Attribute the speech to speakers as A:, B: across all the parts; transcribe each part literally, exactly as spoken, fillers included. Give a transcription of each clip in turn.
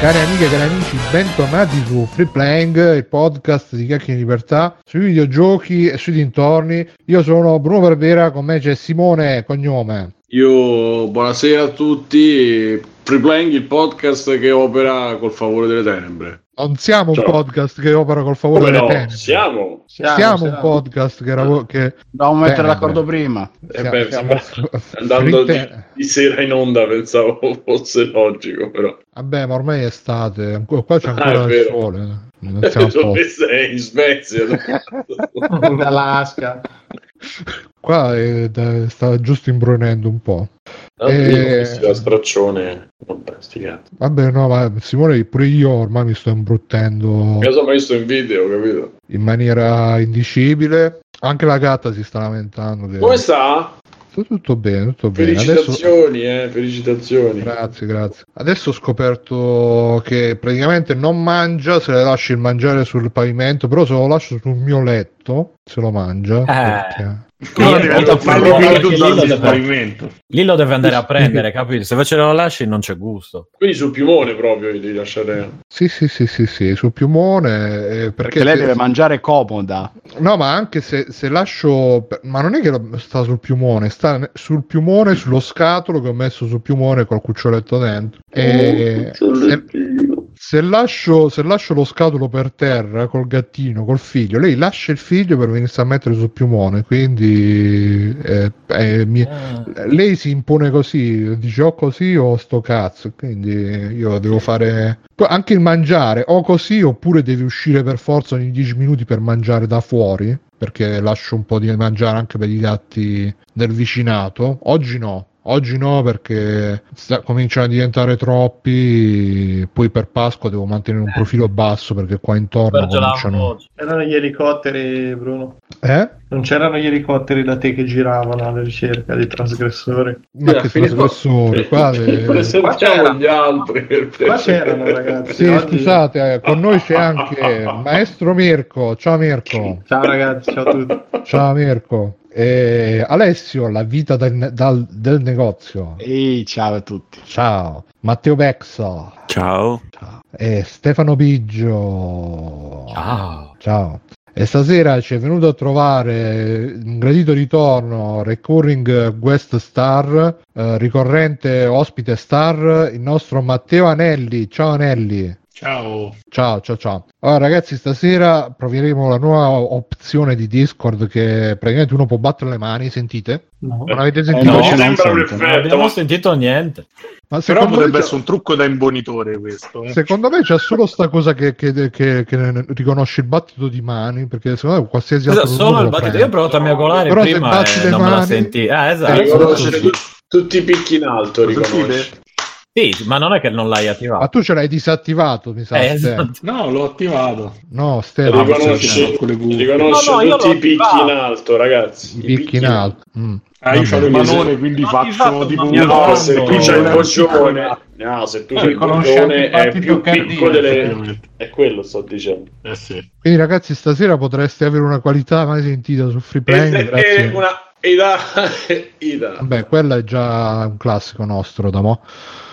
A: Cari amiche e cari amici, bentornati su Free Playing, il podcast di Chiacchiere in Libertà, sui videogiochi e sui dintorni. Io sono Bruno Barbera, con me c'è Simone, cognome.
B: Io, buonasera a tutti, Free Playing, il podcast che opera col favore delle tenebre.
A: Non siamo
B: Ciao.
A: un podcast che opera col favore
B: Come
A: delle
B: no?
A: tenebre.
B: Siamo.
A: Siamo, siamo, siamo un podcast che... Rav- che
C: Dobbiamo mettere
A: tenebre.
C: l'accordo prima.
B: Eh beh,
A: siamo,
B: siamo
A: f-
B: andando di,
A: te-
B: di sera in onda, pensavo fosse logico, però.
A: Vabbè, ma ormai è estate, ancora- qua c'è
B: Ah,
A: ancora
B: è
A: il
B: vero.
A: sole. Non siamo a
B: Dove
A: posto.
B: sei? In Svezia?
C: Dall'Alaska.
A: Qua è, da- sta giusto imbrunendo un po'.
B: Eh...
A: Eh,
B: La straccione. Vabbè, sti cazzi.
A: Vabbè, no, ma Simone, pure io ormai mi sto imbruttendo
B: Io sono visto in video, capito?
A: in maniera indicibile. Anche la gatta si sta lamentando. Che...
B: Come sta?
A: Sta tutto bene, tutto bene. Adesso...
B: Felicitazioni, eh, felicitazioni.
A: Grazie, grazie. Adesso ho scoperto che praticamente non mangia se le lasci il mangiare sul pavimento, però se lo lascio sul mio letto se lo mangia.
D: Eh.
A: Perché...
D: Lì,
C: diventa
D: lì-
C: fallo
D: lì-
C: perché
D: lì-
C: tu
D: lì
C: dormi
D: lo
C: sul
D: deve-
C: pavimento.
D: lì lo deve andare a prendere, capito? Se invece lo lasci non c'è gusto.
B: Quindi sul piumone proprio di lasciare.
A: Sì, sì, sì, sì, sì, sul piumone. eh, perché
C: Perché lei
A: se-
C: deve mangiare comoda.
A: No, ma anche se, se lascio... Ma non è che lo- sta sul piumone, sta ne- sul piumone, sullo scatolo che ho messo sul piumone col cuccioletto dentro. E se, se lascio, se lascio lo scatolo per terra col gattino, col figlio, lei lascia il figlio per venirsi a mettere sul piumone, quindi eh, eh, mi-
D: Ah.
A: lei si impone così, dice o così o sto cazzo, quindi io devo fare... Poi anche il mangiare, o così oppure devi uscire per forza ogni dieci minuti per mangiare da fuori, perché lascio un po' di mangiare anche per i gatti del vicinato. Oggi no, oggi no perché sta- cominciano a diventare troppi, poi per Pasqua devo mantenere un profilo basso perché qua intorno
D: Sperge la
A: cominciano...
D: voce.
E: C'erano gli elicotteri, Bruno.
A: Eh?
E: Non c'erano gli elicotteri da te che giravano alla ricerca di trasgressori?
A: Ma che trasgressore, qua... eh,
B: Presentiamo gli altri.
E: Qua c'erano, ragazzi.
A: Sì,
E: oggi-
A: scusate, eh, con noi c'è anche Maestro Mirko. Ciao Mirko.
E: Ciao ragazzi, ciao a tutti.
A: Ciao Mirko. E Alessio, la vita del, dal- del negozio.
C: Ehi, ciao a tutti.
A: Ciao. Matteo Bexa.
F: Ciao.
A: Ciao. E Stefano Biggio.
D: Ciao.
A: Ciao. E stasera ci è venuto a trovare un gradito ritorno, recurring guest star, eh, ricorrente ospite star, il nostro Matteo Anelli. Ciao Anelli.
C: Ciao.
A: Ciao, ciao, ciao. Allora, ragazzi, stasera proveremo la nuova opzione di Discord che praticamente uno può battere le mani, sentite?
E: No.
A: Non avete
C: Eh,
A: sentito?
C: no,
B: Non
C: ce
B: sembra
C: non
B: un
C: sento.
D: Non
B: effetto,
D: abbiamo
B: ma
D: sentito niente.
A: Ma
G: Però
A: secondo
G: potrebbe
A: me,
G: essere un trucco da imbonitore questo. Eh.
A: secondo me c'è solo sta cosa che, che, che, che riconosce il battito di mani, perché secondo me qualsiasi altro
D: Solo
A: numero
D: il
A: lo
D: battito.
A: prende.
D: Io ho provato a miagolare
A: Però se
D: prima
A: batti
D: e
A: le
D: non me la
A: mani-
D: senti. Eh, esatto.
A: Eh,
B: riconosce tu- tutti i picchi in alto,
G: Lo
B: riconosce.
G: sentite?
D: Sì, ma non è che non l'hai
A: Ma
D: attivato.
A: tu ce l'hai disattivato, mi sa.
D: Eh,
A: Ste.
D: esatto.
G: No, l'ho attivato.
A: No, Stefano.
B: Riconosce,
G: con le cuffie.
B: riconosce
D: No, no, io
B: tutti
D: l'ho
B: i picchi
D: attivato.
B: in alto, ragazzi.
A: I picchi in alto. Mm.
G: Ah, io
A: Vabbè.
G: c'ho il
B: Quindi
G: manone,
B: se-
G: quindi
D: Ma
G: faccio
D: infatti,
G: tipo
D: ma
G: un
D: mi
B: No,
D: Quando-
B: se tu c'hai il
G: una
B: coglione, no, se tu c'hai il
E: Riconosce anche
B: coglione
E: il
B: è
E: battito
B: più piccolo
E: cardiaco,
B: delle...
G: effettivamente.
B: È quello sto dicendo.
G: Eh sì.
A: Quindi ragazzi, stasera potreste avere una qualità mai sentita su Free Playing.
B: E,
A: Grazie.
B: e una Ida, Ida.
A: Vabbè, quella è già un classico nostro da mo'.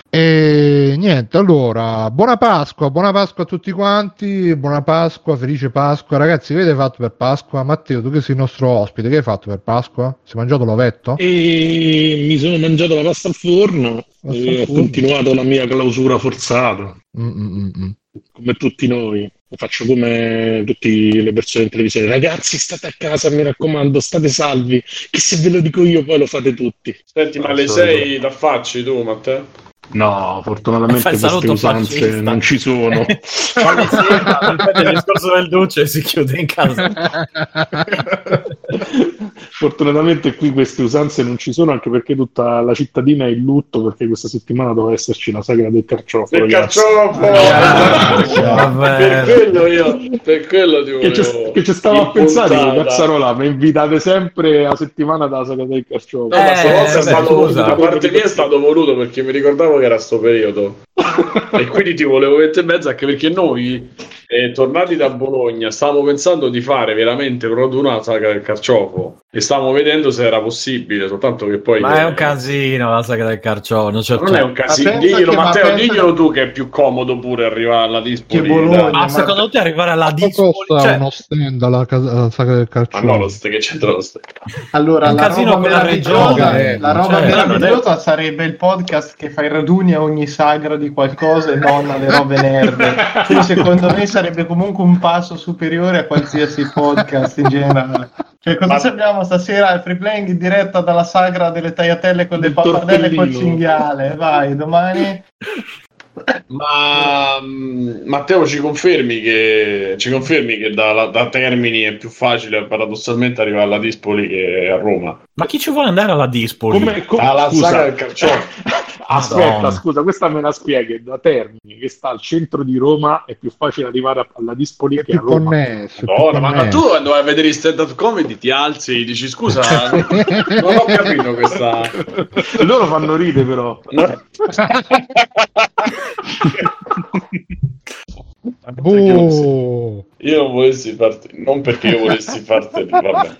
A: E niente, allora, buona Pasqua, buona Pasqua a tutti quanti, buona Pasqua, felice Pasqua. Ragazzi, che avete fatto per Pasqua? Matteo, tu che sei il nostro ospite, che hai fatto per Pasqua? Si è mangiato l'ovetto?
G: E mi sono mangiato la pasta al forno
A: Pasta
G: e
A: al
G: ho
A: forno.
G: continuato la mia clausura forzata,
A: Mm, mm, mm, mm.
G: come tutti noi. Faccio come tutte le persone in televisione. Ragazzi, state a casa, mi raccomando, state salvi, che se ve lo dico io poi lo fate tutti.
B: Senti, ma
G: Al
B: le
G: solito.
B: sei da facci tu, Matteo?
G: No, fortunatamente
D: Fai il
G: queste
D: saluto
G: usanze
D: fascista.
G: non ci sono.
D: Quando si ripete il discorso del duce si chiude in casa.
G: Fortunatamente qui queste usanze non ci sono, anche perché tutta la cittadina è in lutto, perché questa settimana doveva esserci la sagra del carciofo,
B: Del
G: ragazzi.
B: carciofo!
D: Vabbè.
B: Per quello io, per quello ti
G: Che
B: volevo
G: c'è, che c'è stavo a pensare,
B: impuntata.
G: cazzarola, mi invitate sempre la settimana della sagra del carciofo.
B: No, ma
D: Eh,
B: stavolta è
D: beh,
B: stato
D: scusa.
B: voluto, da parte mia è stato voluto perché mi ricordavo che era sto periodo e quindi ti volevo mettere in mezzo, anche perché noi E tornati da Bologna, stavamo pensando di fare veramente proprio una sagra del carciofo e stavamo vedendo se era possibile, soltanto che poi...
D: Ma è un casino la sagra del carciofo. Non,
B: non è un casino, diglielo, Matteo, diglielo tu che è più comodo pure arrivare alla Dispoli.
E: Bologna,
D: ma secondo te arrivare alla Dispoli
A: costa
D: cioè...
A: uno stand alla, casa, alla sagra del carciofo?
B: Ma no, lo st- che c'entra lo stand?
E: Allora,
D: un
E: la
D: casino
E: roba
D: con la
E: meravigliosa,
A: regione,
E: la roba
D: cioè,
E: meravigliosa sarebbe il podcast che fa i raduni a ogni sagra di qualcosa e non alle robe nerd. Quindi secondo me sarebbe comunque un passo superiore a qualsiasi podcast in generale. Cioè, cosa
B: Ma...
E: abbiamo stasera? Il free playing in diretta dalla sagra delle tagliatelle con le pappardelle e col cinghiale. Vai, domani.
B: Ma mh, Matteo, ci confermi che ci confermi che da, da Termini è più facile paradossalmente arrivare alla Dispoli che a Roma?
D: Ma chi ci vuole andare alla Dispoli?
G: Come, come,
B: alla
G: scusa,
B: sagra del carciofo.
G: Aspetta,
D: Madonna.
G: scusa, questa me la spieghi. Da Termini, che sta al centro di Roma, è più facile arrivare alla Dispoli
A: È
G: che a
A: più
G: Roma.
A: connesso, è più
B: Madonna, ma, ma tu
A: connesso.
B: quando vai a vedere i stand-up comedy ti alzi e dici scusa, non ho capito questa...
G: Loro fanno ride però.
B: No.
A: Oh.
B: Io non volessi farti, non perché io volessi farti, vabbè.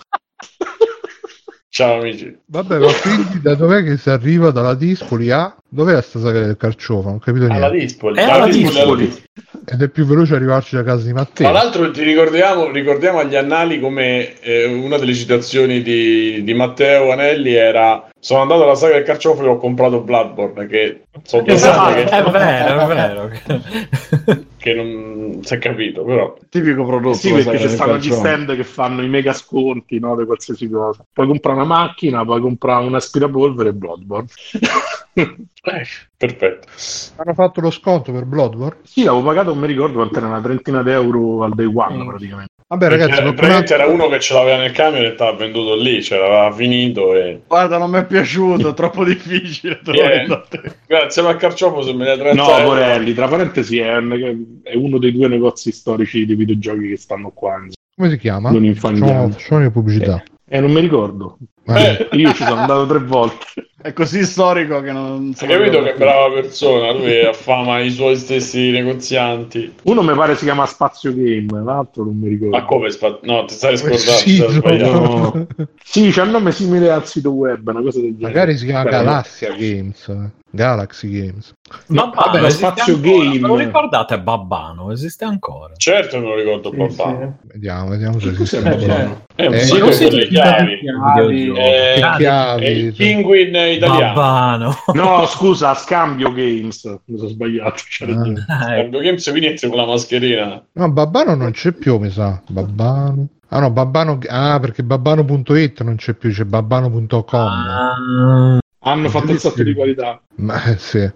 B: Ciao amici.
A: Vabbè, ma quindi da dov'è che si arriva dalla Dispoli a... Dov'è sta sagra del carciofo? Non ho capito niente.
B: Alla Dispoli.
D: È
B: Alla
D: alla
B: Dispoli,
D: Dispoli.
B: alla Dispoli.
A: Ed è più veloce arrivarci da casa di
B: Tra
A: Matteo.
B: l'altro ti ricordiamo, ricordiamo agli annali come eh, una delle citazioni di, di Matteo Anelli era: sono andato alla sagra del carciofo e ho comprato Bloodborne, che sono due
D: Esatto,
B: sagre che,
D: è vero, è vero.
B: che non si è capito, però
C: Tipico prodotto.
G: Sì,
C: la
G: perché
C: sagra
G: ci
C: del
G: stanno gli
C: carciofo.
G: stand che fanno i mega sconti, no, di qualsiasi cosa. Puoi comprare una macchina, puoi comprare un aspirapolvere e Bloodborne.
B: eh, perfetto.
A: Hanno fatto lo sconto per Bloodborne?
G: Sì, l'avevo pagato, non mi ricordo quanto era, una trentina d'euro al day one praticamente.
A: Vabbè ragazzi,
B: Perché,
A: qualcun
B: praticamente
A: altro-
B: era uno che ce l'aveva nel camion e t'ha venduto lì, ce l'aveva finito e...
C: Guarda, non mi è piaciuto, troppo difficile. te lo
B: Yeah.
C: vendo a te.
B: Grazie al carciofo se me ne trenta
G: No,
B: euro.
G: Morelli, tra parentesi è, un- è uno dei due negozi storici di videogiochi che stanno qua in
A: come si chiama?
G: Non infanghiamo.
A: Facciamo, facciamo le pubblicità.
G: Eh, non mi ricordo.
A: Eh,
G: Eh, io ci sono andato tre volte.
C: È così storico che non so.
B: Hai capito che brava persona, lui affama i suoi stessi negozianti.
G: Uno mi pare si chiama Spazio Game, l'altro non mi ricordo.
B: Ma come spa- no, ti stai scordando,
A: sì,
B: stai sbagliando.
G: No. Sì, c'ha un nome simile al sito web, una cosa del genere.
A: magari si chiama
G: Beh,
A: Galassia Games, eh. Galaxy Games.
G: No,
D: Babbano,
G: vabbè, lo
D: esiste
G: Spazio
D: ancora.
G: Game.
D: Ma lo ricordate Babbano? Esiste ancora.
B: Certo me lo ricordo
E: Sì,
B: papà.
E: sì.
A: Vediamo, vediamo se
G: Cos'è
A: esiste
G: Babbano?
A: ancora.
B: È un
A: Eh,
B: sito
A: non
B: con
D: si
B: le
D: dice
B: chiavi.
E: chiavi.
B: Eh,
A: Che
D: Ah,
A: chiavi,
B: è il
A: sì.
B: Penguin italiano.
D: Babbano.
G: No, scusa, Scambio Games. Mi sono sbagliato. C'è
A: Ah.
G: ragione.
D: Eh,
B: Quando Games quindi entri con la mascherina.
A: No, Babbano non c'è più, mi sa. Babbano. Ah no, Babbano. Ah, perché babbano punto it non c'è più, c'è babbano punto com.
D: ah,
G: Hanno fatto un salto di qualità.
A: Ma eh, sì.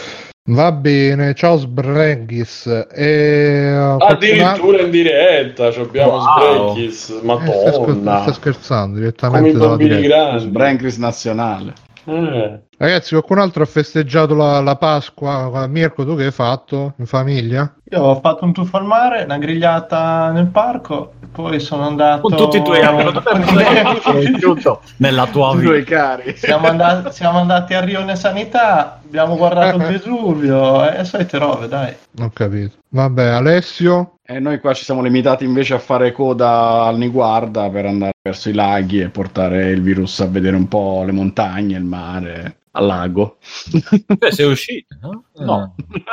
A: Va bene, ciao Sbrenghis. E, uh,
B: Addirittura in diretta ci abbiamo
D: Wow.
B: Sbrecchis.
A: Eh, stai, scher-
B: Madonna.
A: stai scherzando
B: Come
A: direttamente
B: i
A: dalla
B: bambini
A: diretta.
B: grandi.
C: Brancris nazionale.
B: Eh.
A: Ragazzi, qualcun altro ha festeggiato la, la Pasqua? Mirko, tu che hai fatto in famiglia?
E: Io ho fatto un tuffo al mare, una grigliata nel parco, e poi sono andato...
D: con tutti i tuoi amici tutto nella tua
C: I tuoi
D: vita.
C: cari.
E: siamo, andati, siamo andati a Rione Sanità, abbiamo guardato il Vesuvio, e solite robe, dai.
A: Ho capito. Vabbè, Alessio?
C: E noi qua ci siamo limitati invece a fare coda al Niguarda per andare verso i laghi e portare il virus a vedere un po' le montagne, il mare, al lago.
D: Beh, sei uscito, no?
C: No.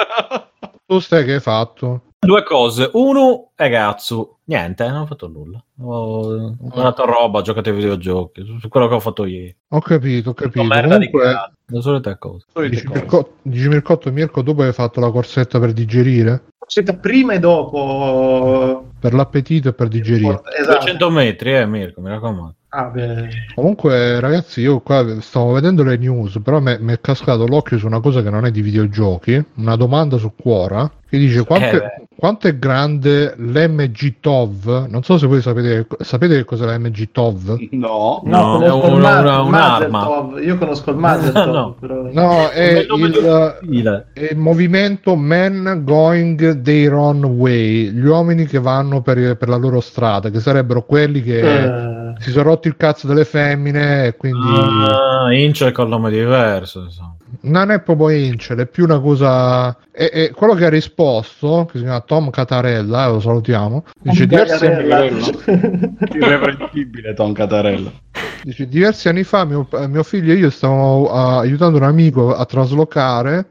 A: Tu stai che hai fatto?
D: Due cose. Uno, ragazzo, niente, non ho fatto nulla. Ho guardato roba, ho giocato ai videogiochi, su quello che ho fatto ieri.
A: Ho capito, ho capito.
D: Merda di
A: Comunque,
D: cazzo, le solite cose.
C: Solite
A: dici
C: cose.
A: Mirko, dici Mircotto, Mirko, dopo hai fatto la corsetta per digerire?
E: Siete prima e dopo...
A: Per l'appetito e per digerire.
E: Esatto.
D: duecento metri, eh, Mirko, mi raccomando.
E: Ah, beh.
A: Comunque, ragazzi, io qua stavo vedendo le news, però mi è cascato l'occhio su una cosa che non è di videogiochi, una domanda su Quora, che dice quanto,
D: Eh,
A: è, quanto è grande l'M G T O V? Non so se voi sapete, sapete che cos'è la M G T O V?
C: No.
E: No,
D: No,
E: conosco
D: è
E: il
D: una-
E: Ma-
D: una- un'arma.
E: Mazeltov. Io conosco il Mazeltov,
D: No.
E: però...
A: No, è
D: Come il nome
A: il,
D: dello stile.
A: è il movimento Men Going Their Own Way, gli uomini che vanno per, per la loro strada, che sarebbero quelli che...
E: Eh,
A: si sono rotti il cazzo delle femmine e quindi
D: ah, Ince col nome diverso, insomma.
A: Non è proprio Incel, è più una cosa. E, e quello che ha risposto, che si chiama Tom Catarella, eh, lo salutiamo, dice diversi anni,
C: irreprensibile Tom Catarella.
A: Dice, diversi anni fa mio, mio figlio e io stavamo uh, aiutando un amico a traslocare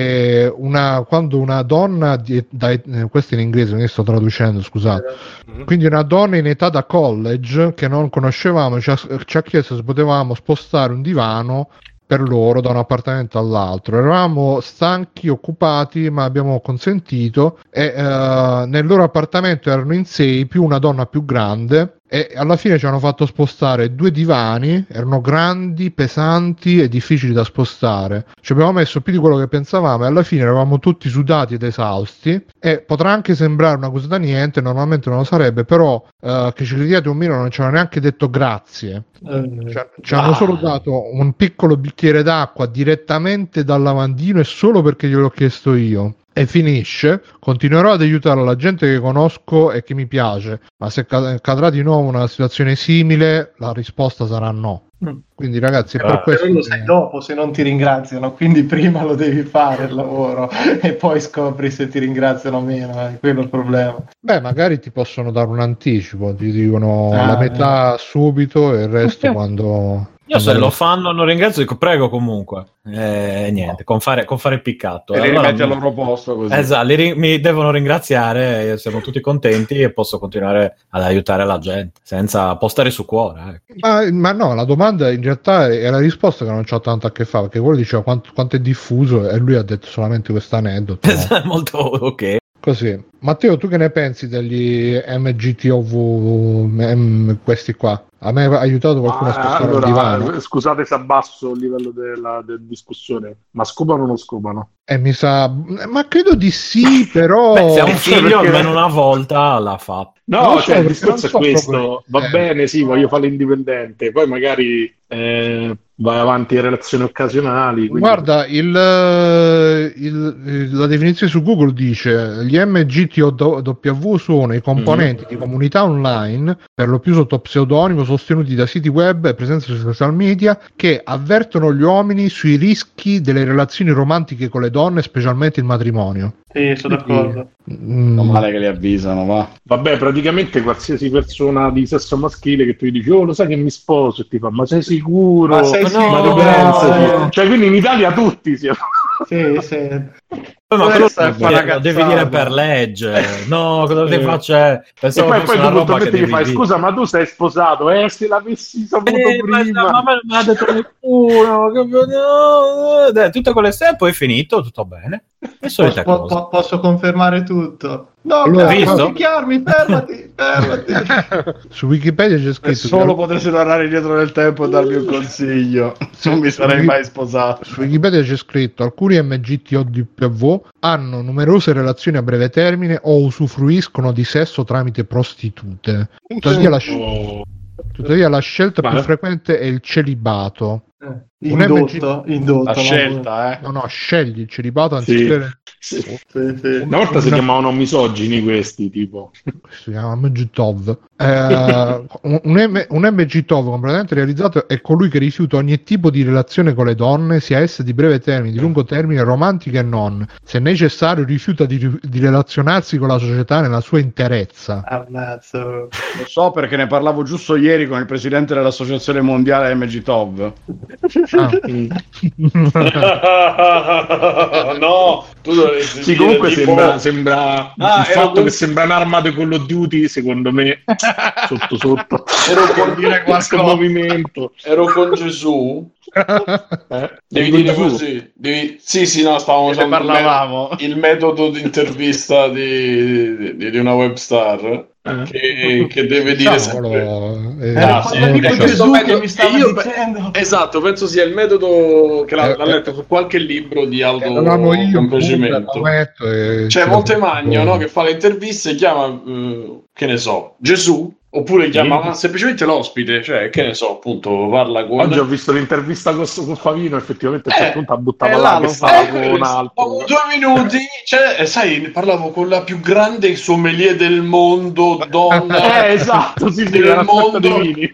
A: e una, quando una donna di, dai, eh, questo in inglese, ne sto traducendo, scusate, mm-hmm. Quindi una donna in età da college che non conoscevamo ci ha, ci ha chiesto se potevamo spostare un divano per loro da un appartamento all'altro. Eravamo stanchi, occupati, ma abbiamo consentito e uh, nel loro appartamento erano in sei più una donna più grande e alla fine ci hanno fatto spostare due divani, erano grandi, pesanti e difficili da spostare. Ci abbiamo messo più di quello che pensavamo e alla fine eravamo tutti sudati ed esausti e potrà anche sembrare una cosa da niente, normalmente non lo sarebbe, però uh, che ci crediate o meno non ci hanno neanche detto grazie.
E: Eh,
A: Ci, ci hanno solo dato un piccolo bicchiere d'acqua direttamente dal lavandino e solo perché gliel'ho chiesto io. E finisce, continuerò ad aiutare la gente che conosco e che mi piace, ma se cadrà di nuovo una situazione simile la risposta sarà no. Mm. Quindi ragazzi,
E: però,
A: per questo
E: però lo sai dopo se non ti ringraziano, quindi prima lo devi fare il lavoro e poi scopri se ti ringraziano o meno, è quello il problema.
A: Beh, magari ti possono dare un anticipo, ti dicono
E: ah,
A: la metà eh. subito e il resto
D: okay.
A: quando...
D: Io se lo fanno non ringrazio, dico prego comunque. Eh, niente, con fare, con fare il piccato.
C: E li
D: allora,
C: rimetti al loro posto così.
D: Esatto, li ri- mi devono ringraziare, siamo tutti contenti e posso continuare ad aiutare la gente senza postare su cuore. Eh.
A: Ma, ma no, la domanda in realtà è la risposta che non c'ha tanto a che fare, perché quello diceva quanto, quanto è diffuso e lui ha detto solamente questo aneddoto.
D: No? Molto ok.
A: Così. Matteo, tu che ne pensi degli M G T O V M, questi qua? A me ha aiutato qualcuno ah, a spostare
G: allora,
A: il divano?
G: Scusate se abbasso il livello della, della discussione, ma scopano o non scopano?
A: Eh, mi sa... Ma credo di sì, però...
D: Beh, se ha un figlio perché... almeno una volta l'ha fatto.
G: No,
A: non
G: cioè
A: so,
G: il discorso
A: so
G: è questo,
A: proprio...
G: va
A: eh.
G: bene, sì, voglio fare l'indipendente, poi magari eh, vai avanti in relazioni occasionali. Quindi...
A: Guarda, il, il, la definizione su Google dice gli M G T O W sono i componenti mm-hmm. di comunità online, per lo più sotto pseudonimo, sostenuti da siti web e presenze sui social media, che avvertono gli uomini sui rischi delle relazioni romantiche con le donne, specialmente il matrimonio.
E: Sì, sono d'accordo.
C: Mm. Non male che li avvisano, va.
G: Vabbè, praticamente qualsiasi persona di sesso maschile che tu gli dici, oh, lo sai che mi sposo, e ti fa, ma sei sicuro?
E: Ma sei sicuro?
G: Ma no, no. Cioè, quindi in Italia tutti siamo...
E: Sì, sì.
D: Poi, ma quello lo devi dire per legge, no, cosa ti faccio? Pensavo
G: e poi, poi
D: una roba che
G: gli fai,
D: dire.
G: Scusa, ma tu sei sposato? Eh, se l'avessi saputo
D: eh,
G: prima.
D: Ma me l'ha detto nessuno. No, tutte quelle stelle, poi è finito, tutto bene.
E: Posso, po- posso confermare tutto. No,
A: allora,
E: non picchiarmi, fermati, fermati.
A: Su Wikipedia c'è scritto:
C: se solo che... potessi tornare indietro nel tempo e darmi un consiglio, non mi sarei mai sposato.
A: Su Wikipedia c'è scritto: alcuni M G T O W hanno numerose relazioni a breve termine o usufruiscono di sesso tramite prostitute. Tuttavia la, sc- Tuttavia, la scelta
G: Ma...
A: più frequente è il celibato.
E: Eh, indotto, M G... indotto,
C: la scelta, eh.
A: No, no, scegli il celibato anziché.
G: Sì. Sì. Sì, sì. Una volta si chiamavano misogini questi, tipo.
A: Si chiama M G T O V. Eh, un, M- un M G T O V completamente realizzato è colui che rifiuta ogni tipo di relazione con le donne, sia esse di breve termine, di lungo termine, romantica e non. Se necessario, rifiuta di, di relazionarsi con la società nella sua interezza.
E: Ammazzo.
C: Lo so perché ne parlavo giusto ieri con il presidente dell'associazione mondiale M G T O V.
B: Ah. No, tu dovresti
G: sì, comunque
B: tipo...
G: sembra, sembra
B: ah,
G: il fatto
B: con...
G: che sembra un'arma di Call of Duty, secondo me sotto sotto
B: ero con dire
G: questo movimento
B: ero con Gesù. Eh? Devi dire Gesù. Così devi... sì sì no stavamo
C: ne parlavamo
B: il, me... il metodo di intervista di, di, di una web star che, che deve dire sempre
A: eh,
B: ah, sì,
E: eh, Gesù che mi stava
B: io,
E: dicendo.
B: Esatto, penso sia il metodo che l'ha, eh, l'ha letto su qualche libro di autocoinvolgimento. C'è cioè, Montemagno, no, che fa le interviste, chiama uh, che ne so, Gesù Oppure chiama sì. semplicemente l'ospite, cioè che ne so, appunto, parla con...
G: Oggi ho visto l'intervista con, con Favino, effettivamente a un
B: eh,
G: certo punto buttava
B: eh,
G: là che stava
B: eh,
G: con un altro.
B: Dopo due minuti, cioè, sai, parlavo con la più grande sommelier del mondo, donna
G: eh, esatto, sì, sì,
B: del mondo, e,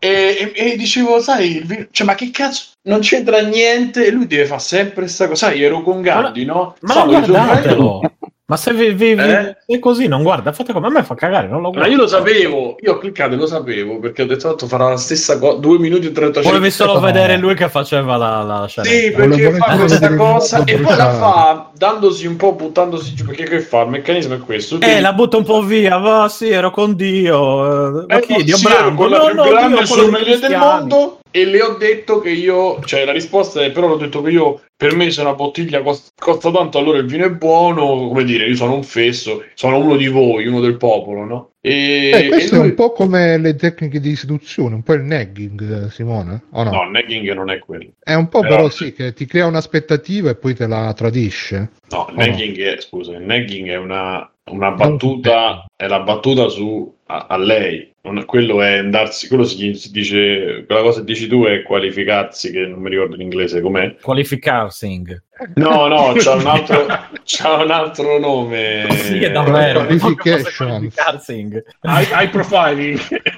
B: e, e dicevo, sai, cioè, ma che cazzo, non c'entra niente, e lui deve fare sempre questa cosa, sai, ero con Gandhi,
D: ma,
B: no?
D: Ma non guardatelo! Ma se vi, vi, eh? vi, è così, non guarda, fate come a me fa cagare, non lo guardo.
B: Ma io lo sapevo, io ho cliccato e lo sapevo, perché ho detto tanto farà la stessa cosa, due minuti e trentacinque.
D: Volevi solo vedere lui che faceva la, la scena.
B: Sì, perché fa questa cosa e poi la fa dandosi un po', buttandosi giù, perché che fa? Il meccanismo è questo.
D: Eh, la butta un po' via, va, sì, ero con Dio. Ma
B: eh,
D: chi? Dio
B: sì,
D: Brando?
B: Con la
D: no,
B: più
D: no,
B: grande
D: Dio,
B: sommelier del mondo. E le ho detto che io, cioè la risposta è, però l'ho detto che io, per me se una bottiglia costa, costa tanto, allora il vino è buono, come dire, io sono un fesso, sono uno di voi, uno del popolo, no?
A: E, eh, questo e lui... è un po' come le tecniche di seduzione, un po' il nagging, Simone, o no?
B: No, il nagging non è quello.
A: È un po' però, però sì, che ti crea un'aspettativa e poi te la tradisce.
B: No, il nagging no? è, scusa, il nagging è una, una battuta, è la battuta su a, a lei. Non, quello è andarsi, quello si, si dice, quella cosa che dici tu è qualificarsi, che non mi ricordo in inglese com'è.
D: Qualificarsi.
B: No, no, c'ha un altro, c'ha un altro nome.
D: Sì, è davvero.
A: Qualification.
G: High, high profiling.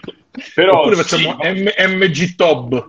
B: Però
G: oppure facciamo
B: sì,
G: M G T O B.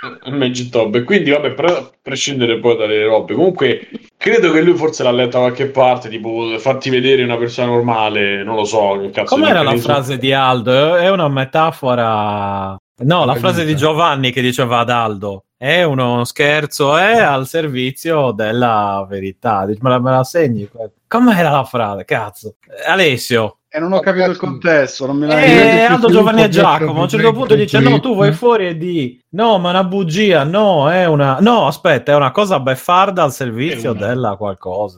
B: M G T O B. E quindi, vabbè, per prescindere poi dalle robe, comunque credo che lui forse l'ha letta da qualche parte, tipo fatti vedere una persona normale, non lo so. Che cazzo.
D: Com'era la frase di Aldo? È una metafora. No, la frase di Giovanni che diceva ad Aldo è uno scherzo, è al servizio della verità. Me la, me la segni? Com'era la frase? Cazzo. Alessio.
C: E non ho capito il contesto. Non me la
D: eh, Aldo, Giovanni e Giacomo a un certo punto dice no, tu vai fuori e di no, ma è una bugia, no, è una no, aspetta, è una cosa beffarda al servizio una... della qualcosa.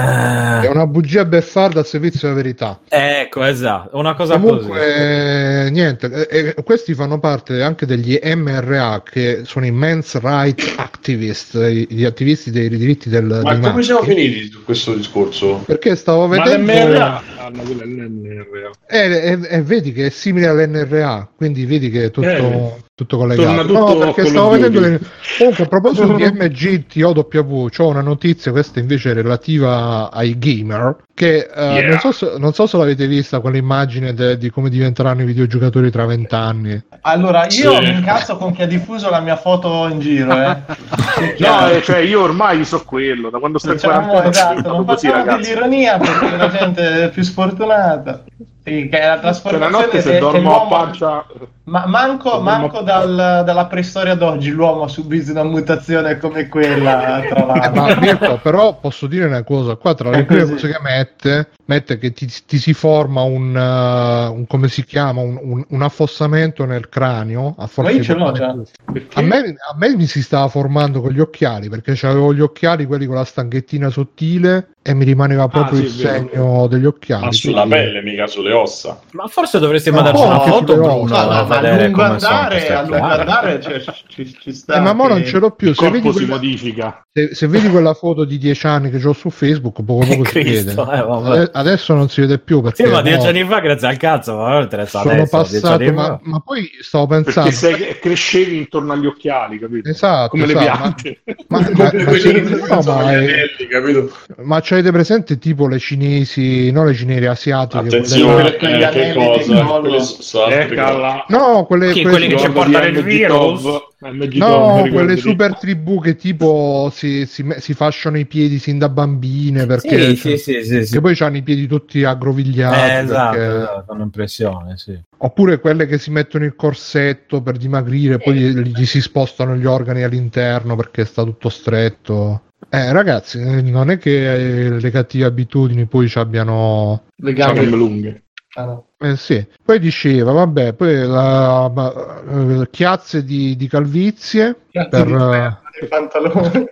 A: È una bugia beffarda al servizio della verità.
D: Ecco, esatto, una cosa
A: comunque,
D: così.
A: Eh, niente, eh, questi fanno parte anche degli M R A, che sono i Men's Rights Activist, gli attivisti dei diritti del
B: Ma come maschi. Siamo finiti su questo discorso?
A: Perché stavo vedendo...
G: Ma l'M R A hanno quella l'N R A.
A: E eh, eh, vedi che è simile all'N R A, quindi vedi che è tutto,
G: eh,
A: tutto collegato.
G: Tutto
A: no, perché stavo vedendo le... Comunque, a proposito di M G T O W, c'ho una notizia, questa invece relativa ai gamer, che uh, yeah. non, so se, non so se l'avete vista quell'immagine de, di come diventeranno i videogiocatori tra vent'anni.
E: Allora, io sì. mi incazzo con chi ha diffuso la mia foto in giro, eh.
G: No, eh, cioè io ormai so quello, da quando sto in
E: quarantena. Esatto, non facciamo dell'ironia perché la gente è più sfortunata. Sì, che è la trasformazione
G: cioè, la notte se
E: de,
G: dormo a pancia...
E: Ma manco, manco dal, dalla preistoria d'oggi l'uomo ha subito una mutazione come quella, tra l'altro.
A: Ma Mirko, però posso dire una cosa, qua tra le prime cose che mette, mette che ti, ti si forma un, uh, un come si chiama, un, un, un affossamento nel cranio. A,
E: ma io ce l'ho già.
A: A me, a me mi si stava formando con gli occhiali, perché avevo gli occhiali, quelli con la stanghettina sottile, e mi rimaneva proprio ah, sì, il segno degli occhiali.
B: Ma sulla quindi... pelle, mica sulle ossa.
D: Ma forse dovresti no, mandarci una foto, Bruno,
E: no, no, a lungo andare, a lungo andare cioè, ci, ci sta.
A: Eh, ma mo non ce l'ho più.
G: Il
A: se
G: corpo
A: vedi
G: si
A: quella,
G: modifica.
A: Se, se vedi quella foto di dieci anni che ho su Facebook, poco poco si vede.
D: Eh,
A: adesso non si vede più perché
D: sì, ma dieci
A: no,
D: anni fa, grazie al cazzo, ma non te ne so
A: sono
D: adesso,
A: passato, ma, ma poi stavo pensando
G: perché sei, crescevi intorno agli occhiali, capito?
A: Esatto,
G: come
A: esatto,
G: le piante.
A: Ma, ma, ma, ma, no, ma, anelli, capito? Ma c'avete presente tipo le cinesi, non le cinesi asiatiche?
B: Attenzione, quelle, eh, che cosa?
A: Quelle, no, quelle,
D: Chi,
A: quelle
D: quelli che ci portano il virus.
A: No, quelle super tribù che tipo si, si, si fasciano i piedi sin da bambine perché
D: sì, cioè, sì, sì, sì,
A: che poi hanno i piedi tutti aggrovigliati.
D: Eh, esatto,
A: perché...
D: esatto, fanno impressione, sì.
A: Oppure quelle che si mettono il corsetto per dimagrire, poi gli, gli si spostano gli organi all'interno perché sta tutto stretto. Eh, ragazzi, non è che le cattive abitudini poi ci abbiano
G: le gambe lunghe.
E: Ah, no.
A: Eh sì, poi diceva, vabbè, poi la, la, la chiazze di, di calvizie
E: chiazze
A: per
E: di uh... pantaloni.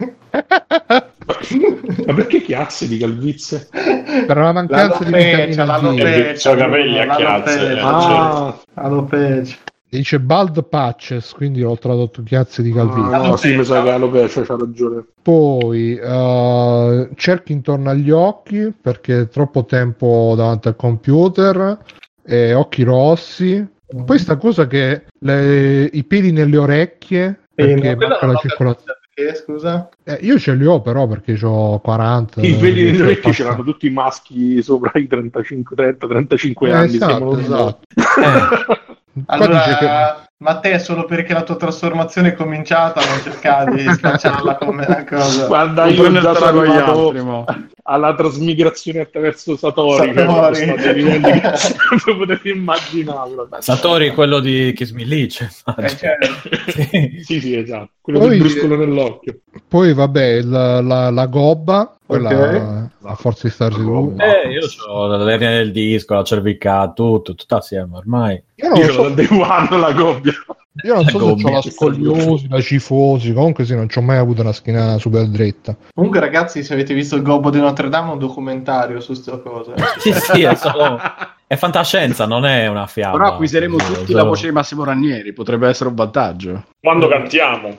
G: Ma perché chiazze di calvizie?
A: Per la mancanza
E: la
A: di vitamina D.
B: C'ho capelli a chiazze.
E: Ah, alopecia.
A: Dice bald patches, quindi ho tradotto chiazze di calvizie.
G: Ah, no, sì, mi sa che alopecia, c'ha ragione.
A: Poi uh, cerchi intorno agli occhi perché troppo tempo davanti al computer, e occhi rossi, Poi sta cosa che le, i peli nelle orecchie, perché
E: no,
A: manca la circolazione.
E: Perché, scusa?
A: Eh, io ce li ho però perché ho quaranta.
G: I peli nelle orecchie
A: passa-
G: ce l'hanno tutti i maschi sopra i trentacinque, trenta, trentacinque
A: Eh,
G: anni.
A: esatto,
G: siamo
A: esatto.
D: Eh,
A: Qua dice che-
E: Allora, ma te solo perché la tua trasformazione è cominciata non cercavi di scacciarla come una cosa.
G: Guarda,
C: Non
G: io già
C: prendertela
G: sono
C: con gli
G: arrivato
C: altri, mo.
G: alla trasmigrazione attraverso Satori, che
E: Satori.
G: sono stati livelli che non potete immaginare.
D: Satori, quello di Kiss Me Lich.
E: Eh, certo.
D: Sì.
G: Sì, sì, esatto. Quello
A: Poi-
G: del bruscolo nell'occhio.
A: Poi vabbè, la, la, la gobba, quella
E: Ok.
A: a forza di starsi
G: La
A: tu.
G: gobba.
D: Eh, io ho l'ernia del disco, la cervicale, tutto, tutto assieme ormai.
A: Io non
G: Io
A: so,
G: so, dal day one la gobbia.
A: io non so
D: La
A: se ho
D: gobbia.
A: la scoliosi, la cifosi, comunque sì, non ci ho mai avuto una schiena super dritta.
E: Comunque, ragazzi, se avete visto il Gobbo di Notre Dame, è un documentario su sta cosa.
D: Sì, sì, è solo... È fantascienza, non è una fiaba.
C: Però acquisiremo
D: Eh,
C: tutti
D: solo-
C: la voce di Massimo Ranieri, potrebbe essere un vantaggio.
B: Quando cantiamo.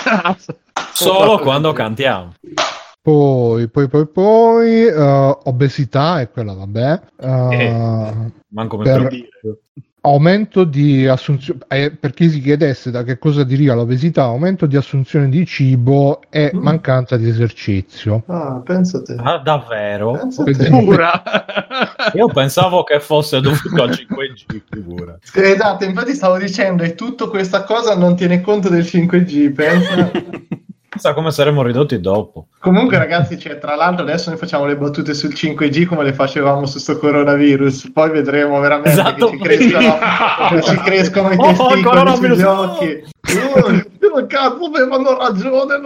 D: Solo quando cantiamo.
A: Poi, poi, poi, poi, eh, obesità, e quella vabbè. Eh,
D: Manco
A: Per-
D: per dire.
A: aumento di assunzione, eh, per chi si chiedesse da che cosa deriva l'obesità, aumento di assunzione di cibo e
E: Mm.
A: mancanza di esercizio.
E: Ah, pensa te.
D: Ah, davvero?
E: Pensa te.
C: Pura.
D: Io pensavo che fosse dovuto al cinque G, figura.
E: Esatto, infatti stavo dicendo, e tutta questa cosa non tiene conto del cinque G, pensa.
D: Pensa come saremmo ridotti dopo.
E: Comunque, ragazzi, cioè, tra l'altro adesso noi facciamo le battute sul cinque G come le facevamo su sto coronavirus, poi vedremo veramente
D: Esatto.
E: che ci crescono, che ci crescono i
D: Oh, il
E: testicoli
D: coronavirus.
E: sugli occhi. Oh, cazzo, avevano ragione,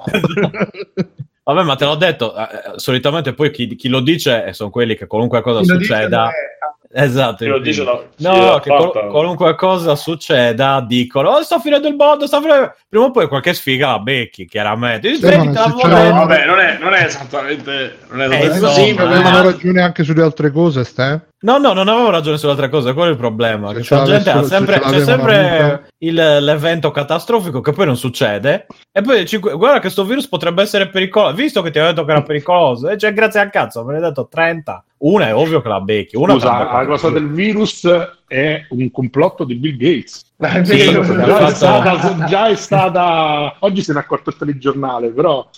E: no!
D: Vabbè, ma te l'ho detto, eh, solitamente poi chi, chi lo dice eh, sono quelli che qualunque cosa
E: Chi lo dice
D: succeda...
E: non è-
D: Esatto.
B: Chi lo dice la- sì,
D: no,
B: l'ha
D: che qual-
B: fatta.
D: qualunque cosa succeda dicono oh, sta finendo il mondo, sta finendo... prima o poi qualche sfiga la becchi, chiaramente.
A: Sì, ma
D: Svegli, te
A: se
D: l'avevo
A: c'è-
D: detto.
B: No, vabbè, non è, non è esattamente, non è
D: Eh,
B: esattamente
D: insomma,
B: così,
D: eh.
B: ma
A: Avevano ragione anche sulle altre cose, Ste?
D: No, no, non avevo ragione sull'altra cosa, quello è il problema.
A: Se
D: Che
A: ce
D: la gente ha
A: l'avessero- se
D: sempre,
A: ce
D: c'è
A: l'avevano
D: sempre
A: avuta.
D: il- l'evento catastrofico che poi non succede. E poi dici, guarda che sto virus potrebbe essere pericoloso. Visto che ti avevo detto che era pericoloso, e cioè, grazie al cazzo, me ne hai detto trenta. Una è ovvio che la becchi. Una
G: Scusa,
D: tampoco-
G: la cosa del virus è un complotto di Bill Gates.
E: È
D: Sì,
E: vero,
D: sì,
E: è
G: Già
E: vero.
G: è, stata, già è stata oggi se ne è accorto il telegiornale, però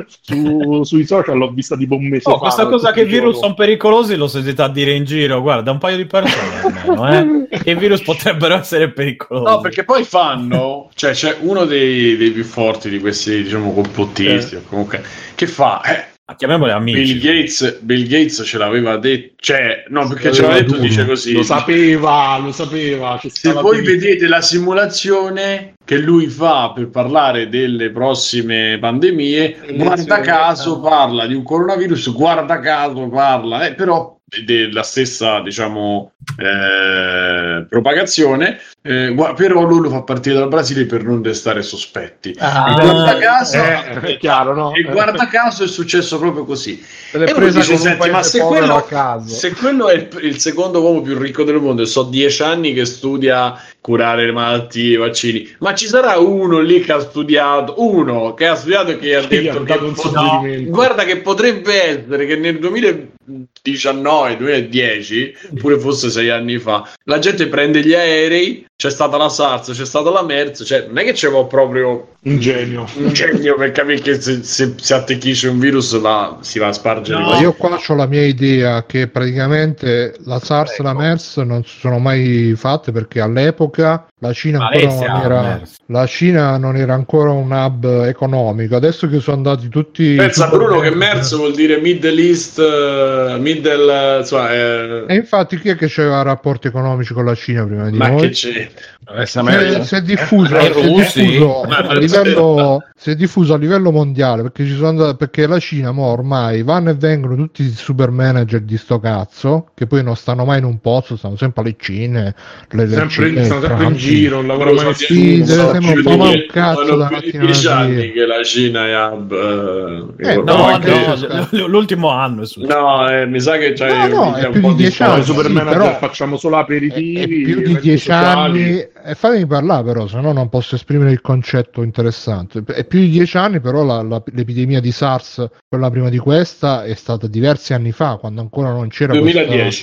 G: su, sui social l'ho vista tipo un mese
D: Oh,
G: fa.
D: questa cosa
G: tutti
D: che i virus
G: dicono-
D: sono pericolosi l'ho sentita dire in giro, guarda, da un paio di persone almeno, eh, che i virus potrebbero essere pericolosi.
B: no, perché poi fanno, cioè c'è uno dei, dei più forti di questi, diciamo, complottisti, o comunque, che fa, eh,
D: Ma chiamiamoli amici.
B: Bill Gates, Bill Gates ce l'aveva detto, cioè, no, perché ce
A: L'aveva
B: l'aveva detto,
A: duro.
B: dice così.
G: Lo sapeva, lo sapeva. c'è
B: Se
G: stata
B: voi
G: benissimo.
B: vedete la simulazione che lui fa per parlare delle prossime pandemie, guarda caso parla di un coronavirus, guarda caso parla, eh, però della stessa, diciamo, eh, propagazione, eh, gua- però lui lo fa partire dal Brasile per non destare sospetti.
E: Ah,
B: e guarda caso,
G: Eh, è chiaro, no?
B: e guarda caso è successo proprio così.
C: Se l'è
B: E uno
C: presa
B: dice,
C: con un
B: senti, ma
C: paese
B: se
C: povero
B: quello,
C: a caso.
B: se quello è il, il secondo uomo più ricco del mondo e so dieci anni che studia curare le malattie, i vaccini, ma ci sarà uno lì che ha studiato, uno che ha studiato e che ha
G: Sì,
B: detto
G: ha
B: che
G: dato un
B: no,
G: suggerimento.
B: guarda che potrebbe essere che nel duemiladiciannove duemiladieci, pure fosse sei anni fa, la gente prende gli aerei, c'è stata la SARS, c'è stata la MERS, cioè non è che c'è proprio
G: Un genio.
B: un genio per capire che se, se si attecchisce un virus la, si va a spargere
D: No.
B: così.
A: Io qua ho la mia idea che praticamente la SARS e la MERS non si sono mai fatte perché all'epoca la Cina ancora
D: Malesia,
A: non era,
D: MERS.
A: la Cina non era ancora un hub economico. Adesso che sono andati tutti
B: Pensa
A: super
B: Bruno che
A: bene-
B: MERS vuol dire Middle East, eh, Middle, eh, insomma, eh,
A: E infatti chi è che aveva rapporti economici con la Cina prima di
B: ma
A: noi?
B: che c'è?
C: Adesso
A: Si, si è diffuso,
D: Eh,
A: si è
D: russi?
A: diffuso
B: Ma-
A: a livello, si è diffuso a livello mondiale perché ci sono andati, perché la Cina mo ormai vanno e vengono tutti i super manager di sto cazzo che poi non stanno mai in un posto, stanno sempre alle Cine, le, le
G: Sempre,
A: Cine,
G: stanno sempre in
A: Trump.
G: giro, non lavora mai
A: Sì,
G: nessuno.
A: deve
G: no?
A: sembrare un
G: Ci
A: po'
G: vede-
A: un cazzo
B: Sono
A: da
B: più di
A: mattina
B: dieci
A: alla
B: anni
A: sera.
B: che la Cina è hub. eh,
A: Eh,
B: no,
D: No,
A: anche-
D: no,
A: anche-
D: l- l'ultimo anno è successo.
B: no, eh, mi sa che c'è
A: No, no,
B: c'è
A: è
B: un
A: più
B: po'
A: di
B: di
A: dieci
G: Noi
A: anni.
G: super
A: sì,
G: manager
A: però-
G: facciamo solo
A: È,
G: aperitivi.
A: è più di
G: eventi
A: dieci
G: sociali.
A: anni, e fatemi parlare però, se no non posso esprimere il concetto interessante. È più di dieci anni, però la- la- l'epidemia di SARS, quella prima di questa, è stata diversi anni fa, quando ancora non c'era questa-
B: duemiladieci.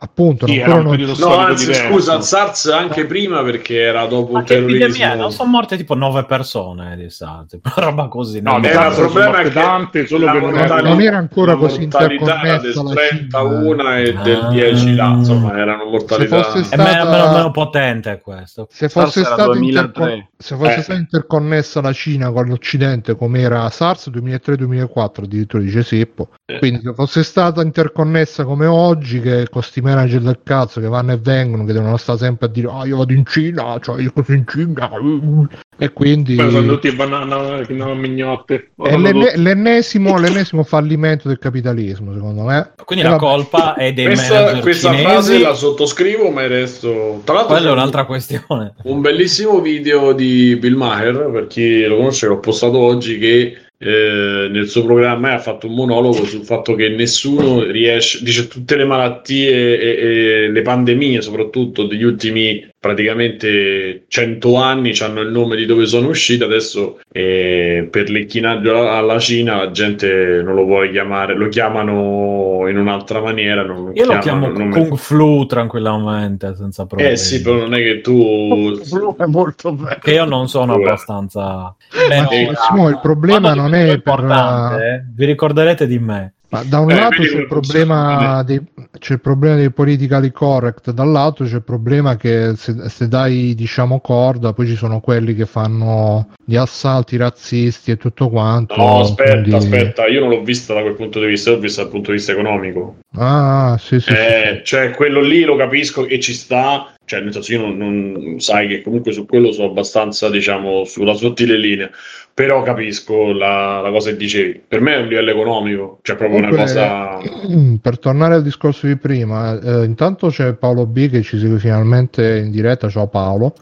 A: appunto
G: Sì,
A: non
G: era un
A: furono-
G: periodo
B: No,
G: storico
B: anzi,
G: diverso.
B: scusa, il SARS anche prima perché era dopo
D: Ma
B: il
D: che epidemia è?
B: terrorismo.
D: Non sono morte tipo nove persone di SARS, tipo roba così.
G: No,
D: non
G: di
B: Eh,
D: mi
B: ma
G: SARS
B: il
G: sono
B: problema è
G: morte
B: che
G: tante, solo
B: la
G: che non
B: mortalità-
G: erano-
A: non era ancora
B: la
A: così
B: mortalità era del
A: interconnessa la
B: trentuno e
D: Cina.
B: del dieci là, insomma, erano
A: Se
B: mortalità.
A: fosse
D: È
A: stata-
D: meno, meno, meno potente questo.
A: se
C: SARS
A: fosse,
C: era
A: stato
C: duemilatré.
A: intercon- se fosse
B: Eh.
A: stata interconnessa la Cina con l'Occidente come era SARS duemilatré duemilaquattro, addirittura dice Seppo,
B: Eh.
A: quindi se fosse stata interconnessa come oggi, che con sti manager del cazzo che vanno e vengono, che devono stare sempre a dire ah io vado in Cina, cioè io sono in Cina, uh", e quindi
G: Poi sono tutti banana, no, mignotte.
A: è l'enne- l'ennesimo, l'ennesimo fallimento del capitalismo, secondo me.
D: Quindi
A: E
D: la
A: vabbè.
D: colpa è dei
B: Questa,
D: manager
B: questa
D: cinesi.
B: frase la sottoscrivo, ma il resto. Tra l'altro,
D: Quella è
B: c'è
D: un'altra
B: un,
D: questione.
B: un bellissimo video di Bill Maher, per chi lo conosce, l'ho postato oggi, che eh, nel suo programma ha fatto un monologo sul fatto che nessuno riesce, dice tutte le malattie e, e le pandemie, soprattutto degli ultimi praticamente cento anni, hanno il nome di dove sono uscite. Adesso eh, per l'ecchinaggio alla Cina la gente non lo vuole chiamare, lo chiamano in un'altra maniera. Non lo
D: Io lo
B: chiamano-
D: chiamo
B: non-
D: Kung Flu tranquillamente, senza problemi.
B: Eh sì, però non è che tu.
C: È molto bello.
D: Che io non sono
B: Ora.
D: abbastanza.
A: Ma
D: Però,
A: Simo, il problema
D: quando
A: non
D: divento
A: è per
D: importante, eh, vi ricorderete di me.
A: ma da un
B: Eh,
A: lato
B: vedi
A: c'è il
B: come
A: problema dei, c'è il problema dei politically correct, dall'altro c'è il problema che se, se dai diciamo corda poi ci sono quelli che fanno gli assalti razzisti e tutto quanto.
B: No, aspetta,
A: quindi-
B: aspetta, io non l'ho vista da quel punto di vista, l'ho vista dal punto di vista economico.
A: Ah, sì, sì, sì,
B: Eh,
A: sì.
B: cioè, quello lì lo capisco e ci sta, cioè, nel senso, io non, non- sai che comunque su quello sono abbastanza, diciamo, sulla sottile linea, però capisco la, la cosa che dicevi. Per me è un livello economico, cioè proprio una
A: Comunque,
B: cosa.
A: per tornare al discorso di prima, eh, intanto c'è Paolo B che ci segue finalmente in diretta. Ciao Paolo.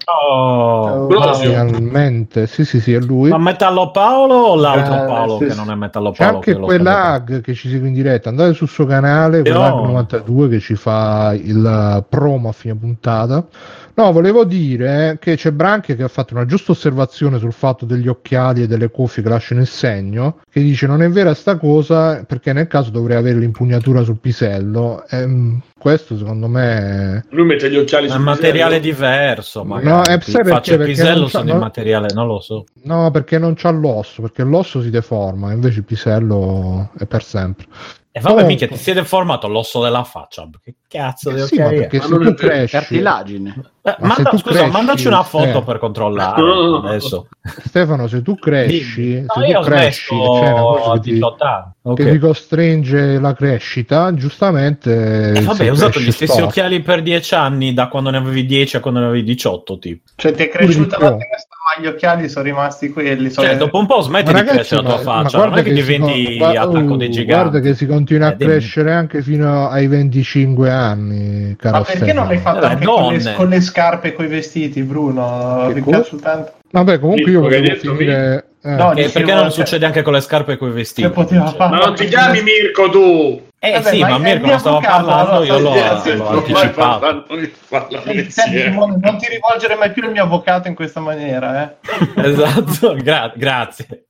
D: Oh,
B: Brosio.
A: Finalmente, sì, sì, sì, è lui.
D: ma Metallo Paolo o l'altro
E: Eh,
D: Paolo
E: sì,
D: che
E: sì.
D: non è Metallo
A: C'è
D: Paolo?
A: anche
D: che lo
A: quell'Ag che ci segue in diretta. Andate sul suo canale, quell'Ag novantadue, che ci fa il promo a fine puntata. No, volevo dire che c'è Branchi che ha fatto una giusta osservazione sul fatto degli occhiali e delle cuffie che lasciano il segno, che dice non è vera sta cosa perché nel caso dovrei avere l'impugnatura sul pisello. Ehm, questo secondo me
B: Lui mette gli occhiali
D: È
B: sul
D: un materiale
B: pisello.
D: diverso,
A: No,
D: magari.
A: eh, sai perché?
D: Faccio il
A: Perché
D: pisello
A: non c'ha-
D: sono di
A: no-
D: materiale, non lo so.
A: no, perché non c'ha l'osso, perché l'osso si deforma, invece il pisello è per sempre.
D: E vabbè,
A: Comunque-
D: mica ti sei deformato l'osso della faccia. Che cazzo di
A: Eh sì, ma
D: occhiali è?
A: perché
B: Ma
A: se
B: non
A: tu
B: è vero.
A: cresci,
C: Cartilagine.
D: Eh,
A: Ma
D: manda-
A: se tu
D: scusa,
A: cresci,
D: mandaci una foto
A: eh.
D: per controllare
B: No.
D: adesso.
A: Stefano, se tu cresci,
D: Dimmi. No,
A: se
D: io
A: tu
D: ho
A: cresci,
D: smesso
A: c'è una cosa
D: a
A: che ti,
D: diciotto anni. Ok.
A: che ti costringe la crescita, giustamente.
D: Eh, vabbè,
A: se
D: hai usato
A: cresci
D: gli stessi
A: storto.
D: occhiali per dieci anni, da quando ne avevi dieci a quando ne avevi diciotto, tipo.
E: Cioè, ti è
A: Pure
E: cresciuta
A: di
E: la
A: più.
E: testa, ma gli occhiali sono rimasti quelli. Sono
D: Cioè, dopo un po' smetti
A: Ma
D: di
A: ragazzi,
D: crescere la tua
A: ma-
D: faccia,
A: ma
D: non è che
A: guarda si
D: diventi
A: con- gua-
D: attacco dei
A: uh,
D: giganti.
A: Guarda che si continua a
D: Eh, dimmi.
A: crescere anche fino ai venticinque anni, caro
E: Ma perché non l'hai
A: Stefano.
E: fatto
D: Eh,
E: anche con le,
D: donne.
E: con le scarpe e con i vestiti, Bruno?
A: Che
E: Vi
A: cosa?
E: piace tanto?
A: Vabbè, comunque
B: Sì,
A: io
B: quello che
A: volevo
B: hai detto,
A: finire. eh.
E: No,
D: Che-
E: dicevo,
D: perché non
E: cioè-
D: succede anche con le scarpe e con i vestiti?
E: Che poteva
D: Cioè,
E: fare?
B: Ma non ti chiami Mirko tu!
D: Eh
E: Vabbè,
D: sì,
E: ma
D: ma
E: è
D: Mirko
E: il mio
D: ne stava
E: avvocato,
D: parlando, io l'ho,
E: allora,
B: Sì,
D: l'ho
B: non vai
D: anticipato.
B: parlando, noi parlando
E: Senti,
B: insieme.
E: Simone, non ti rivolgere mai più al mio avvocato in questa maniera, eh?
D: Esatto, gra- grazie.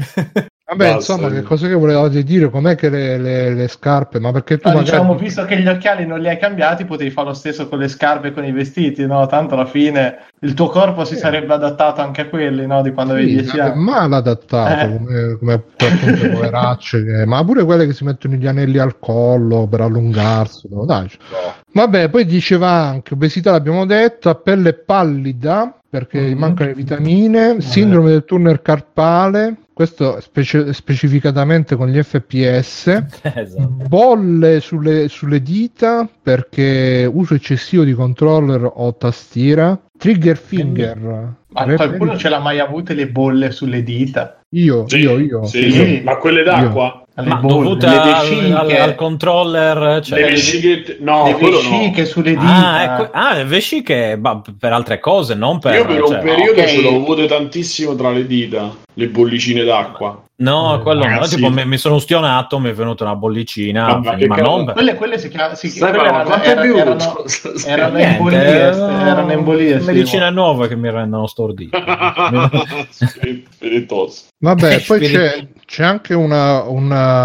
A: Vabbè,
B: Basta,
A: insomma,
B: eh.
A: che cosa che volevate dire? Com'è che le, le- le scarpe? Ma perché tu
E: No,
A: magari.
E: diciamo, visto che gli occhiali non li hai cambiati, potevi fare lo stesso con le scarpe e con i vestiti, no? Tanto alla fine il tuo corpo si
A: Sì.
E: sarebbe adattato anche a quelli, no? Di quando avevi
A: Sì,
E: dieci
A: vabbè,
E: anni.
A: mal adattato,
E: Eh.
A: come, come appunto le poveracce, che- ma pure quelle che si mettono gli anelli al collo per allungarsi. No, dai. Vabbè, poi diceva anche obesità, l'abbiamo detta, pelle pallida perché
E: Mhm.
A: mancano le vitamine, sindrome del tunnel carpale, questo specie- specificatamente con gli F P S,
D: Esatto.
A: bolle sulle, sulle dita perché uso eccessivo di controller o tastiera, trigger finger.
E: Ma qualcuno ce l'ha mai avute le bolle sulle dita?
A: Io,
B: Sì,
A: io, io.
B: sì,
E: Sì.
B: ma quelle d'acqua?
E: Le
D: Ma
E: bolle,
D: dovute
E: le
D: al,
E: vesciche,
D: al, al controller, cioè,
B: le vesciche, no,
E: le
B: quello
E: vesciche
B: no.
E: sulle dita.
D: ah, ecco, ah, le vesciche ma per altre cose, non per,
B: Io per un
D: cioè,
B: periodo
E: ok.
B: ce l'ho avute tantissimo tra le dita, le bollicine d'acqua.
D: no,
A: Eh,
D: quello no,
B: ragazzi.
D: tipo mi, mi sono ustionato, mi è venuta una bollicina,
B: Ma- ma che
D: ma
B: cavolo-
D: non per-
E: Quelle, quelle si chiamano... Si,
B: Stai
E: quelle
B: parlando,
E: erano,
B: quanto è
E: erano,
B: bevuto?
E: erano, erano
D: Niente,
E: embolie,
D: eh,
E: erano embolie, sì,
D: medicine nuove che mi rendono stordito.
B: Spiritoso.
A: Vabbè,
D: Eh,
A: poi
D: spirito-
A: c'è, c'è anche una, una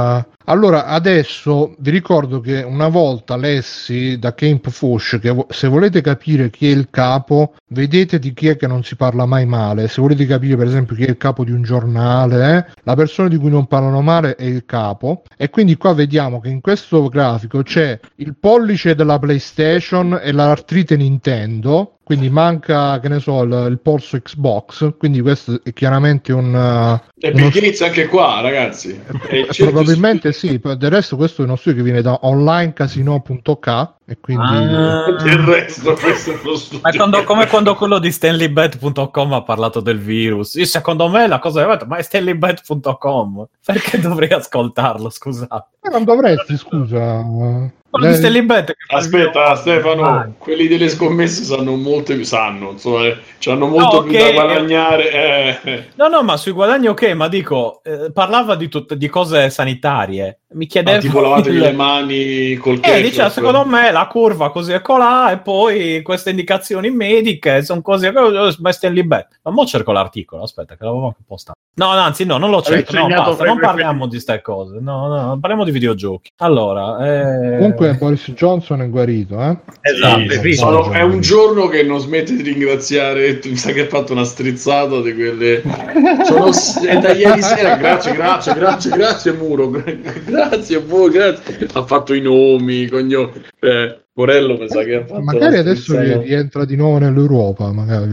A: Allora, adesso vi ricordo che una volta lessi da Camp Fush che vo- se volete capire chi è il capo, vedete di chi è che non si parla mai male. Se volete capire, per esempio, chi è il capo di un giornale, eh, la persona di cui non parlano male è il capo. E quindi qua vediamo che in questo grafico c'è il pollice della PlayStation e l'artrite Nintendo. Quindi manca, che ne so, il, il polso Xbox, quindi questo è chiaramente un... Uh,
B: e
A: uno...
B: Bill Gates anche qua, ragazzi.
A: Eh, probabilmente sì, del resto questo è uno studio che viene da online casino punto k e quindi...
D: Ah.
B: Del resto questo è uno studio.
D: Ma quando, come quando quello di Stanley Bet punto com ha parlato del virus. Io, secondo me la cosa è ma è Stanley Bet punto com. Perché dovrei ascoltarlo, scusate?
A: Ma non dovresti, scusa...
D: Quello di Stanley Bet.
B: Aspetta, Stefano,
D: Vai.
B: quelli delle scommesse sanno molto più, sanno, insomma, eh, hanno molto
D: No,
B: più
D: okay.
B: da guadagnare. Eh.
D: No, no, ma sui guadagni ok, ma dico, eh, parlava di, tut- di cose sanitarie. Mi chiedevo...
B: Ah, tipo lavatevi le mani col
D: Eh,
B: ketchup.
D: diceva, secondo me la curva così e colà, e poi queste indicazioni mediche sono così, ma Stanley Bet. Ma mo cerco l'articolo, aspetta, che l'avevo anche postato. No, no, anzi, no, non lo cerco, no, basta, non parliamo di ste cose, no, no, parliamo di videogiochi. Allora, eh...
A: comunque Boris Johnson è guarito, eh?
D: Esatto,
B: Sì,
D: sì,
B: sono, è un giorno che non smette di ringraziare, mi sa che ha fatto una strizzata di quelle sono, è da ieri sera, grazie, grazie, grazie, grazie Muro, grazie a voi, grazie, ha fatto i nomi, i cognomi, eh, Morello mi sa che ha fatto
A: magari adesso rientra di nuovo nell'Europa, magari.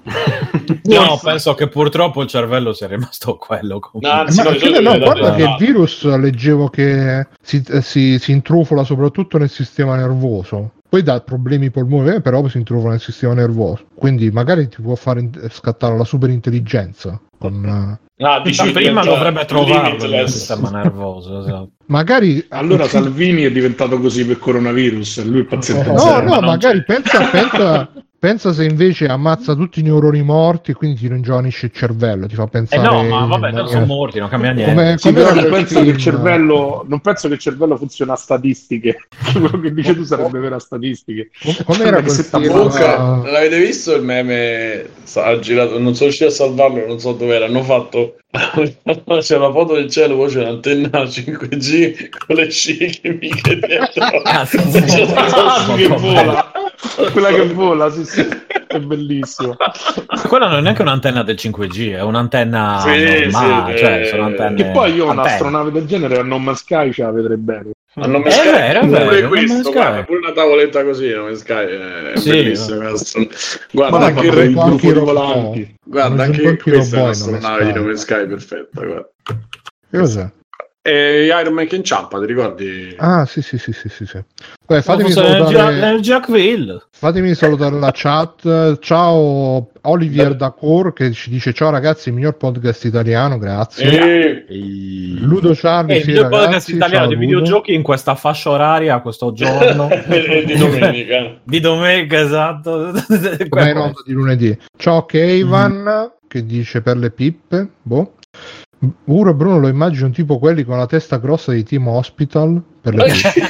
D: No, penso che purtroppo il cervello sia rimasto quello.
B: No, anzi,
A: ma
B: no,
A: che, no, guarda
B: da...
A: che il virus leggevo che si, si, si intrufola soprattutto nel sistema nervoso, poi dà problemi polmonari, però si intrufola nel sistema nervoso, quindi magari ti può fare scattare la super intelligenza con...
B: Ah, dici
D: prima dovrebbe trovarlo nel
B: limitless.
D: sistema nervoso, esatto.
A: magari
G: Allora Salvini è diventato così per coronavirus e lui è paziente
A: no
G: zero.
A: no magari pensa, pensa pensa se invece ammazza tutti i neuroni morti e quindi ti ringiovanisce il cervello, ti fa
D: Eh
A: pensare
D: no, ma vabbè,
A: in
D: non sono morti, non cambia niente.
A: come,
G: Sì,
A: come
G: però
A: era
G: non
A: quel
G: penso che il
A: film-
G: cervello non penso che il cervello funziona a statistiche. Quello che dice tu sarebbe vero a statistiche.
A: com- come era quel
G: Se
A: film,
B: Comunque,
A: uh,
B: l'avete visto il meme? Ha girato, non sono riuscito a salvarlo, non so dove era. Hanno fatto c'è una foto del cielo, poi c'è un'antenna cinque G con le scie chimiche dietro.
D: Ah, sì, sì, sì.
G: Ah, che vola. Quella che vola, sì, sì, è bellissimo.
D: Quella non è neanche un'antenna del cinque G, è un'antenna
B: Sì,
D: normale,
B: sì,
D: cioè
B: eh,
D: sono antenne.
G: Che poi io
D: antenne.
G: un'astronave del genere a No Man's Sky ce la vedrei bene.
B: Hanno
D: È vero, è vero,
B: pure
D: No
B: questo,
D: Man's
B: guarda,
D: Sky.
B: pure una tavoletta così, No Man's Sky è
D: Sì,
B: bellissimo. Guarda,
A: Ma
B: anche il
A: guarda,
B: re-
G: i
A: anche
G: gruppi
A: i robot.
G: volanti.
B: guarda,
A: Hanno
B: anche
A: anche i
B: questa è
A: robot in
B: un'astronave
A: No
B: di
A: Man's
B: No Man's Sky perfetta, guarda.
A: che cos'è?
B: E Iron Man che inciampa, ti ricordi?
A: Ah sì sì sì sì sì, sì. Beh, fatemi
D: Forse nel, Gia-
A: salutare
D: nel Jackville.
A: fatemi salutare la chat. Ciao Olivier Dacor che ci dice ciao ragazzi, il miglior podcast italiano, grazie.
B: E...
A: Ludo Charlie,
D: È il
A: sì,
D: miglior podcast
A: ragazzi,
D: italiano
A: ciao,
D: di
A: Ludo.
D: videogiochi in questa fascia oraria, questo giorno.
B: e di domenica.
D: Di domenica, esatto.
A: Come in onda di lunedì. Ciao Keivan mm. che dice per le pippe, boh. Uro e Bruno lo immagino tipo quelli con la testa grossa di Team Hospital per le pippe.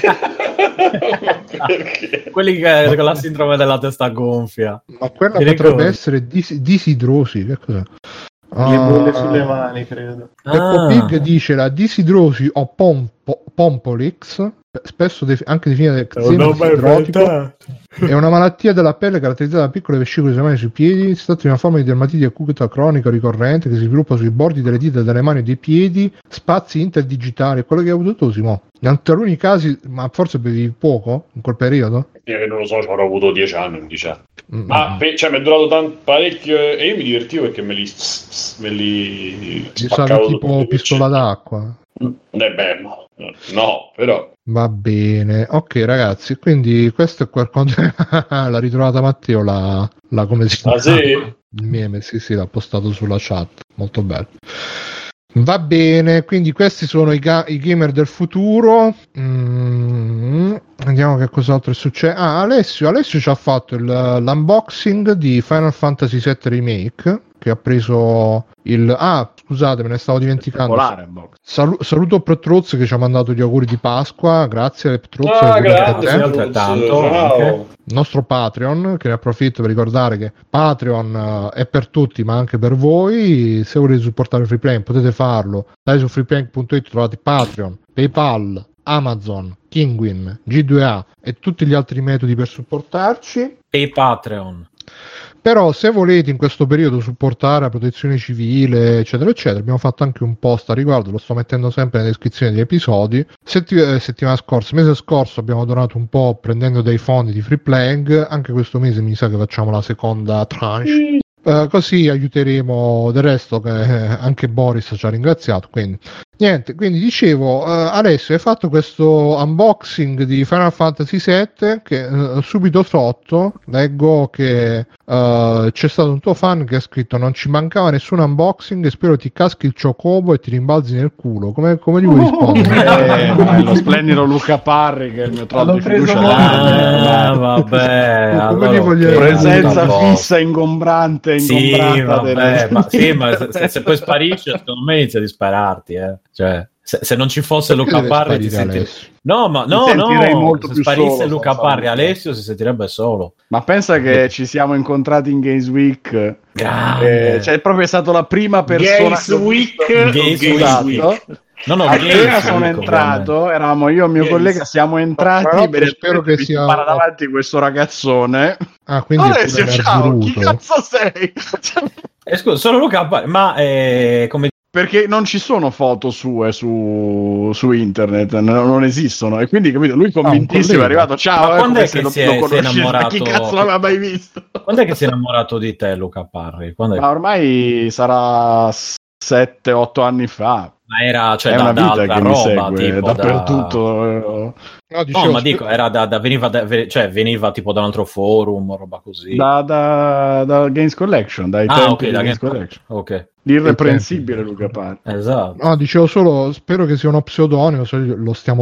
B: Perché?
D: Quelli che con la sindrome della testa gonfia.
A: Ma quella
D: Ti
A: potrebbe
D: ricordi?
A: essere dis- disidrosi, che cos'è?
E: Gli bolle
A: Ah,
E: sulle mani, credo.
A: Peppo
D: Ah.
A: Pig dice la disidrosi o pompo- pompolix, spesso defi- anche definita eczema disidrotico, è una malattia della pelle caratterizzata da piccole vescicole sulle mani e sui piedi. Si tratta di una forma di dermatite acuta cronica ricorrente che si sviluppa sui bordi delle dita delle mani e dei piedi, spazi interdigitali. È quello che hai avuto tu, Simo? In taluni casi, ma forse bevi poco in quel periodo?
B: Io che non lo so, ci avrò avuto dieci anni, undici anni.
A: Mm.
B: Ma pe- cioè, mi è durato tanto, parecchio e io mi divertivo perché me li, me li
A: Ci
B: spaccavo
A: usavi tipo
B: tutti,
A: pistola d'acqua.
B: Eh beh, no, no, però
A: Va bene, ok ragazzi, quindi questo è quel quanto l'ha ritrovata Matteo, la, la come si chiama?
B: Ah, sì?
A: Il meme, sì sì, l'ha postato sulla chat, molto bello. Va bene, quindi questi sono i, ga- i gamer del futuro. Mm, andiamo che cos'altro è successo. Ah, Alessio, Alessio ci ha fatto il, l'unboxing di Final Fantasy sette Remake, che ha preso il... Ah, scusate, me ne stavo dimenticando. Salu- saluto Petruz che ci ha mandato gli auguri di Pasqua, grazie Petruz.
B: Ah,
A: auguri anche a
B: grazie,
A: te.
D: altrettanto,
B: ciao.
D: anche.
A: Il nostro Patreon, che ne approfitto per ricordare che Patreon eh, è per tutti ma anche per voi. Se volete supportare Freeplank potete farlo, dai su freeplank punto it, trovate Patreon, PayPal, Amazon, Kinguin, G due A e tutti gli altri metodi per supportarci.
D: E Patreon.
A: Però se volete in questo periodo supportare la protezione civile eccetera eccetera, abbiamo fatto anche un post a riguardo, lo sto mettendo sempre nelle descrizioni degli episodi. Setti- eh, settimana scorsa, mese scorso abbiamo donato un po' prendendo dei fondi di Free Playing, anche questo mese mi sa che facciamo la seconda tranche. Uh, così aiuteremo del resto che eh, anche Boris ci ha ringraziato, quindi niente. Quindi dicevo, uh, Alessio, hai fatto questo unboxing di Final Fantasy sette che uh, subito sotto leggo che uh, c'è stato un tuo fan che ha scritto: non ci mancava nessun unboxing e spero ti caschi il Chocobo e ti rimbalzi nel culo. Come, come gli vuoi rispondere?
C: Eh, lo splendido Luca Parri, che è il mio trono di fiducia.
D: Ah, vabbè,
A: Come
D: allora,
A: gli voglio-
D: ok,
C: Presenza
D: tutto a posto.
C: fissa, ingombrante,
D: Sì,
C: ingombrata
D: vabbè,
C: delle-
D: ma, sì, ma se, se- se poi sparisce, secondo me inizia a dispararti, eh. Cioè, se, se non ci fosse
A: Perché
D: Luca
A: deve
D: Parri ti
A: sparire
D: senti...
A: Alessio?
D: No, ma no,
C: Mi sentirei
D: no,
C: molto
D: se
C: più
D: sparisse
C: solo
D: Luca
C: senza
D: Parri,
C: Luca.
D: Alessio si sentirebbe solo.
C: Ma pensa che ci siamo incontrati in Games Week.
D: Grande.
C: Eh, cioè, è proprio stata la prima persona
G: Games
C: che ho
G: Week,
C: visto-
D: Games
C: Esatto.
G: Week.
D: No, no,
C: Appena
D: Games
C: sono
D: Week,
C: entrato, eravamo io e mio
G: Games.
C: collega, siamo entrati,
A: Tra l'altro
C: immediatamente
A: spero che
C: mi
A: sia-
C: spara davanti questo ragazzone.
A: Ah, quindi è
C: Alessio,
A: pure
C: ciao, chi
A: nervuto.
C: cazzo sei?
D: Eh, scusa, solo Luca Parri, ma eh, come
C: Perché non ci sono foto sue su, su internet, non, non esistono. E quindi, capito, lui convintissimo
A: collega.
C: è arrivato, ciao,
D: Ma
C: eh,
D: quando
C: come
D: è
C: se
D: che
C: lo,
D: si è-
C: lo
D: si è
C: conoscete, ma
D: innamorato?
C: chi cazzo l'aveva mai visto?
D: quando è che si è innamorato di te, Luca Parri? Quando è-
C: Ma ormai sarà sette otto anni fa.
D: Ma era, cioè,
C: è
D: da,
C: una
D: da
C: vita
D: altra
C: che mi
D: roba,
C: segue
D: tipo, da...
C: dappertutto.
A: No, dicevo,
D: No, ma
A: spe-
D: dico, era da, da- veniva, da, cioè, veniva tipo da un altro forum, roba così.
C: Da, da, da Games Collection, dai
D: Ah,
C: tempi
D: ok,
C: di
D: da
C: Games
D: Game-
C: Collection.
D: Ok,
C: L'irreprensibile Luca Parri.
D: esatto.
A: No, dicevo solo, spero che sia uno pseudonimo, se lo stiamo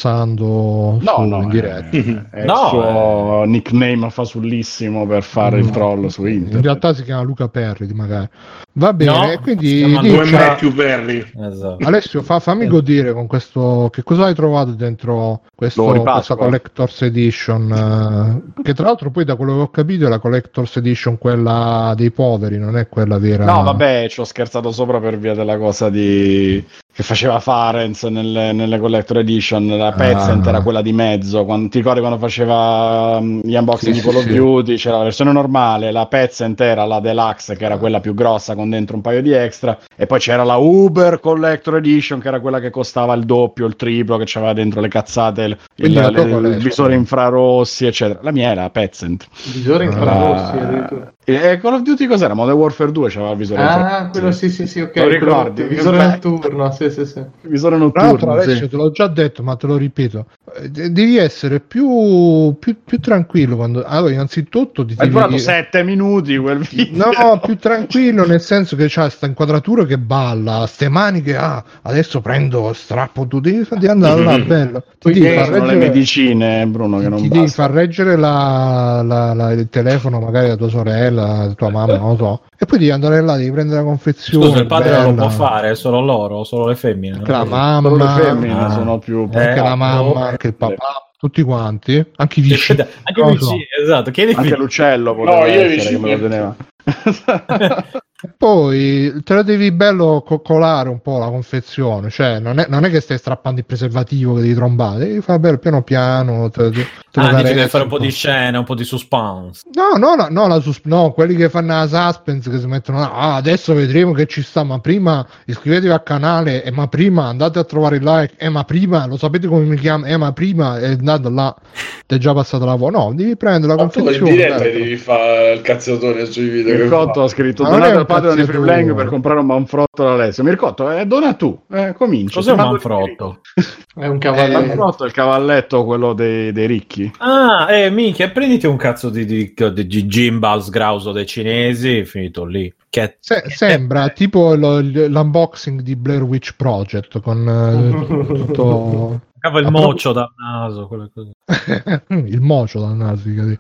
A: doxando
C: No,
A: su,
C: no,
A: in diretta.
C: è, è
D: No,
C: il suo nickname fasullissimo per fare il
A: No,
C: troll su
A: in
C: internet.
A: realtà si chiama Luca Perri, magari. Va bene,
D: No,
A: e
D: si
A: quindi
D: chiama
A: dici-
G: Due
D: Luca-
G: Matthew Perry.
D: Esatto.
A: Alessio, fa- fammi godere con questo. Che cosa hai trovato dentro questo,
C: L'uovo di
A: questa
C: Pasqua.
A: Collector's Edition? eh, che tra l'altro, poi, da quello che ho capito, è la Collector's Edition quella dei poveri, non è quella vera.
C: No, vabbè, ci ho scherzato sopra per via della cosa di che faceva Farenz nelle, nelle Collector Edition. La Pezzent
A: Ah.
C: era quella di mezzo. Quando, ti ricordi quando faceva um, gli unboxing
A: Sì,
C: di Call
A: sì,
C: of
A: sì.
C: Duty? C'era la versione normale, la Pezzent era la Deluxe, che era quella più grossa con dentro un paio di extra, e poi c'era la Uber Collector Edition, che era quella che costava il doppio, il triplo, che c'aveva dentro le cazzate, il,
A: Quindi la
C: il,
A: tua qual è,
C: il visore infrarossi, eccetera. La mia è la Pezzent.
E: Visore infrarossi
C: Ah.
E: addirittura.
C: E Call of Duty cos'era? Modern Warfare due c'aveva il visore infrarossi.
E: Ah, quello sì, sì, sì, ok.
C: Lo ricordi?
E: quello- Visore
C: Beh.
E: notturno, sì, sì, sì.
C: Il visore
A: Tra l'altro,
C: notturno,
A: Alessio,
C: sì.
A: te l'ho già detto, ma te lo ripeto. eh, de- Devi essere più, più, più tranquillo quando. Allora, innanzitutto ti
C: È
A: devi-
C: durato sette minuti quel video.
A: No, più tranquillo, nel senso che c'ha sta inquadratura che balla, ste mani che ah, adesso prendo, strappo tu, devi, devi andare là, bello. Ti
E: Poi
A: devi
E: che
A: far
C: Sono le
A: reggere,
C: medicine, Bruno, che
A: ti
C: non
A: devi
C: basta.
A: far reggere la, la- la- il telefono magari da tua sorella, da tua mamma, non lo so, e poi devi andare là, devi prendere la confezione.
D: Scusa, il padre non lo
A: bella.
D: può fare, è solo loro, solo le femmine.
A: Anche la
C: Solo le
A: mamma,
C: femmine
D: Ah.
C: sono più...
A: anche
D: Eh,
A: la mamma,
D: no.
A: anche il papà, tutti quanti, anche i vicini.
D: Anche
A: Non
D: i
A: lo so.
D: vicini, esatto. Chiedi
C: Anche l'uccello poteva
G: No, io i
C: essere che me lo
G: vicini-
C: teneva.
A: Poi te la devi bello coccolare un po' la confezione, cioè non è, non è che stai strappando il preservativo che devi trombare, devi fare bello piano piano. Te, te, te lo
D: Ah, dici
A: carezzi
D: che fare un po' di
A: po'.
D: scena, un po' di suspense.
A: No, no, no, no, la sus- no, quelli che fanno la suspense che si mettono ah, adesso vedremo che ci sta, ma prima iscrivetevi al canale, e ma prima andate a trovare il like, e ma prima lo sapete come mi chiamo, e ma prima è andato là, ti è già passato la voce. No, devi prendere la
B: Ma tu in
A: confezione.
B: diretta
A: bello.
B: devi fare il cazzatone sui video.
C: Il
B: che
C: Cotto
B: fa.
C: ha scritto
A: Ma non
C: donate
A: è un
C: al Patreon di Free
A: cazzetto.
C: Playing per comprare un manfrotto all'Alessio. Mircotto, eh, dona tu, eh, comincia.
D: Cos'è un
C: Ti mando
D: manfrotto?
E: È un
C: il
E: cavalletto.
C: manfrotto è il cavalletto, quello dei, dei ricchi.
D: Ah, eh, minchia, prenditi un cazzo di, di, di, di gimbal sgrauso dei cinesi, finito lì. Che,
A: Se-
D: che-
A: sembra tipo lo- l'unboxing di Blair Witch Project con eh, tutto
D: Cava il
A: Ma
D: mocio dal naso, quelle cose.
A: il mocio dal naso. dica di.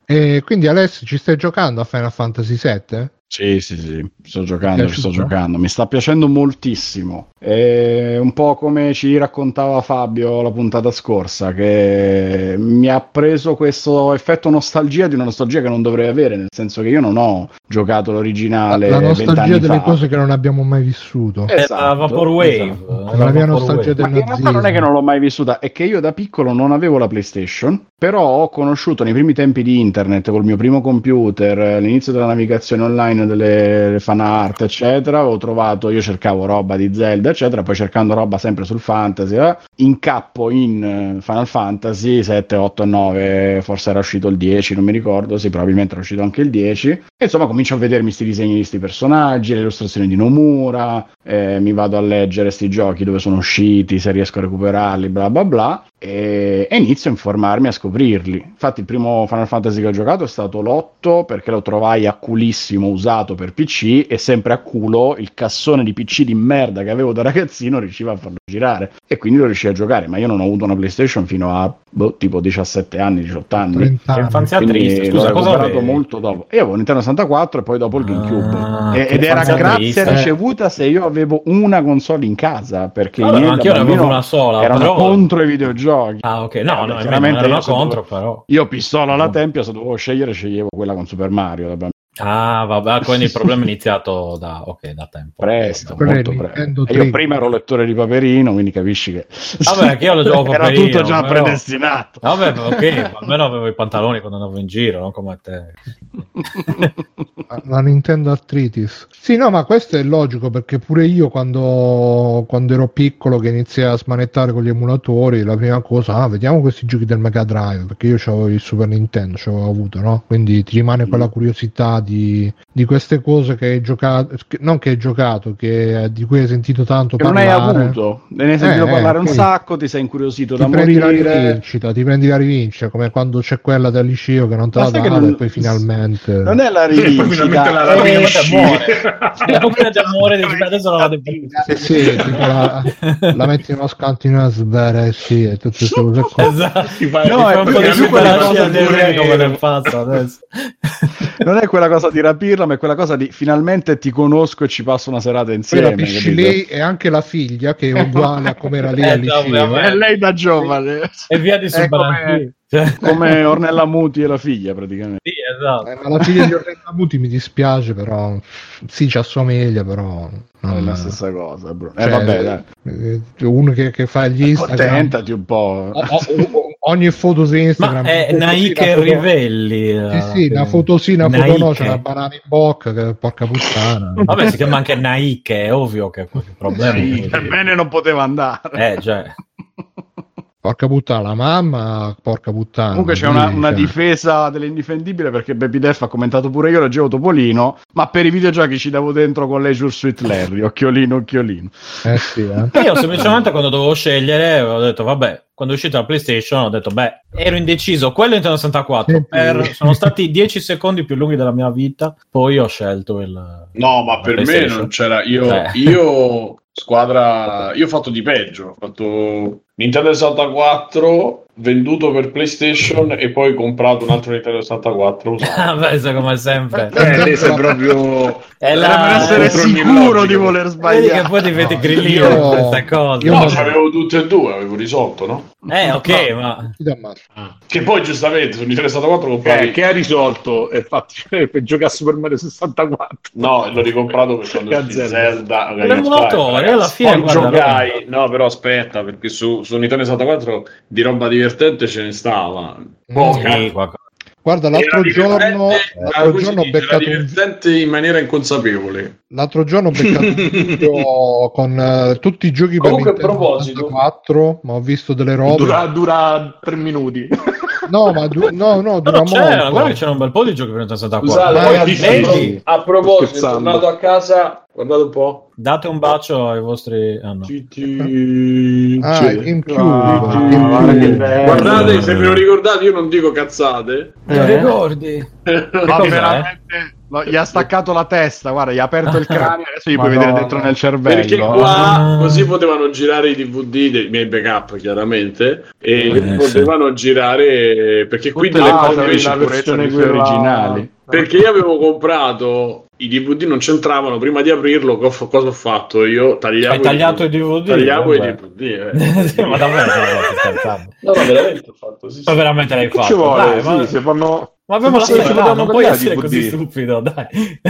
A: E quindi Alessio, ci stai giocando a Final Fantasy sette?
C: Sì, sì, sì, sto giocando, ci sto giocando, mi sta piacendo moltissimo. È un po' come ci raccontava Fabio la puntata scorsa, che mi ha preso questo effetto nostalgia di una nostalgia che non dovrei avere, nel senso che io non ho giocato l'originale.
A: La nostalgia delle
C: fa.
A: cose che non abbiamo mai vissuto.
C: Esatto,
D: la Vaporwave.
C: Esatto.
A: La mia nostalgia del
C: Ma in realtà non è che non l'ho mai vissuta, è che io da piccolo non avevo la PlayStation, però ho conosciuto nei primi tempi di internet col mio primo computer, all'inizio della navigazione online, delle fan art eccetera, ho trovato, io cercavo roba di Zelda eccetera, poi cercando roba sempre sul fantasy, eh, incappo in Final Fantasy sette, otto e nove, forse era uscito il dieci, non mi ricordo, sì, probabilmente era uscito anche il dieci, e insomma comincio a vedermi questi disegni di questi personaggi, le illustrazioni di Nomura, eh, mi vado a leggere sti giochi dove sono usciti, se riesco a recuperarli, bla bla bla, e, e inizio a informarmi, a scoprirli. Infatti il primo Final Fantasy che ho giocato è stato l'otto, perché lo trovai a culissimo usato per P C, e sempre a culo il cassone di P C di merda che avevo da ragazzino riusciva a farlo girare, e quindi lo riuscivo a giocare. Ma io non ho avuto una PlayStation fino a boh, tipo diciassette anni, diciotto anni,
D: Che infanzia
C: quindi
D: triste.
C: l'ho
D: Scusa, cosa
C: recuperato
D: avevi?
C: molto dopo. Io avevo Nintendo sessantaquattro e poi dopo il GameCube,
D: Ah,
C: e,
D: che
C: ed era
D: infanzia
C: grazie
D: triste.
C: ricevuta se io avevo una console in casa, perché
D: Vabbè,
C: i miei
D: ma
C: da
D: anch'io ne avevo
C: bambino
D: una sola,
C: erano
D: però-
C: contro i videogiochi.
D: Ah, ok.
C: Eh,
D: No,
C: vabbè,
D: no,
C: chiaramente
D: non erano
C: io se
D: contro,
C: dovevo-
D: però.
C: Io pistola alla tempia, se dovevo scegliere sceglievo quella con Super Mario da bambino.
D: Ah, vabbè, quindi il problema è iniziato da, ok, da tempo.
C: Presto,
A: Quello è
C: molto
A: il
C: presto.
A: Nintendo
C: E io
A: tre.
C: prima ero lettore di Paperino, quindi capisci che
D: Vabbè, anche io lo gioco
C: era
D: Paperino,
C: tutto già
D: però-
C: predestinato.
D: Vabbè, ok, almeno avevo i pantaloni quando andavo in giro, non come te.
A: La Nintendo Arthritis. Sì, no, ma questo è logico, perché pure io quando, quando ero piccolo, che iniziai a smanettare con gli emulatori, la prima cosa, ah, vediamo questi giochi del Mega Drive, perché io c'avevo il Super Nintendo, c'avevo avuto, no? Quindi ti rimane quella curiosità di, di queste cose che hai giocato, che- non che hai giocato, che di cui hai sentito tanto
C: Che non hai
A: parlare.
C: avuto, ne hai sentito
A: Eh,
C: parlare
A: eh,
C: un
A: sì.
C: sacco, ti sei incuriosito
A: Ti
C: da
A: prendi la
C: morire.
A: rivincita, ti prendi la rivincita, come quando c'è quella del liceo che non te
C: Ma
A: la
C: sai che
A: dà
C: non-
A: e poi finalmente...
C: Non è la
G: E poi
C: rivincita,
G: finalmente la
C: è-
G: riesci.
D: La coppia d'amore, dici, adesso la vado in
A: Eh sì, tipo la, la metti in uno scantino a sbere, sì, e tutte queste cose qua.
D: Esatto.
G: Ti fai-
C: No,
D: No,
C: è
D: è un po' di
C: perché
D: superazione
C: quella
D: del
C: cosa
D: re
C: di-
D: come nel pazzo adesso.
C: non è quella cosa di rapirla, ma è quella cosa di finalmente ti conosco e ci passo una serata
A: Poi
C: insieme.
A: rapisci
C: capito?
A: lei e anche la figlia, che è uguale a come era lei
D: Eh,
A: al
D: no,
A: liceo.
D: vabbè.
C: È lei da giovane.
D: E via di
C: È come,
D: Subranchi. Cioè,
C: come Ornella Muti e la figlia, praticamente.
D: sì, esatto.
A: Eh, ma la figlia di Ornella Muti mi dispiace, però sì, ci assomiglia, però
C: Non è
A: non-
C: la stessa cosa, Bruno.
A: cioè,
C: eh, vabbè, dai.
A: eh, uno che, che fa gli Instagram,
C: Contentati un po'.
A: o- o- ogni foto su Instagram,
D: Ma è
A: una
D: Naike
A: fotosina, foto-
D: Rivelli.
A: Sì, sì,
D: eh,
A: una foto sì, una foto no,
D: Naike.
A: c'è una banana in bocca, che porca puttana.
D: Vabbè, si chiama anche Naike, è ovvio che il problema
C: Sì,
D: è
C: per bene non poteva andare.
D: Eh, cioè,
A: Porca puttana, la mamma, porca puttana.
C: Comunque c'è una,
A: Sì,
C: una
A: cioè.
C: difesa dell'indifendibile, perché Baby Def ha commentato pure io, leggevo Topolino, ma per i videogiochi ci davo dentro con Leisure Suit Larry, occhiolino, occhiolino.
A: Eh sì, eh.
D: io semplicemente quando dovevo scegliere ho detto vabbè, quando è uscita la PlayStation ho detto beh, ero indeciso, quello Nintendo sessantaquattro,
A: Sì,
D: per-
A: sì.
D: sono stati dieci secondi più lunghi della mia vita, poi ho scelto il
B: No, ma
D: la
B: per me
D: PlayStation.
B: non c'era. Io,
D: Cioè.
B: io squadra. Io ho fatto di peggio. Ho fatto Nintendo sessantaquattro venduto per PlayStation e poi comprato un altro Nintendo sessantaquattro usato.
D: Ah, beh, sai, come sempre.
G: Eh, te sei proprio...
D: È
C: Era
D: la...
C: per essere
G: contro ogni
C: sicuro
G: logica.
C: di voler
D: Vedi
C: sbagliare.
D: che poi diventi
A: No,
D: grillino
A: io-
D: con queste cose.
A: io
B: No,
A: non-
B: c'avevo tutte e due, avevo risolto, no?
D: Eh, ok, ma
A: Ti dà ammazzo.
B: Che poi giustamente su Nintendo sessantaquattro compravi.
G: Eh, che ha risolto e infatti per giocare a Super Mario sessantaquattro.
B: No, l'ho ricomprato per quando
G: Che
B: uscì
G: azienda.
B: Zelda.
D: L'emulatore,
B: Ragazzi,
D: alla fine,
B: poi
D: guarda,
B: giocai. No, però aspetta, perché su, su Nintendo sessantaquattro di roba divertente ce ne stava. Poca.
D: sì, qualcosa.
A: Guarda, l'altro
B: Era
A: giorno,
B: divertente,
A: l'altro
B: ah, come
A: giorno ho
B: si dice, era
A: beccato un
B: divertente in maniera inconsapevole.
A: L'altro giorno ho beccato un video con eh, tutti i giochi per
B: Comunque, a
A: Nintendo
B: proposito-
A: sessantaquattro, ma ho visto delle robe.
G: Dura, dura tre minuti.
A: No, ma du- no, no,
D: No,
A: dura
D: no, c'era,
A: molto.
D: guarda che c'era un bel po' di giochi per Nintendo sessantaquattro.
B: Scusate,
A: Ma
B: poi
A: ragazzi,
B: a, pro-
C: vedi?
B: a proposito,
G: Scherzando.
B: sono tornato a casa, guardate un po'.
D: Date un bacio ai vostri... Ah, no.
B: Ci- ci-
A: Ah,
B: ci-
A: il GameCube,
C: Ah,
A: il GameCube.
C: guarda che bello.
B: Guardate, se ve lo ricordate, io non dico cazzate.
D: Te lo ricordi?
C: Ma
D: cos'è?
C: veramente No, gli ha staccato la testa, guarda, gli ha aperto il cranio, adesso gli puoi
E: Madonna.
C: vedere dentro nel cervello.
B: Perché qua così potevano girare i D V D dei miei backup, chiaramente, e
D: Eh,
B: potevano girare perché qui
C: Tutte
B: delle
C: le
B: cose
C: cose
B: invece-
C: la versione originali.
B: perché io avevo comprato i D V D, non c'entravano, prima di aprirlo co- cosa ho fatto? Io tagliavo
D: Hai tagliato i D V D?
B: tagliavo
D: Vabbè.
B: i D V D eh.
D: Sì, ma davvero stai scherzando?
B: no, no, veramente ho fatto sì, sì.
D: Ma veramente l'hai
C: Che
D: fatto?
C: ci vuole?
D: Dai,
C: sì,
D: ma...
C: se fanno...
D: Ma abbiamo la
C: se ci
D: società,
C: potevano
D: non puoi
C: tagliare
D: essere
C: i D V D.
D: così stupido, dai.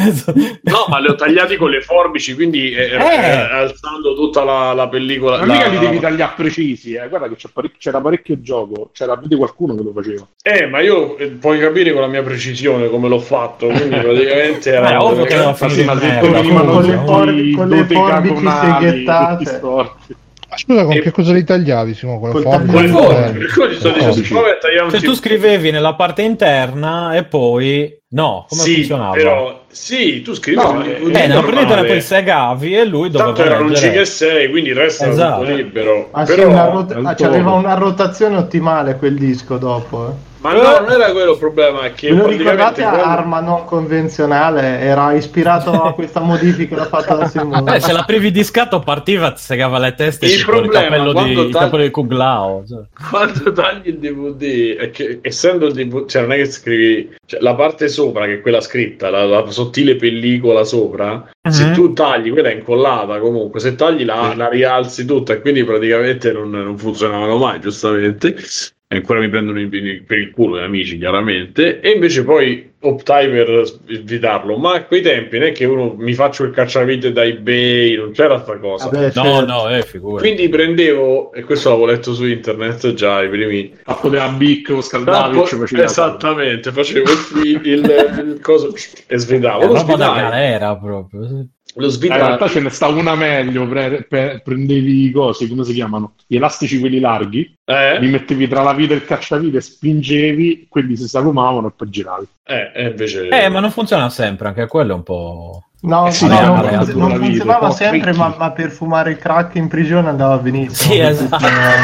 B: No, ma li ho tagliati con le forbici, quindi eh,
D: Eh.
B: eh, alzando tutta la, la pellicola.
G: Ma
B: la-
G: mica li devi tagliare precisi, eh. Guarda che c'è parec- c'era parecchio gioco, c'era più di qualcuno che lo faceva.
B: Eh, ma io eh, puoi capire con la mia precisione come l'ho fatto, quindi praticamente
D: Eh,
B: era
D: ovvio che
B: era-
D: era finito
G: ma
D: in
G: se
D: merda,
G: tu venivano
E: con le
G: tutti
E: for- con le forbici
G: dodecagonali,
E: seghettate.
G: tutti storti.
A: Ma scusa, con
B: E-
A: che cosa li tagliavi, Simo? Con le
E: Col
A: forbici?
B: con le
E: tagliato.
B: forbici, per cui ti sto dicendo,
A: Forbici.
B: prova a tagliare un
D: Cioè tu
B: tipo-
D: scrivevi nella parte interna e poi... No, come
B: sì,
D: funzionava?
B: però sì, tu scrivi
G: No,
B: un
G: eh,
B: D V D
D: Eh, nella
B: normale.
D: prendita poi segavi e lui doveva
B: Tanto erano un
D: leggere.
B: giga e sei, quindi il resto era
D: Esatto.
B: tutto libero.
E: Ah, sì,
B: Però,
E: una rot-
G: è un
E: ah, c'aveva
G: topo.
E: una rotazione ottimale quel disco dopo. Eh.
B: ma no, non era quello il problema, è che
E: Ve lo
B: praticamente
E: ricordate a
B: quando-
E: Arma non convenzionale? Era ispirato a questa modifica fatta da Simone.
D: Eh, se l'aprivi di scatto partiva, ti segava le teste
B: Il
D: con il
B: problema,
D: capello di,
B: quando
D: il
B: tagli-
D: capello di Kuglao. Cioè.
B: quando tagli il D V D è che essendo il D V D, cioè non è che scrivi, cioè, la parte sopra che è quella scritta, la, la sottile pellicola sopra, se
D: Mhm.
B: tu tagli quella è incollata comunque, se tagli la, la rialzi tutta e quindi praticamente non, non funzionavano mai, giustamente. E ancora mi prendono in- in- per il culo gli amici, chiaramente, e invece poi optai per svitarlo, ma a quei tempi non è che uno mi faccio il cacciavite da eBay, non c'era sta cosa.
E: Vabbè,
D: No,
E: certo.
D: no, eh, figura.
B: Quindi prendevo, e questo l'avevo letto su internet già i primi.
G: Fatto della Bic o scaldavi e ci facevi la-
B: Esattamente, facevo il, fi- il, il coso e svedavo.
D: È
B: Lo
D: roba da
B: svidai,
D: galera proprio. sì.
B: lo
G: Eh, in
B: svidai.
G: realtà ce ne sta una meglio, pre- pre- prendevi i cosi, come si chiamano? Gli elastici quelli larghi, li
B: Eh,
G: mettevi tra la vita e il cacciavite, spingevi, quelli si sagomavano e poi giravi.
B: eh, e invece...
D: Eh, ma non funziona sempre, anche quello è un po'...
E: No,
G: Eh sì,
E: no,
D: no,
E: non,
D: no,
E: funz-
D: no,
E: non
G: la vita,
E: funzionava
G: un po'
E: sempre,
G: tricky.
E: ma, ma per fumare il crack in prigione andava benissimo.
D: Sì, esatto.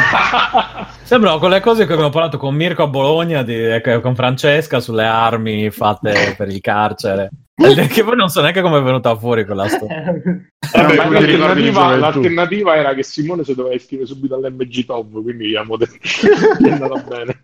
D: Sembrano quelle cose che abbiamo parlato con Mirko a Bologna, di, eh, con Francesca, sulle armi fatte per il carcere. E che poi non so neanche come è venuta fuori quella storia.
B: Vabbè,
G: Ma
C: quindi ricordi di
G: l'alternativa,
C: gioventù.
G: l'alternativa era che Simone si doveva iscrivere subito all'M G Top, quindi abbiamo detto è andata bene.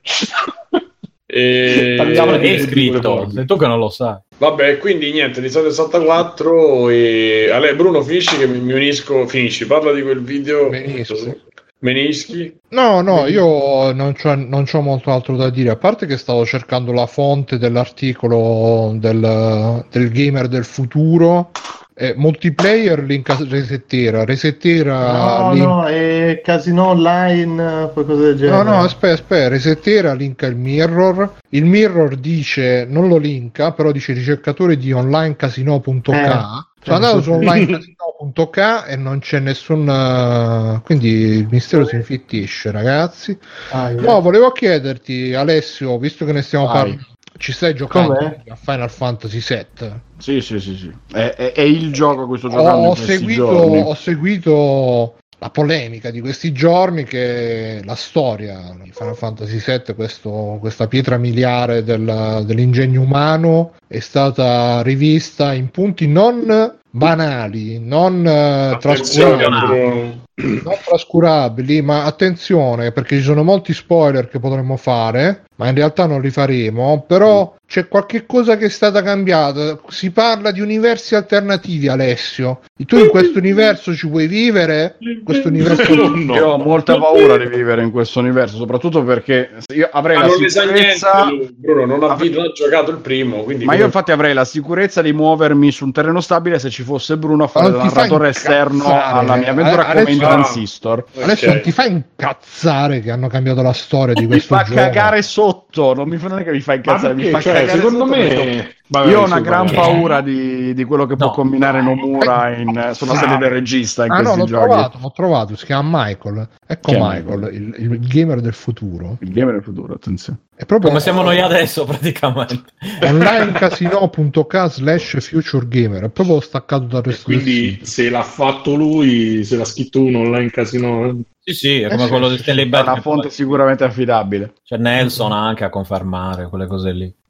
B: E...
G: Tagliamo
D: È
G: le
D: iscritto,
G: forbici.
D: sei tu che non lo sai.
B: Vabbè, quindi niente, di sessantaquattro e... Ale, Bruno, finisci che mi, mi unisco, finisci, parla di quel video.
A: Benissimo.
B: Menischi?
A: No, no, io non c'ho, non c'ho molto altro da dire, a parte che stavo cercando la fonte dell'articolo del, del gamer del futuro. Eh, multiplayer link a resettera, resettera
E: No,
A: link...
E: no, è casino online, qualcosa del genere.
A: No, no, aspetta, aspetta, resettera linka il mirror. Il mirror dice, non lo linka, però dice ricercatore di onlinecasino punto k.
E: Eh,
A: Sono andato su
E: sì.
A: onlinecasino punto k e non c'è nessun... uh, quindi il mistero si infittisce, ragazzi.
E: Ah, yeah.
A: No, volevo chiederti, Alessio, visto che ne stiamo
C: Vai.
A: parlando, ci stai giocando
E: Com'è?
A: a Final Fantasy sette?
C: Sì, sì, sì, sì. È, è- è il gioco a cui sto
A: Ho,
C: giocando
A: ho
C: in questi
A: seguito,
C: giorni.
A: ho seguito la polemica di questi giorni, che la storia di Final Fantasy sette, questo, questa pietra miliare del- dell'ingegno umano, è stata rivista in punti non banali, non eh, trascurabili,
B: Attenzione,
A: non trascurabili, ma attenzione, perché ci sono molti spoiler che potremmo fare, ma in realtà non li faremo. Però c'è qualche cosa che è stata cambiata. Si parla di universi alternativi, Alessio. E tu in questo universo ci puoi vivere? Questo universo
G: No.
C: Io ho molta paura di vivere in questo universo, soprattutto perché io avrei
B: Ma
C: la
B: non ne sa niente
C: sicurezza.
B: lui, Bruno, non ha, non ha giocato il primo, quindi
C: Ma io
B: come-
C: infatti avrei la sicurezza di muovermi su un terreno stabile se ci fosse Bruno a fare
A: Non
C: da
A: ti fa
C: narratore
A: incazzare,
C: esterno alla mia avventura
A: eh,
C: come in
A: adesso-
C: Transistor.
A: Adesso
B: Ok.
A: non ti fa incazzare che hanno cambiato la storia di
C: Mi
A: questo
C: fa
A: gioco?
C: cagare sotto, non mi fa non è che mi fa
G: Ma
C: incazzare, mi
G: perché?
C: fa
G: Cioè,
C: cagare
G: secondo
C: sotto perché-
G: me... Vabbè,
C: Io ho una
G: sì,
C: gran
G: vabbè.
C: paura di, di quello che può
D: No.
C: combinare Nomura in, sulla serie del regista in
A: Ah no,
C: questi
A: l'ho
C: giochi.
A: trovato, l'ho trovato, si chiama Michael. Ecco
C: Chi è
A: Michael,
C: Michael?
A: Il, il gamer del futuro.
C: Il gamer del futuro, attenzione.
A: È proprio
D: Come siamo noi adesso, praticamente.
A: onlinecasino punto k slash future gamer. È proprio staccato dal resto del
G: Quindi
A: sito.
G: se l'ha fatto lui, se l'ha scritto uno online casino...
D: Sì, sì, è
A: Eh
D: come
A: sì,
D: quello
A: sì,
D: di Stanley
C: È
D: Batman.
C: una fonte sicuramente affidabile.
D: C'è Nelson anche a confermare quelle cose lì.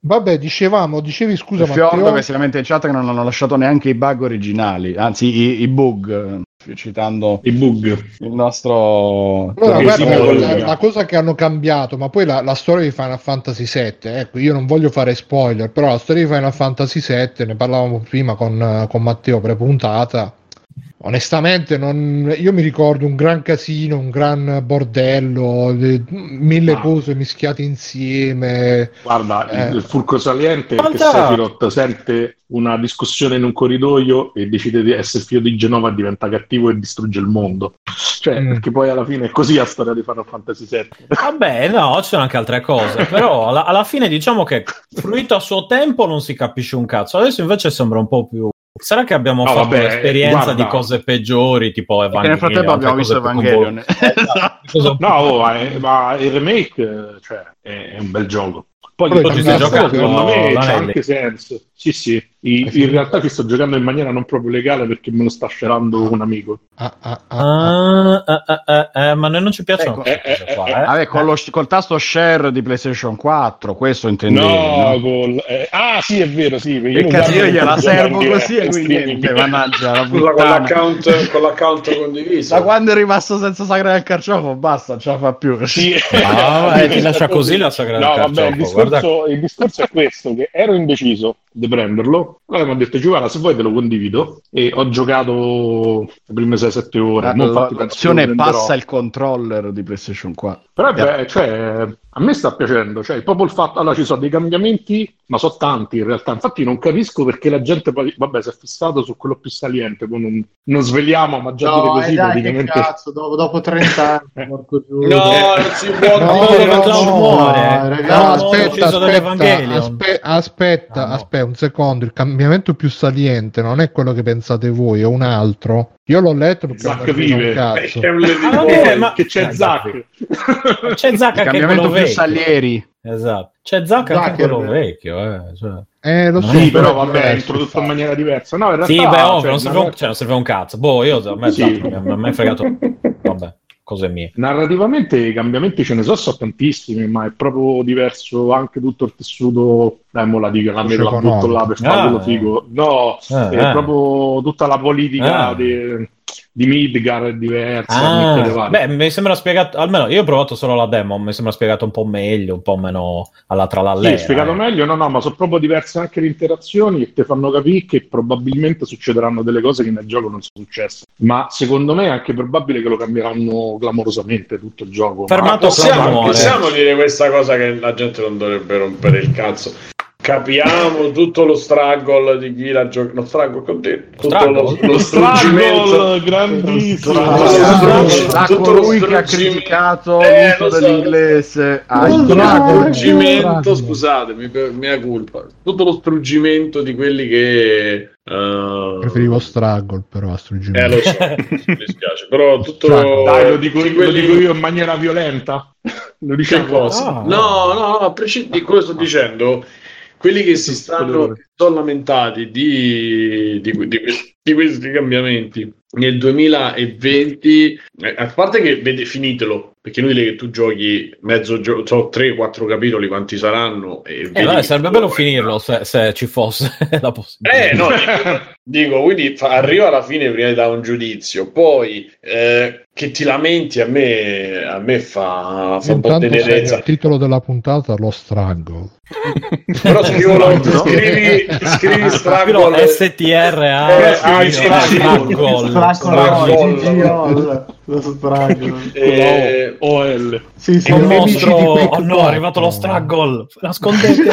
A: Vabbè, dicevamo, dicevi scusa,
C: Fiordo
A: Matteo.
C: che si lamenta in chat che non hanno lasciato neanche i bug originali, anzi i, i bug, citando
G: I bug.
C: il nostro...
A: Allora,
G: Perché
A: guarda,
G: si
A: la,
G: collega.
A: la cosa che hanno cambiato, ma poi la, la storia di Final Fantasy sette, ecco, io non voglio fare spoiler, però la storia di Final Fantasy sette, ne parlavamo prima con, con Matteo pre-puntata, onestamente non, io mi ricordo un gran casino, un gran bordello, le- mille
G: Ah.
A: cose mischiate insieme.
G: Guarda,
A: Eh.
G: il, il fulcro saliente è che
D: Guarda.
G: Sephiroth sente una discussione in un corridoio e decide di essere figlio di Genova, diventa cattivo e distrugge il mondo. Cioè,
A: Mm.
G: perché poi alla fine è così la storia di Final Fantasy sette.
D: Vabbè, no, ci sono anche altre cose, però alla, alla fine diciamo che fruito a suo tempo non si capisce un cazzo. Adesso invece sembra un po' più... Sarà che abbiamo
G: No,
D: fatto
G: vabbè,
D: l'esperienza
G: guarda.
D: di cose peggiori, tipo
C: Che
D: Evangelion.
C: nel frattempo abbiamo
D: altre
C: visto
D: cose più
C: Evangelion.
D: convol- cose un po'
G: No, oh, ma, ma il remake eh, cioè, è, è un bel gioco. Poi
A: Però
G: di
A: ti
G: fatto,
A: stai giocando,
G: secondo me c'ha
D: Lanelli?
G: anche senso. Sì, sì. I-
A: Hai
G: in realtà ci sto giocando in maniera non proprio legale perché me lo sta scerando un amico.
A: Ah, ah, ah, ah.
D: Ah, eh, eh, eh, eh, ma a noi non ci piacciono
C: Ecco.
D: queste
G: Eh,
D: cose
G: eh,
D: qua,
G: eh,
D: eh.
C: Vabbè, con lo, col tasto share di PlayStation quattro, questo intendevi,
G: No,
C: no?
G: col- eh, ah sì, è vero, sì. perché
C: Che
G: non
C: cazzo,
G: guardo
C: io gliela
G: il gioco
C: servo
G: in
C: così e
G: diretta,
C: lui
G: streaming.
C: niente, mannaggia la
B: Scusa, con
C: puttana.
B: l'account, con l'account condiviso.
C: Da quando è rimasto senza Sagra del Carciofo, basta, non ce la fa più.
G: Sì.
D: Ah, eh, ti lascia così la Sagra del
G: No, vabbè, il
D: Carciofo, guarda.
G: discorso, il discorso è questo, che ero indeciso di prenderlo, allora mi ha detto, Giovanna, se vuoi te lo condivido, e ho giocato le prime sei sette ore, mo infatti penso che lo
C: L'opzione
G: prenderò.
C: passa il controller di PlayStation quattro.
G: Però è be- cioè, a me sta piacendo, cioè proprio il fatto, allora ci sono dei cambiamenti, ma sono tanti in realtà, infatti non capisco perché la gente poi, vabbè, si è fissato su quello più saliente, poi non, non sveliamo, ma già dire
E: No,
G: così
E: eh, dai, che
G: praticamente...
E: cazzo, dopo, dopo trenta anni, porco Giuda.
B: No, non si può
A: No,
B: dire.
A: no,
D: Cloud
A: no,
D: muore.
E: no,
A: No,
E: ragazzi,
A: aspetta,
D: ucciso
A: aspetta,
D: dall'Evangelion.
A: aspe- aspetta,
D: Ah, no.
A: aspetta un secondo. Il cambiamento più saliente non è quello che pensate voi, è un altro. Io l'ho letto perché
G: Zack
A: non mi frega un
G: vive.
A: cazzo.
B: È un Lady
D: Ah,
B: Boy.
D: vabbè, ma-
G: Che c'è
D: Eh,
G: Zack.
D: C'è Zack
C: Il
D: anche
C: cambiamento
D: quello
C: più
D: vecchio.
C: salieri.
D: Esatto. C'è Zack anche
E: Zuckerberg.
D: quello vecchio, eh. Cioè.
A: Eh, lo so,
G: Sì, però
A: è
G: vabbè, è
A: diverso,
G: introdotto in
A: infatti.
G: maniera diversa. No, in realtà,
D: Sì, beh, ovvio,
G: cioè,
D: non serve un,
G: narra-
D: cioè, non serve un cazzo. Boh, io a me
G: Sì.
D: Zack mi ha mi ha fregato. Vabbè, cose mie.
G: narrativamente i cambiamenti ce ne sono, sono tantissimi, ma è proprio diverso anche tutto il tessuto. Dai, mo la dico, la, me la butto là per
D: Ah,
G: farlo
D: eh.
G: figo. No,
D: Ah,
G: è
D: eh.
G: proprio tutta la politica
D: Ah.
G: di, di Midgar è diversa.
D: Ah,
G: tutte le varie.
D: beh, mi sembra spiegato, almeno io ho provato solo la demo, mi sembra spiegato un po' meglio, un po' meno alla
G: Sì,
D: trallallera.
G: è spiegato
D: eh.
G: meglio, no, no, ma sono proprio diverse anche le interazioni che ti fanno capire che probabilmente succederanno delle cose che nel gioco non sono successe. Ma secondo me è anche probabile che lo cambieranno clamorosamente tutto il gioco.
D: Per-
G: Ma-
D: Fermato
B: Possiamo,
D: clamore.
B: possiamo dire questa cosa che la gente non dovrebbe rompere il cazzo. Capiamo tutto lo struggle di chi la gioca. Lo struggle con te. Tutto
D: Struggle?
B: lo, lo struggimento.
G: Struggle, grandissimo.
B: Tutto lo
C: Da
B: struggle- tutto lo
C: colui che ha
B: struggimento-
C: criticato
B: Eh,
C: l'uso
B: lo so.
C: dell'inglese. Ah,
A: Lo
C: il
A: struggle.
B: struggimento,
A: Struggle.
B: scusatemi, per mia colpa. Tutto lo struggimento di quelli che eh,
A: Preferivo Struggle, però a
B: eh
A: struggimento.
B: lo so, mi dispiace, però tutto
G: Dai, lo dico,
B: tutti
G: lo
B: quelli-
G: dico io in maniera violenta. Lo
B: Che
G: diciamo.
B: cosa?
D: Ah.
B: No, no, no, a prescindere di quello sto dicendo, quelli che si stanno sono lamentati di, di, di questi, di questi cambiamenti nel duemilaventi, eh, a parte che vede, finitelo, perché inutile che tu giochi mezzo gioco, so, tre quattro capitoli, quanti saranno? E
D: Eh,
B: vedi
D: vabbè,
B: che
D: sarebbe
B: tu-
D: bello finirlo se, se ci fosse la possibilità.
B: Eh, no, dico, dico, quindi fa- arriva alla fine prima di dare un giudizio, poi eh, che ti lamenti a me, a me fa, fa un po'
A: Intanto segno
B: tenerezza.
A: il titolo della puntata, lo Struggle.
B: Però scrivilo, scrivi, scrivi
D: Però
B: struggle.
D: S T R A
B: Eh, ah, sì, sì.
D: Struggle.
B: Struggle.
E: Struggle. Lo struggle.
B: Eh,
G: O L.
E: Sì, sì,
D: È un
A: Sono nemici
D: mostro.
A: di Quake
D: Oh no, è
A: quattro.
D: arrivato lo struggle. Nascondete.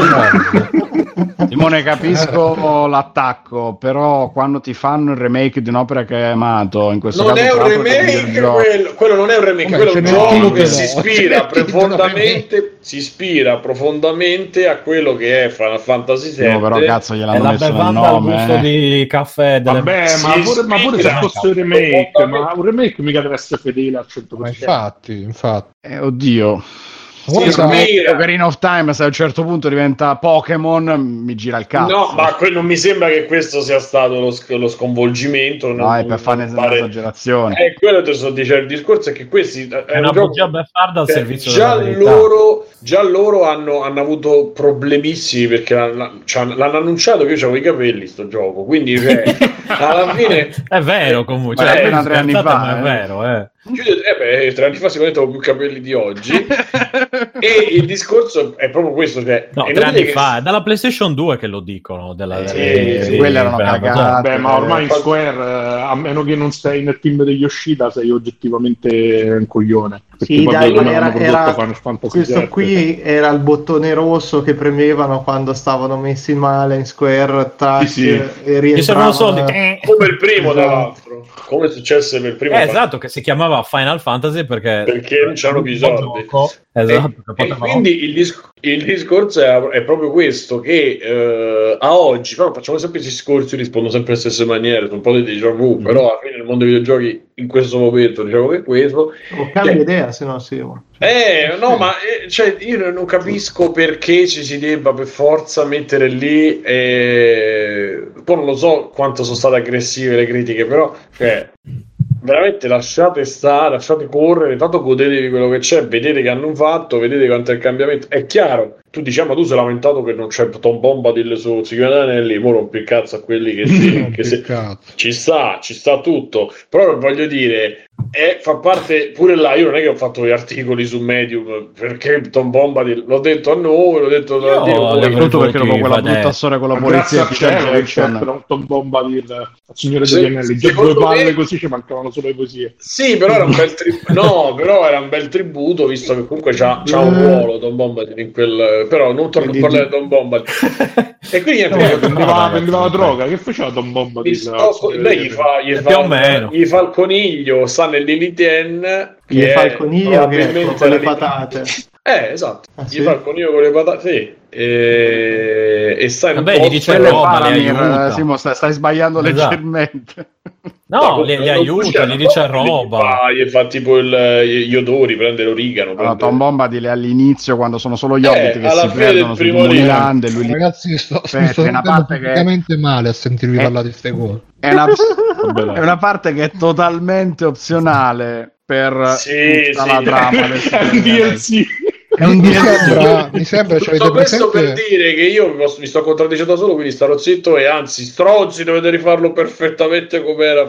C: Simone, capisco l'attacco, però quando ti fanno il remake di un'opera che hai amato, in questo
B: non
C: caso
B: è un
C: tra l'altro
B: remake
C: del gioco-
B: quello, quello non è un remake,
A: Come,
B: quello è
A: ce
B: un
A: n'è
B: gioco
A: uno
B: che
A: che
B: si
A: no.
B: ispira
A: Ce n'è uno
B: profondamente si ispira profondamente a quello che è Final Fantasy sette.
C: No, però cazzo
D: È
C: gliel'hanno
D: la
C: messo nel
D: bevanda al
C: nome.
D: gusto
C: eh.
D: di caffè delle...
G: Vabbè,
B: Si
G: ma pure, ma pure se
B: ispira
G: fosse un remake,
B: profondamente-
G: ma un remake mica deve essere fedele al cento per
A: Ma
G: cento.
A: infatti, infatti.
C: Eh, oddio.
A: Guarda,
B: Si
C: Il remake
B: ispira.
C: di Ocarina of Time, se a un certo punto diventa Pokémon, mi gira il cazzo.
B: No, ma que- non mi sembra che questo sia stato lo, sc- lo sconvolgimento.
C: No,
B: non-
C: è per fare
B: non pare-
C: un'esagerazione.
B: Eh, quello te sto dicendo. Il discorso è che questi
D: È una
B: un gioco-
D: bugia beffarda al
B: cioè,
D: servizio
B: già
D: della verità.
B: loro già loro hanno, hanno avuto problemissimi perché l'hanno, cioè, l'hanno annunciato che io avevo i capelli sto gioco, quindi cioè, alla fine
D: è vero comunque,
C: cioè,
D: cioè,
C: appena tre anni fa,
D: ma è
C: eh.
D: vero, eh.
B: Io, eh beh, tre anni fa sicuramente avevo più capelli di oggi e il discorso è proprio questo, cioè,
D: no,
B: è
D: tre anni
B: che...
D: fa, è dalla PlayStation due che lo dicono della,
B: sì,
D: delle,
B: sì,
D: di,
C: quelle erano
D: di,
C: cagate.
G: Beh, ma ormai in
B: Eh,
G: Square, eh, a meno che non sei nel team degli Yoshida, sei oggettivamente un coglione. Perché
E: Sì,
G: poi
E: dai,
G: come
E: ma era,
G: hanno prodotto
E: era-
G: Final Fantasy
E: questo
G: sette.
E: qui era il bottone rosso che premevano quando stavano messi male in Square Touch
G: Sì, sì.
E: e
D: Gli servono soldi.
E: rientravano.
B: come il primo, tra
E: Esatto.
B: l'altro, come successe per il primo
D: Eh, esatto, che si chiamava Final Fantasy perché
B: perché non c'erano più i soldi.
D: gioco, esatto,
B: E,
D: che
B: e
D: potevano-
B: quindi il, dis- il discorso è, è proprio questo, che eh, a oggi, però facciamo sempre questi discorsi, rispondo sempre alle stesse maniere, sono un po' di déjà vu,
C: Mm.
B: però alla fine nel mondo dei videogiochi in questo momento diciamo che è questo.
E: O cambia
B: Cioè,
E: idea, se no sì. ma-
B: eh, no, ma eh, cioè, io non capisco perché ci si debba per forza mettere lì. E... Poi non lo so quanto sono state aggressive le critiche, però cioè, veramente lasciate stare, lasciate correre, tanto godetevi quello che c'è, vedete che hanno fatto, vedete quanto è il cambiamento. È chiaro, tu dici, ma tu sei lamentato che non c'è Tom Bombadil su Signore degli Anelli, mo rompi il cazzo a quelli che si, che si...
A: Cazzo.
B: ci sta, ci sta tutto, però voglio dire, è, fa parte pure là, io non è che ho fatto gli articoli su Medium perché Tom Bombadil, l'ho detto a noi, l'ho detto
D: Io
B: a dire,
D: li
B: voi-
D: avrei
C: Soprattutto perché dopo
D: voluti
C: quella
D: vedere.
C: brutta storia con la
G: Ma grazie
C: polizia
G: a
C: Peter
G: cielo che
C: Jackson.
G: c'è un Tom Bombadil al Signore
B: Sì,
G: degli Anelli, già
B: secondo
G: due palle
B: me-
G: così ci mancavano solo le poesie.
B: Sì, però era un bel tri- no, però era un bel tributo, visto che comunque c'ha, c'ha un ruolo Tom Bombadil in quel, però non torno a
E: Quindi-
B: parlare di Tom Bombadil. E quindi
D: No,
B: niente,
D: no,
G: Vendeva,
D: ragazzi,
G: vendeva
D: non
G: droga, che faceva Tom Bombadil?
B: mi sto- lei gli fa, gli,
D: Più
B: fa,
D: o meno.
B: gli fa il coniglio, sta nell'Iliten,
E: Gli
B: che
E: fa
B: è
E: il coniglio che è
B: probabilmente
E: con le
B: la-
E: patate.
B: Eh, esatto,
E: Ah,
B: gli
E: sì?
B: fa il coniglio con le patate, sì, e, e sta in un
D: Vabbè, gli
B: posto-
D: dice
C: Quello è
D: roba, li
C: Faramir,
D: aiuta.
C: eh, Simo, stai, stai sbagliando
D: Esatto.
C: leggermente.
D: No,
B: No,
D: li, li
B: non
D: aiuta,
B: c'è
D: gli
B: una
D: dice
B: roba,
D: roba.
B: Gli fa, gli fa tipo il, gli odori, prende l'origano.
C: Allora,
B: prende-
C: Tom Bombadil è all'inizio quando sono solo gli
B: Eh,
C: hobbit che
B: alla
C: si
B: fine
C: perdono
B: del
C: su
B: primo
C: Dumont
B: libro.
C: Land e lui li...
A: Ragazzi, sto,
C: Beh,
A: mi sto
C: c'è una
A: sentendo
C: parte che-
A: praticamente male a sentirvi
C: Eh.
A: parlare di ste cose.
C: È una,
G: Vabbè, dai.
C: è una parte che è totalmente opzionale per
B: Sì,
C: tutta
B: sì.
C: la trama del
G: È un D L C.
C: È un
A: Mi
C: D L C.
A: sembra, mi sembra cioè,
B: Tutto
A: avete
B: questo per
A: presente...
B: dire che io mi mi sto contraddicendo da solo, quindi starò zitto e anzi, stronzi, dovete rifarlo perfettamente come era.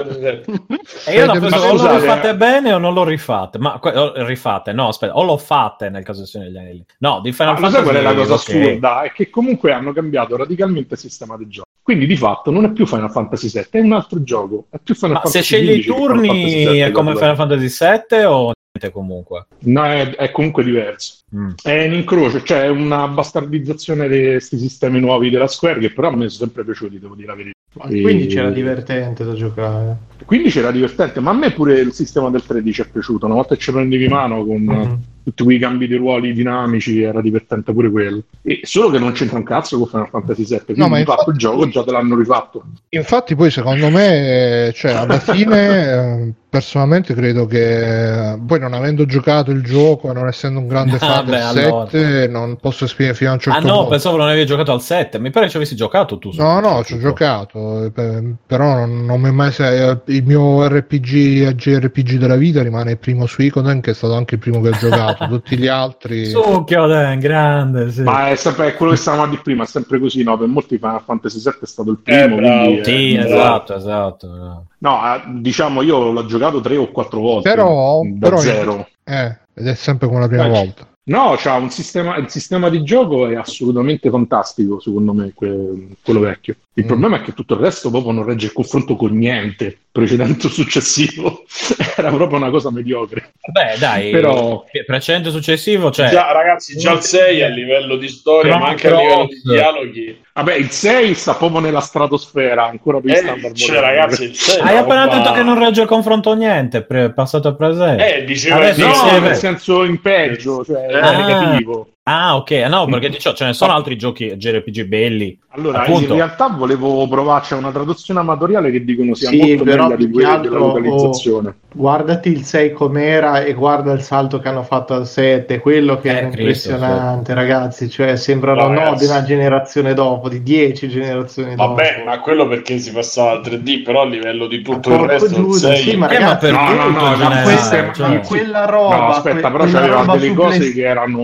D: E io l'ho
A: Avete
D: preso, o lo
G: scusate,
D: rifate
G: eh.
D: bene o non lo rifate. Ma que- o- rifate, no, aspetta, o lo fate nel caso del Signore degli Anelli. No, di Final
G: Ma lo
D: Fantasy.
G: sai qual è la cosa
D: ok.
G: assurda? È che comunque hanno cambiato radicalmente il sistema di gioco. Quindi di fatto non è più Final Fantasy sette, è un altro gioco. È più Final
D: Ma se
G: Fantasy
D: scegli i
G: quindici che Final Fantasy
D: turni
G: sette,
D: è come
G: guarda.
D: Final Fantasy sette o niente comunque?
G: No, è, è comunque diverso.
D: Mm.
G: È un incrocio, cioè è una bastardizzazione di questi sistemi nuovi della Square che però a me sono sempre piaciuti, devo dire la verità. E-
E: Quindi c'era divertente da giocare.
G: quindici era divertente, ma a me pure il sistema del tredici è piaciuto. Una volta che ci prendevi mano con
E: Mhm.
G: tutti quei cambi di ruoli dinamici, era divertente pure quello. E solo che non c'entra un cazzo con Final Fantasy sette, quindi
A: No, ma
G: di fatto il
A: infatti-
G: gioco già te l'hanno rifatto.
A: Infatti poi secondo me, cioè, alla fine, eh, personalmente credo che, eh, poi non avendo giocato il gioco e non essendo un grande fan
D: Vabbè,
A: del
D: allora.
A: sette, non posso spiegare fino a un certo
D: Ah no,
A: punto.
D: pensavo non avevi giocato al sette. Mi pare che ci avessi giocato tu.
A: No, no, ci ho giocato, eh, per- però non, non mi è mai... se- il mio R P G, J R P G della vita rimane il primo su Icoden, che è stato anche il primo che ho giocato. Tutti gli altri...
D: Succhio, dai, grande, sì.
G: Ma è sempre è quello che stavamo a dire prima, è sempre così, no? Per molti Final Fantasy sette è stato il
B: Eh,
G: primo,
B: bravo.
G: quindi, eh,
D: Sì,
B: bravo.
D: esatto, esatto.
G: no, eh, diciamo io l'ho giocato tre o quattro volte
A: Però,
G: da
A: però
G: zero.
A: Eh, ed è sempre come la prima
G: Dai.
A: volta.
G: No, c'ha un sistema, il sistema di gioco è assolutamente fantastico, secondo me, que- quello vecchio. Il
A: Mm.
G: problema è che tutto il resto proprio non regge il confronto con niente, precedente o successivo. Era proprio una cosa mediocre.
D: Beh, dai,
G: Però-
D: precedente successivo, cioè...
B: Già, ragazzi, già il sei a livello di storia,
D: Chrono
B: ma anche a livello di
D: Cross.
B: dialoghi.
G: Vabbè, il sei sta proprio nella stratosfera, ancora più
B: Eh,
G: standard
B: cioè,
G: moderni.
B: ragazzi, il sei
D: Hai
B: è
D: appena
B: roba-
D: detto che non regge il confronto niente, pre- passato e presente.
B: Eh, diceva
D: Adesso
B: sì,
G: No,
D: sì,
B: sì,
G: nel
D: beh.
G: senso in peggio, cioè
B: Eh.
G: è negativo.
D: Ah, ok, no, perché dicevo, ce ne sono altri giochi J R P G belli.
G: Allora,
D: Appunto.
G: in realtà volevo provarci a una traduzione amatoriale che dicono sia
E: Sì,
G: molto
E: però
G: meglio di
E: più che
G: quella della
E: altro,
G: localizzazione.
E: oh, guardati il sei com'era e guarda il salto che hanno fatto al sette, quello che
D: Eh,
E: era
D: Cristo,
E: impressionante, ragazzi, cioè sembrano
B: No,
E: no,
B: ragazzi.
E: di una generazione dopo, di dieci generazioni
B: Vabbè,
E: dopo.
B: ma quello perché si passava al tre D, però a livello di tutto
E: Ma
B: il
E: porco
B: resto il
E: Giuda,
B: sei
E: sì, ma
D: Eh, ma
E: ragazzi,
D: per
G: No, no,
D: tutto
G: no,
D: in
G: ma
D: generale,
G: questa-
D: cioè.
E: ma quella roba,
G: No, aspetta,
E: que-
G: però
E: quella
G: c'aveva
E: roba
G: delle
E: su
G: cose
E: Play-
G: che erano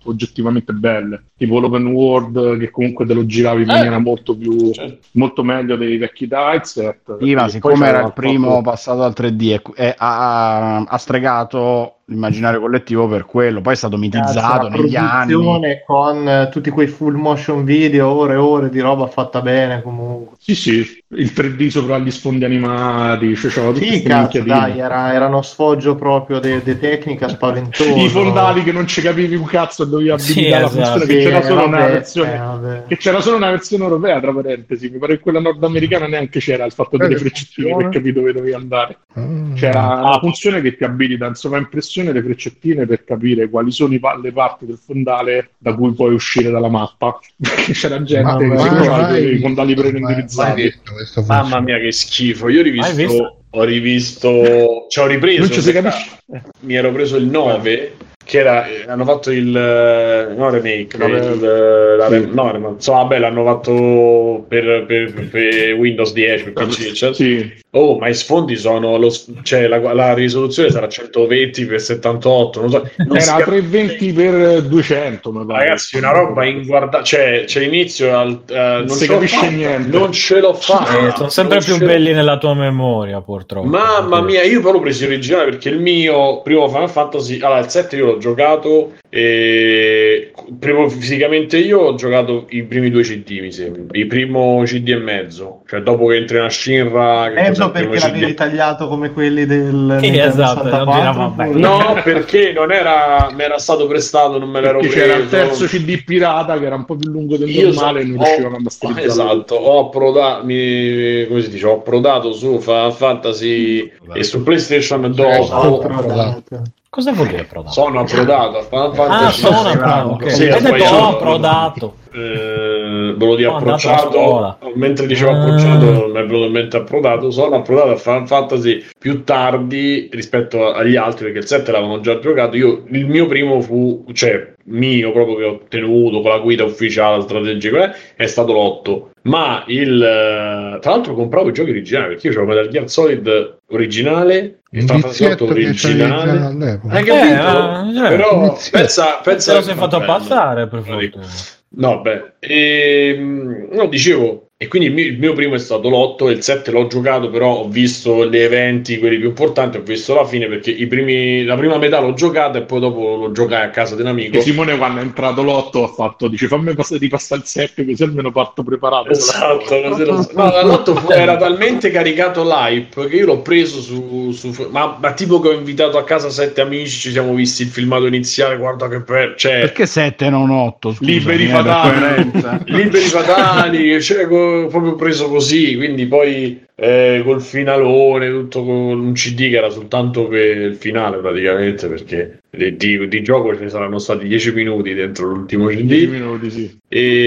G: oggettivamente belle, tipo l'open world che comunque te lo giravi in maniera
B: Eh.
G: molto più
B: Certo.
G: molto meglio dei vecchi Diceset.
C: Sì, ma
G: E
C: siccome
G: poi
C: era
G: c'era
C: il primo
G: fatto-
C: passato al tre D e, e ha, ha stregato l'immaginario collettivo per quello, poi è stato mitizzato
E: Cazzo, la
C: negli anni.
E: produzione con eh, tutti quei full motion video, ore e ore di roba fatta bene comunque.
G: Sì, sì, il tre D sopra gli sfondi animati, cioè c'era tutte
E: Sì,
G: queste
E: cazzo,
G: minchiatine.
E: dai, era, era uno sfoggio proprio di tecnica spaventoso.
G: I fondali che non ci capivi un cazzo e dovevi
D: Sì,
G: abilitare la
D: esatto.
G: funzione,
E: Sì,
G: che c'era solo
E: vabbè,
G: una versione
E: eh, vabbè.
G: che c'era solo una versione europea, tra parentesi, mi pare che quella nordamericana neanche c'era il fatto delle
A: che
G: freccettine
A: funziona?
G: per capire dove dovevi andare.
A: Mm.
G: C'era
B: Ah.
G: una funzione che ti abilita in sovraimpressione le freccettine per capire quali sono i pa- le parti del fondale da cui puoi uscire dalla mappa. Perché c'era gente
E: Ma
G: che
E: mai-
G: si trovava
A: mai
G: i
A: visto,
G: fondali
A: mai- mai
G: pre-renderizzati.
A: visto questa
B: Mamma
A: funzione.
B: mia, che schifo. Io ho
D: Hai visto?
B: rivisto, ho rivisto, ci ho ripreso.
G: Non ci si
B: in realtà.
G: capisce. Eh.
B: Mi ero preso il nove, che era, eh, hanno fatto il eh, no remake,
G: La-
B: il, eh, la,
G: sì.
B: re- no, ma insomma, vabbè, l'hanno fatto per, per- per Windows dieci, per P C, eccetera.
G: Sì.
B: Oh, ma i sfondi sono lo, s- cioè la, la risoluzione sarà centoventi per settantotto, non so, non si
G: Era
B: cap-
G: trecentoventi per duecento, mi pare.
B: Ragazzi, una roba inguardabile, cioè c'è inizio al eh, non,
G: si
B: ce l'ho
G: capisce
B: fatta,
G: niente.
B: non ce l'ho fatta.
D: Eh, sono sempre
B: non
D: più
B: ce l'ho-
D: belli nella tua memoria, purtroppo.
B: Mamma mia, io però ho preso l'originale perché il mio primo Final Fantasy, allora il sette io l'ho giocato e primo fisicamente io ho giocato i primi due C D, mi sembra, il primo C D e mezzo, cioè dopo che entri in Shinra, che cos'è
E: Mezzo
B: il primo
E: perché
B: C D?
E: l'avevi tagliato come quelli del
D: Sì,
E: Nintendo
D: esatto, non
E: sessantaquattro,
D: girava bene.
E: poi-
B: No, perché non era, mi era stato prestato, non me l'ero
G: Perché
B: preso.
G: c'era il terzo C D pirata che era un po' più lungo del
B: Io
G: normale
B: so-
G: e non
B: ho-
G: riuscivano a masterizzarlo.
B: esatto, ho approdato, mi, come si dice, ho approdato su Final Fantasy e su PlayStation dopo.
E: Ho
A: Sì,
E: provato.
D: Cosa vuol dire approdato?
B: Sono approdato a Final
D: Ah,
B: Fantasy.
D: sono
G: sì,
D: approdato, ok.
B: sì,
D: Hai
B: ho
D: detto
B: sbagliato.
D: ho approdato.
B: Eh, ve lo di
D: Sono andato a
B: approcciato
D: scuola.
B: mentre dicevo
D: Ah.
B: approcciato mi è venuto in mente approdato. Sono approdato a Final Fantasy più tardi rispetto agli altri perché il sette l'avevano già giocato. Io il mio primo fu, cioè mio proprio che ho ottenuto con la guida ufficiale strategica è stato l'otto, ma il eh, tra l'altro compravo i giochi originali perché io c'avevo Metal Gear Solid originale e
A: Un
B: Final Fantasy otto
A: vizietto che c'avevi già
B: originale.
A: all'epoca.
B: Hai
D: Eh,
B: capito?
D: ma- cioè,
B: Però
A: iniziato.
B: pensa, pensa
D: Se lo sei fatto
B: vabbè,
D: passare, per
B: no, dico.
D: fortuna.
B: No, beh, ehm, no, dicevo, e quindi il mio, il mio primo è stato l'otto, il sette l'ho giocato, però ho visto gli eventi, quelli più importanti, ho visto la fine perché i primi, la prima metà l'ho giocata e poi dopo lo giocai a casa di un amico.
G: E Simone quando è entrato l'otto ha fatto, dice fammi passare di passare il sette così almeno parto preparato.
B: Esatto, così lo so. No, l'otto fu- era talmente caricato l'hype che io l'ho preso su, su ma, ma tipo che ho invitato a casa sette amici, ci siamo visti il filmato iniziale, guarda che bello, cioè
C: Perché sette e non otto?
G: Liberi
C: eh, per
G: fatali.
C: coerenza.
B: liberi fatali, cioè, co- proprio preso così, quindi poi eh, col finalone, tutto con un C D che era soltanto per il finale praticamente, perché di, di- di gioco ce ne saranno stati dieci minuti dentro l'ultimo C
G: dieci
B: D
G: minuti, sì.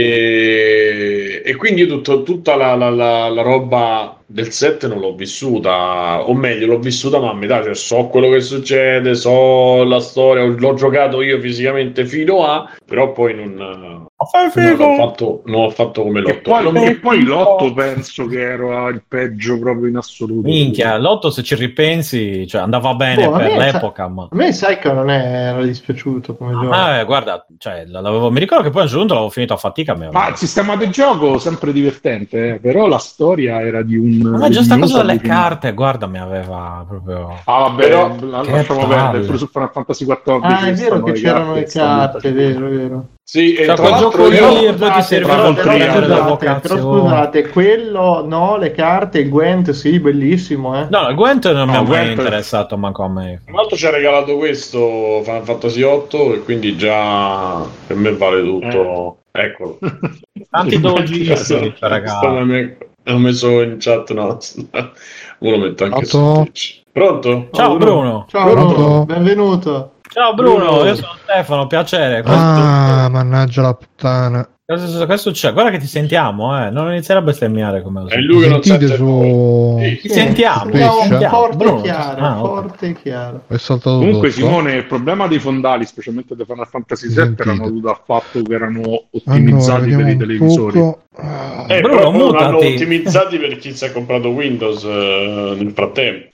B: e, e quindi io tutto- tutta la, la- la- la roba del sette non l'ho vissuta, o meglio l'ho vissuta ma a metà, cioè so quello che succede, so la storia, l'ho giocato io fisicamente fino a, però poi non, non ho fatto, non ho fatto come
G: E
B: l'otto.
G: poi,
B: Non mi-
G: e poi l'otto penso che era il peggio proprio in assoluto.
D: Minchia, l'otto se ci ripensi, cioè andava bene
E: Boh, a
D: per
E: me-
D: l'epoca, ma...
E: A me sai che non è, era dispiaciuto come gioco.
D: Ah, eh, guarda, cioè, l'avevo- mi ricordo che poi a un certo punto l'avevo finito a fatica. Me
G: Ma il sistema di gioco sempre divertente, eh, però la storia era di un...
D: Ma già sta
G: di un
D: cosa delle
G: allucinante.
D: carte, guarda, mi aveva proprio...
G: Ah vabbè,
B: Però-
G: la-
D: Che
G: lasciamo
D: palle.
G: perdere, pure su Final Fantasy quattordici
E: Ah, è vero
G: stanno
E: che
G: le
E: c'erano le
G: stanno
E: carte, è vero, è vero.
B: Sì, e
D: Cioè,
B: tra
D: quel
B: l'altro
D: gioco
B: io
D: lì e poi ti serviva
G: Però-
D: per
G: però
D: prendere la
E: scusate, però
D: vocazione.
E: scusate, quello no, le carte, il Gwent, sì, bellissimo, eh.
D: No, il Gwent non mi
G: No,
D: ha mai
G: Gwent-
D: interessato manco a me.
B: Tra l'altro ci ha regalato questo Final Fantasy otto e quindi già per me vale tutto. Eccolo.
D: Tanti doji,
B: Questo-
D: raga.
B: questo me- L'ho messo in chat, no. Me lo metto anche su
A: Pronto?
B: Twitch. Pronto?
D: Ciao
E: Oh,
D: Bruno.
E: Ciao
A: Pronto?
E: Bruno, benvenuto.
D: Ciao Bruno,
B: Bruno.
D: io sono Stefano, piacere.
A: Ah, mannaggia la puttana.
D: Cosa, cosa succede? Guarda che ti sentiamo, eh. Non iniziare a bestemmiare come lo
B: È
D: senti.
B: lui che non
A: Sentite
B: sente
A: su...
B: noi.
D: Ti sentiamo,
A: Twitch?
D: ti sentiamo.
E: Forte
D: Bruno,
E: e chiaro,
D: ah, ok.
E: forte e chiaro.
A: È saltato
G: Comunque
A: tutto.
G: Simone, il problema dei fondali, specialmente di Final Fantasy sette,
A: Sentite.
G: erano dovuti al fatto che erano
A: Allora,
G: ottimizzati
A: vediamo
G: per i
A: un
G: televisori.
A: poco. Ah,
B: Eh,
D: Bruno,
B: però poi non hanno
D: mutati.
B: ottimizzati per chi si è comprato Windows eh, nel frattempo.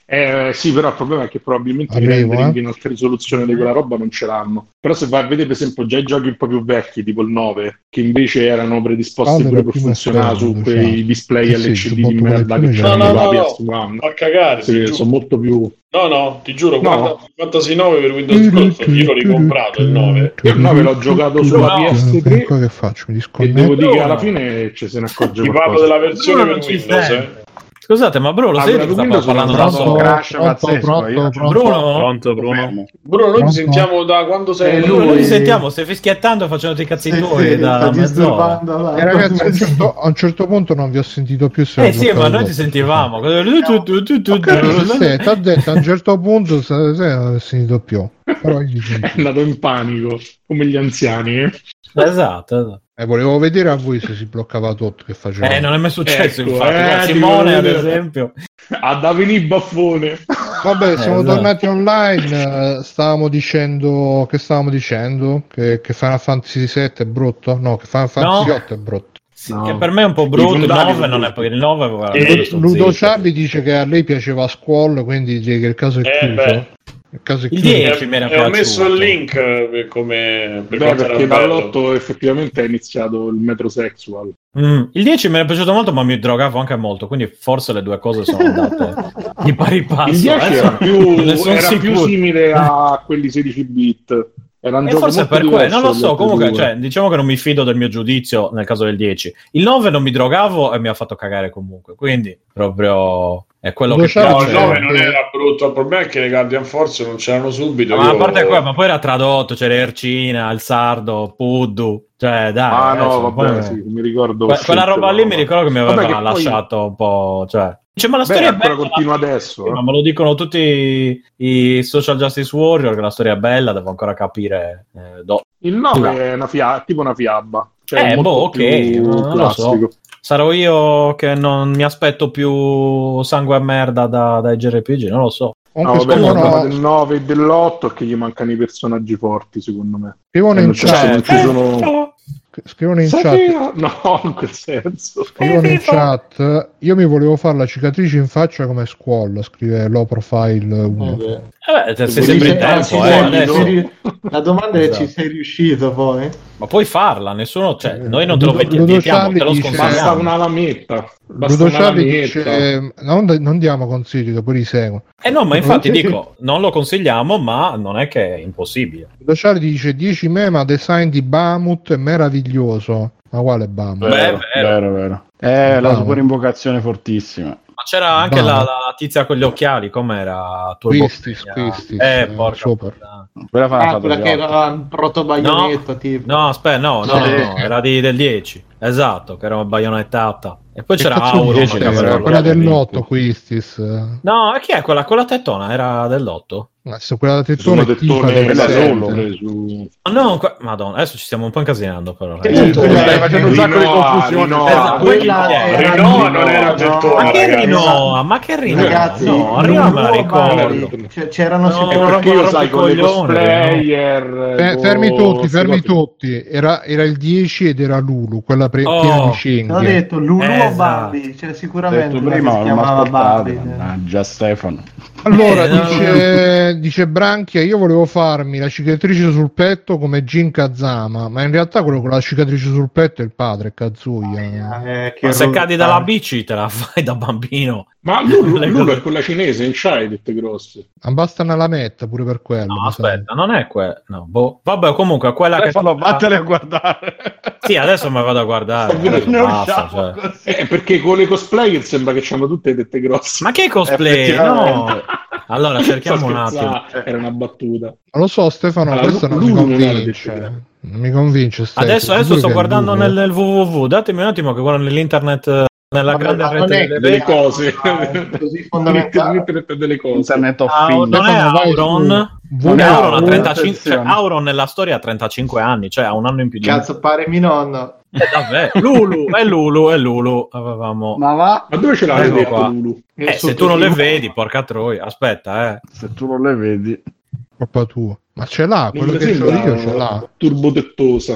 G: Eh, sì, però il problema è che probabilmente
A: Arrivo,
G: i rendering
A: eh.
G: in alta risoluzione di quella roba non ce l'hanno. Però se vai a vedere, per esempio, già i giochi un po' più vecchi, tipo il nove, che invece erano predisposti
A: Vale,
G: pure
A: la
G: per
A: prima
G: funzionare
A: esterna,
G: su quei
A: diciamo.
G: display
A: Eh sì,
G: L C D
A: il
G: di
A: giubbotto
G: merda
A: per
G: che
A: il
B: No,
G: c'erano
B: no,
G: la
B: no,
G: P
B: no,
G: S uno.
B: fa cagare, ti
G: Sì,
B: giuro.
G: sono molto più...
B: No, no, ti giuro,
G: No.
B: guarda Fantasy nove per Windows Plus, io l'ho ricomprato il nove.
G: Io il nove l'ho giocato sulla
D: No.
G: P S tre
A: Qua che faccio? Mi
G: e
A: disconnetto.
G: devo dire che alla
D: Bruno.
G: fine ci se ne accorge
B: Ti parlo
G: qualcosa.
B: della versione
D: Bruno
B: per
D: non ci
B: Windows,
D: sente.
B: eh.
D: Scusate, ma Bruno, lo
G: Ah,
D: sai
G: quella
D: che
G: per
D: sta
G: Windows
D: parlando
G: non
D: da
G: so.
D: solo?
C: crash
A: pronto,
C: pazzesco,
A: pronto,
C: io-
A: pronto.
D: Bruno?
B: Pronto, Bruno?
C: Fermo.
B: Bruno, noi
A: Pronto?
B: ti sentiamo da quando sei?
E: Eh,
D: Bruno, noi
E: lui-
D: ti sentiamo, stai fischiettando e facendo i cazzi
E: Sì,
D: tuoi
E: sì,
D: da
E: sta
D: mezz'ora.
E: disturbando la-
A: Eh, ragazzi, a un, certo, a un certo punto non vi ho sentito più. se
D: Eh
A: ho
D: sì,
A: bloccato
D: ma noi ti
A: tutto.
D: sentivamo. Tu, tu, tu, tu,
A: Ok,
D: tu.
A: sì, ti ho detto a un certo punto se, se non ho sentito più. Però io vi sento.
G: È andato in panico, come gli anziani. eh.
D: Esatto, esatto.
A: Eh, volevo vedere a voi se si bloccava tutto che faceva.
D: Eh, non è mai successo,
G: Ecco,
D: infatti.
G: eh,
D: Guarda,
G: ti
D: Simone,
G: volevo
D: ad
G: dire.
D: esempio.
G: Ha da venire baffone.
A: Vabbè, siamo
D: esatto.
A: tornati online. eh, Stavamo dicendo che stavamo dicendo che, che Final Fantasy sette è brutto? No, che Final Fantasy
D: No.
A: otto è brutto.
D: Sì,
G: No.
D: che per me è un po' brutto. Il
G: fondali
D: nove
G: sono
D: non è
G: brutti.
D: perché il nove aveva
B: Eh,
D: veramente sto
A: Ludo
D: zitto.
A: Charlie dice che a lei piaceva Squall, quindi dice che il caso è
B: Eh,
A: chiuso.
B: beh.
A: Il caso è
D: Il
A: chiuso.
D: dieci mi era
B: E ho
D: piaciuto.
B: messo il link eh, come per
G: Beh,
B: quanto
G: perché
B: era bello.
G: dall'otto effettivamente è iniziato il metrosexual.
D: Mm, il dieci mi era piaciuto molto, ma mi drogavo anche molto, quindi forse le due cose sono andate di pari passo.
G: Il dieci
D: Adesso
G: era più,
D: ne sono
G: era più
D: sicuro.
G: simile a quelli sedici bit. Era un
D: E
G: gioco
D: forse
G: molto
D: per quello,
G: diverso
D: non lo
G: dagli
D: so,
G: altri
D: comunque,
G: due.
D: cioè, diciamo che non mi fido del mio giudizio nel caso del dieci. Il nove non mi drogavo e mi ha fatto cagare comunque, quindi proprio è quello
A: Ludo
D: che
A: Charlie
B: No,
D: piace.
B: il
A: dice-
B: nove non era brutto, il problema è che le Guardian Force non c'erano subito.
D: Ma
B: io-
D: a parte quello, ma poi era tradotto, c'era Ercina, il Sardo, Puddu, cioè dai.
G: Ah
D: adesso,
G: no, vabbè,
D: poi-
G: sì, mi ricordo.
D: Que- quella roba lì mi
G: ma-
D: ricordo che mi
G: Vabbè,
D: aveva
G: che poi-
D: lasciato un po', cioè... Cioè, ma la
G: Beh,
D: storia è
G: ancora
D: bella,
G: continua
D: ma-
G: adesso, eh.
D: ma me lo dicono tutti i, i social justice warrior che la storia è bella, devo ancora capire eh, do-
G: Il nove è una fia- tipo una fiaba. Cioè
D: Eh,
G: è molto
D: boh, ok,
G: più
D: non lo
G: classico.
D: sarò io che non mi aspetto più sangue e merda da, dai J R P G, non lo so.
G: No,
A: Comunque
G: vabbè, il
A: scrivono,
G: problema del nove e dell'otto è che gli mancano i personaggi forti, secondo me.
A: scrivono
G: Eh,
A: in
G: nel senso,
A: chat,
G: non ci sono...
A: scrivono in chat,
G: Sapeva- No, in quel senso.
A: scrivono in chat, io mi volevo fare la cicatrice in faccia come Squall, scrive low profile uno.
E: Eh,
D: Eh, beh, sei
G: Vuol
D: sempre
G: dire-
D: in
E: ah,
D: tempo,
E: ci
D: eh,
E: sei-
D: adesso.
E: ci ri- La domanda è:
D: Esatto.
E: ci sei riuscito poi?
D: Ma puoi farla, nessuno, cioè, noi non te lo
A: Ludo-
D: metti-
A: Ludo
D: vietiamo,
A: Charlie
D: te lo
A: dice-
G: Basta
D: sconsigliamo.
G: una lametta. Basta
A: Ludo
G: una
A: Charlie
G: lametta.
A: dice, non, non diamo consigli, che poi li seguo.
D: Eh no, ma infatti dico, non lo consigliamo, ma non è che è impossibile.
A: Ludo Charlie dice dieci mema design di Bahamut è meraviglioso. Ma quale Bahamut?
D: Beh,
C: Vero,
D: vero.
C: vero, vero. Eh, la
A: Bravo.
C: super invocazione fortissima.
D: Ma c'era anche
A: Bravo.
D: la, la tizia con gli occhiali, com'era? Turbo
A: Quistis,
D: Pigna.
A: Quistis,
D: Eh,
A: eh,
D: porca
A: super.
D: puttana.
C: Quella fa
E: Ah, quella che era un proto-baionetta, tipo.
D: No, aspetta, no, no,
A: Sì.
D: no, no, era di, del dieci. Esatto, che era baionettata. E poi c'era
A: Che cazzo
D: Auron.
A: dice?
D: che
C: cazzo
A: Era
D: aveva-
A: quella
C: quello
A: dell'otto,
C: vinto.
A: Quistis.
D: No, e chi è quella? Quella tettona era dell'otto?
A: Ma se quella da
G: Sono
A: tettone è tifa
G: tettone
A: del
C: quella
A: sette.
C: solo.
G: sempre su...
D: Ah, no, que- madonna, adesso ci stiamo un po' incasinando però.
E: Che
D: ragazzi.
E: tettone?
C: Eh, stai facendo un sacco di
G: Rinoa,
C: confusione.
G: Rinoa.
D: Esatto,
E: Quella
D: chi è?
E: era
B: Rinoa
E: di-
B: non era
E: no,
B: tettone,
D: Ma che
B: ragazzi.
D: Rinoa? Ma che Rinoa?
E: Ragazzi,
D: no, Rinoa me la
E: Rinoa
D: ricordo.
E: Barbie. C- c'erano
D: No,
E: sempre-
G: È
D: roba-
G: perché io
D: roba
G: sai
D: di
G: con le
D: coglione,
G: cosplayer
A: Fe-
G: con-
A: fermi tutti,
G: queste
A: fermi
G: cose-
A: tutti. Era, era il dieci ed era Lulu, quella pre-
D: Oh,
A: piena di
E: Te l'ho
A: cinghie.
E: detto, Lulu
D: Esatto.
E: o Barbie? C'è sicuramente
C: Detto
E: una che
C: prima,
E: si
C: non mi
E: chiamava
C: ascoltate,
E: Barbie.
C: mannaggia Stefano.
A: Allora,
D: Eh, no,
A: dice, dice Branchia, io volevo farmi la cicatrice sul petto come Jin Kazama, ma in realtà quello con la cicatrice sul petto è il padre, Kazuya.
E: Eh, che
D: Ma se
E: ro-
D: cadi dalla
E: ah,
D: bici te la fai da bambino.
G: Ma Lulu,
D: Le
G: Lulu
D: cose-
G: è quella cinese, in Chai, dette grosse.
A: Ma basta una lametta pure per quello.
D: No,
A: mi sa.
D: aspetta, non è quella. No, boh. Vabbè, comunque quella
C: Stefano,
D: che.
C: vattene a guardare.
D: Sì, adesso mi vado a guardare.
G: Sto vedendo,
C: Ne
D: Basta,
C: usciamo
D: cioè.
C: così.
G: Eh, perché con le cosplayer sembra che hanno tutte dette grosse.
D: Ma che cosplay? No.
C: Effettivamente.
D: Allora cerchiamo
G: Sto
D: un attimo.
G: scherzando, Era una battuta.
A: Non lo so, Stefano,
G: Ah,
A: questo non
G: Lulu
A: mi
G: non era
A: convince.
G: detto
A: Non mi convince. Stefano.
D: Adesso, adesso
A: Sicuro
D: sto
A: che è
D: guardando
A: Lulu?
D: nel, nel www. Datemi un attimo che guardo nell'internet, eh, nella
E: Vabbè,
D: grande
E: ma non
D: rete
E: è
D: delle
G: Delle
E: che-
G: cose.
E: Ah, così fondamentale.
G: Internet delle cose.
C: Internet of
D: Ah,
C: Things.
D: non è
A: Stefano, vai
D: Auron.
A: su
D: Non è
A: www.
D: Auron, ha trentacinque, cioè,
C: attenzione.
D: Auron nella storia ha trentacinque anni, cioè ha un anno in più di
E: Cazzo, pare mio nonno.
D: me. Eh, davvero. Lulu, è Lulu, è Lulu. Avevamo.
C: Ma va,
G: Ma dove ce l'hai
D: Ecco
G: detto
D: qua.
G: Lulu?
D: Eh, se tu non le vedi, porca troia. Aspetta, eh.
C: se tu non le vedi.
A: Colpa tua. Ma ce l'ha,
G: Non
A: quello
G: mi
A: che c'ho
G: sembra
A: io ce l'ha.
G: turbotettosa.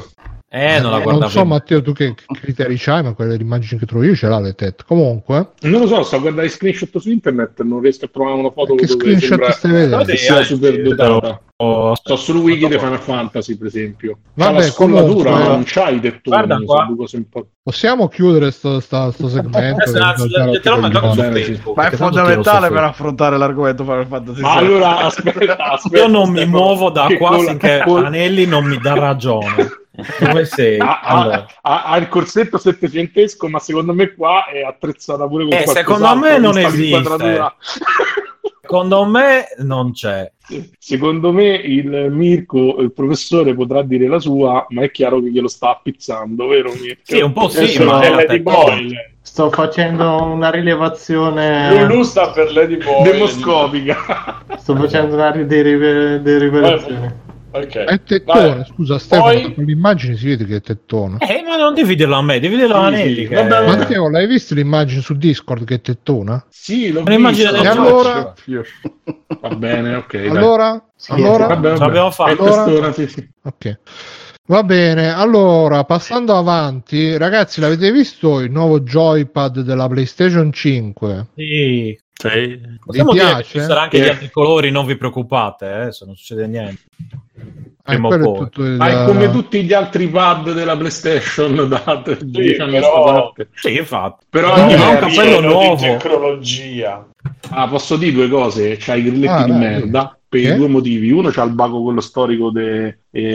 D: Eh, non la
A: non
D: guardavi.
A: so Matteo tu che criteri c'hai, ma quelle immagini che trovo io ce l'ha le tette. Comunque
G: Non lo so, sto a guardare i screenshot su internet, non riesco a trovare una foto
A: che
G: dove
A: screenshot
G: sembra
A: stai vedendo?
G: che sia super dotata.
D: Oh,
G: Sto sul wiki di Final Fantasy, per esempio. C'ha
A: Vabbè,
G: la scollatura,
A: comunque-
G: ma non c'ha i tettoni.
D: Guarda
G: sono
D: qua.
G: due cose un po'.
A: Possiamo chiudere sto, sto, sto segmento?
D: Eh,
A: che
D: anzi,
A: già
D: te lo metto su
G: bene, sì.
D: Facebook,
C: Ma è
D: perché tanto
C: fondamentale
D: tiro su
C: per affrontare l'argomento Final Fantasy
G: Ma
C: sette.
G: allora, aspetta, aspetta.
D: Io non mi
G: Stefano,
D: muovo da
G: che
D: qua
G: col-
D: finché
G: col-
D: Anelli non mi dà ragione. Dove sei?
G: Ha,
D: Allora.
G: ha- ha il corsetto settecentesco, ma secondo me qua è attrezzata pure con
D: Eh,
G: qualcos'altro,
D: secondo me non
G: vista
D: esiste.
G: l'inquadratura.
D: Secondo me non c'è.
G: Secondo me il Mirko, il professore, potrà dire la sua, ma è chiaro che glielo sta appizzando, vero Mirko?
D: Sì, un po' sì,
E: Adesso
D: ma
E: no,
D: è la
B: Lady
D: testa.
B: Boyle.
E: Sto facendo una rilevazione.
B: Lulu sta per Lady Boyle.
G: Demoscopica.
E: Sto facendo una ri- derive- derivazione.
B: Ok.
A: È tettone,
B: Vai.
A: scusa Stefano,
B: Poi-
A: con l'immagine si vede che è tettone.
D: Eh, ma non devi dirlo a me, devi dirlo a
G: Sì,
D: Anelli.
G: sì,
D: che...
G: vabbè, vabbè.
A: Matteo, l'hai visto l'immagine su Discord che è tettona?
G: Sì, l'ho
D: Un'immagine
G: visto.
D: del
A: E allora?
G: Va bene, ok. dai.
A: Allora?
E: Sì,
A: allora?
G: Vabbè,
D: Ce
G: vabbè.
D: l'abbiamo fatto.
G: È quest'ora, sì, sì.
A: Ok. Va bene, allora, passando avanti, ragazzi, l'avete visto il nuovo joypad della PlayStation cinque?
D: Sì.
F: Sì.
D: Possiamo
A: Vi
D: dire
A: piace?
D: che ci saranno anche
G: Che-
D: gli altri colori, non vi preoccupate, eh, se non succede niente.
A: Ah,
D: Prima o
A: quello è
D: poi.
A: tutto il-
G: Ma è come tutti gli altri pad della PlayStation da dieci anni a
B: però-
G: sta parte.
D: Sì, infatti.
G: Però
A: No,
G: è
D: ma un
G: diverso.
D: cappello
B: pieno di
D: nuovo.
B: tecnologia.
G: Ah, posso dire due cose? C'hai i grilletti
A: Ah,
G: di
A: dai.
G: merda per
A: Che?
G: due motivi. Uno c'ha il baco quello storico dei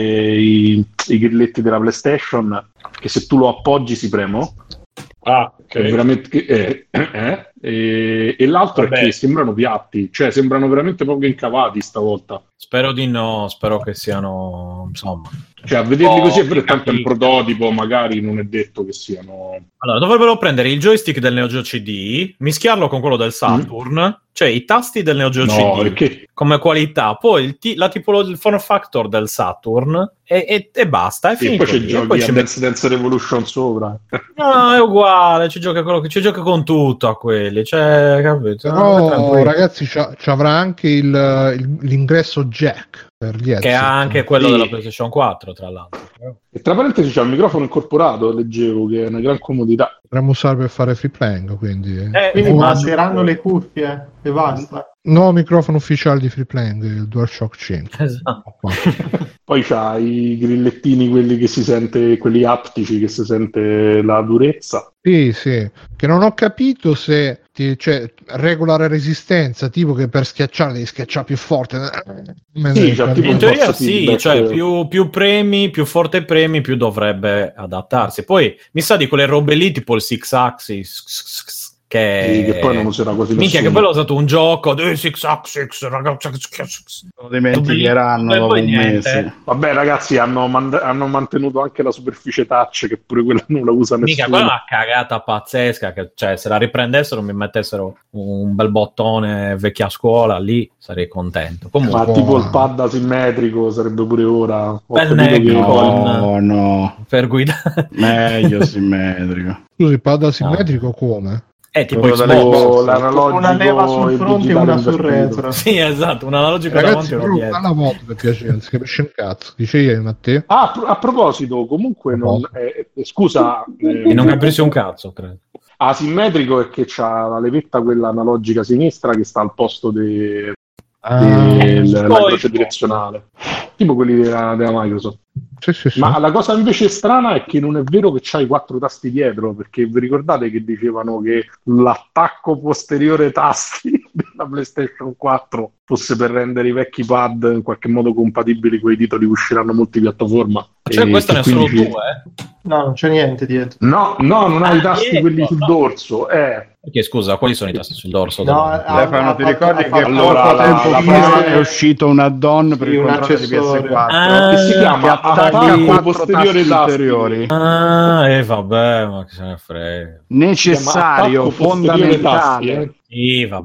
G: i, i grilletti della PlayStation, che se tu lo appoggi si premono.
B: Ah, ok.
G: È veramente, eh, eh, e, e l'altro
B: Vabbè.
G: è che sembrano piatti, cioè sembrano veramente poco incavati stavolta.
D: Spero di no, spero che siano, insomma.
G: Cioè, a vederli
D: Oh,
G: così è vero, tanto il
D: capito.
G: prototipo, magari non è detto che siano.
D: Allora, dovrebbero prendere il joystick del Neo Geo C D, mischiarlo con quello del Saturn, cioè i tasti del Neo Geo
G: No,
D: C D
G: perché
D: come qualità, poi il ti- la tipologia, il form factor del Saturn e, e- e basta, è
G: e
D: finito
G: poi c'è
D: lì. E
G: giochi
D: poi
G: a
D: ci
G: Dance Dance Revolution sopra.
D: No, è uguale, ci gioca, quello che, ci gioca con tutto a quelli, cioè, capito?
A: Però,
D: Tranquillo.
A: ragazzi, c'ha- c'avrà anche il, il- l'ingresso jack per gli
D: Che
A: headset.
D: ha anche quello
G: Sì.
D: della PlayStation quattro, tra l'altro.
G: E tra parentesi c'è il microfono incorporato, leggevo, che è una gran comodità.
A: Potremmo usare per fare free playing, quindi...
D: Eh,
E: Quindi
A: Oh,
E: passeranno le cuffie e basta.
A: nuovo microfono ufficiale di free playing, il DualShock cinque.
D: Esatto.
A: Qua.
G: Poi c'ha i grillettini, quelli che si sente, quelli aptici, che si sente la durezza.
A: Sì, sì, che non ho capito se ti, cioè, regola la resistenza, tipo che per schiacciare devi schiacciare più forte.
G: Sì, c'ha tipo
D: In
G: un
D: teoria
G: forza
D: sì,
G: feedback.
D: cioè più, più premi, più forte premi, più dovrebbe adattarsi. Poi mi sa di quelle robe lì, tipo il Six Axis, che,
G: Sì, che poi non userà quasi
D: minchia, che
G: nessuno.
D: poi l'ho usato un gioco, eh, Six Axis, ragazzi,
C: Lo dimenticheranno
D: E
C: dopo
D: poi
C: un
D: niente.
C: mese.
G: Vabbè, ragazzi, hanno, mand- hanno mantenuto anche la superficie touch, che pure quella non la usa
D: Mica,
G: nessuno.
D: quella è una cagata pazzesca, che, cioè se la riprendessero mi mettessero un bel bottone vecchia scuola, lì sarei contento. Comunque,
G: Ma tipo il pad asimmetrico sarebbe pure ora. Ho
D: Bel
G: capito che
D: neck,
G: poi-
C: No, no,
D: per guidare
C: meglio simmetrico.
A: Scusi, pad asimmetrico come?
D: è tipo
C: Quello delle-
D: Xbox.
G: Tipo l'analogico
E: Una leva sul
G: e
E: fronte e
G: digitale
E: una sul
G: invertito.
E: retro.
D: Sì, esatto, un analogico
A: Ragazzi,
D: davanti e uno
A: però
D: dietro.
A: alla moto per piacere, non si capisce un cazzo. Dice io, Matteo.
G: Ah, a, pro- a proposito, comunque, non, eh, eh, scusa, eh,
D: E non capisci un cazzo, credo.
G: asimmetrico è che c'ha la levetta quella analogica sinistra che sta al posto de-
A: Ah,
G: del- della
D: poi-
G: croce direzionale, tipo quelli della, della Microsoft.
A: sì, sì, sì.
G: Ma la cosa invece strana è che non è vero che c'hai i quattro tasti dietro, perché vi ricordate che dicevano che l'attacco posteriore tasti della PlayStation quattro fosse per rendere i vecchi pad in qualche modo compatibili con i titoli che usciranno multipiattaforma?
D: Cioè,
G: E
D: questo
G: che
D: ne è solo
G: quindi-
D: due, eh?
E: No, non c'è niente dietro.
G: No, no, non hai i
D: Ah,
G: tasti
D: dietro,
G: quelli sul
D: no.
G: dorso, eh.
D: Perché scusa, quali sono i tasti sul dorso?
E: No,
D: Dove-
E: ha-
C: Stefano,
E: ha
C: ti
E: fatto-
C: ricordi
E: ha
C: che
E: fatto
G: allora
E: poco
G: la-
E: tempo
G: la
E: fa
G: base-
C: è uscito un add-on per
E: Sì,
C: il
E: un
C: controllo di P S
E: accessorio.
C: quattro
D: Ah,
G: Che si chiama
C: che attacca
G: attacco
C: quattro
G: posteriore
C: tasti
G: tasti.
C: ulteriori.
D: Ah, e vabbè, ma che se ne frega.
C: Necessario,
G: Si chiama attacco posteriore
C: fondamentale.
G: tasti, eh.
D: Sì, vabbè.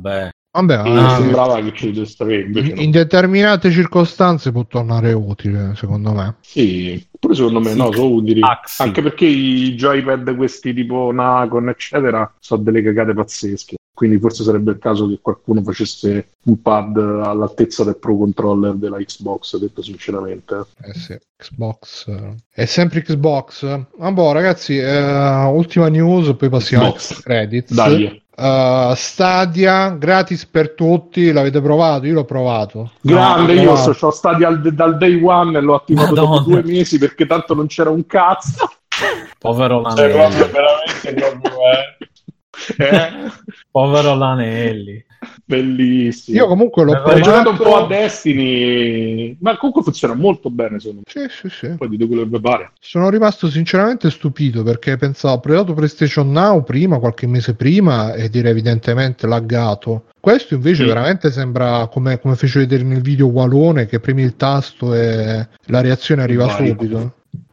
A: Vabbè,
G: E
A: ah,
G: sembrava che ci dovesse avere, invece
A: in,
G: no.
A: in determinate circostanze può tornare utile, secondo me.
G: Sì, pure secondo me
D: Sì,
G: no, sono utili.
D: Axi.
G: Anche perché i joypad questi tipo Nacon, eccetera, sono delle cagate pazzesche. Quindi forse sarebbe il caso che qualcuno facesse un pad all'altezza del Pro Controller della Xbox, detto sinceramente.
A: Eh sì, Xbox. eh. È sempre Xbox. Ah, boh, ragazzi, eh, ultima news, poi passiamo ai
G: Xbox.
A: credits.
G: Dai.
A: Uh, Stadia gratis per tutti, l'avete provato? Io l'ho provato.
G: Grande,
A: No,
G: io
A: provato.
G: so, sono stati al, dal day one e l'ho attivato
D: Madonna.
G: dopo due mesi perché tanto non c'era un cazzo.
D: Povero
B: Cioè, proprio
D: Lanelli.
B: veramente proprio, eh.
G: Eh?
D: Povero Lanelli.
G: Bellissimo.
A: Io comunque l'ho
D: Ho
G: Ho
A: provato.
G: giocato un po' a Destiny, ma comunque funziona molto bene, secondo me.
A: Sì, sì, sì.
G: Poi dite quello che vi pare.
A: Sono rimasto sinceramente stupito perché pensavo, ho provato PlayStation Now prima, qualche mese prima, e direi evidentemente laggato. Questo invece
G: Mm.
A: veramente sembra come, come fece vedere nel video Walone, che premi il tasto e la reazione arriva
G: Vai.
A: subito.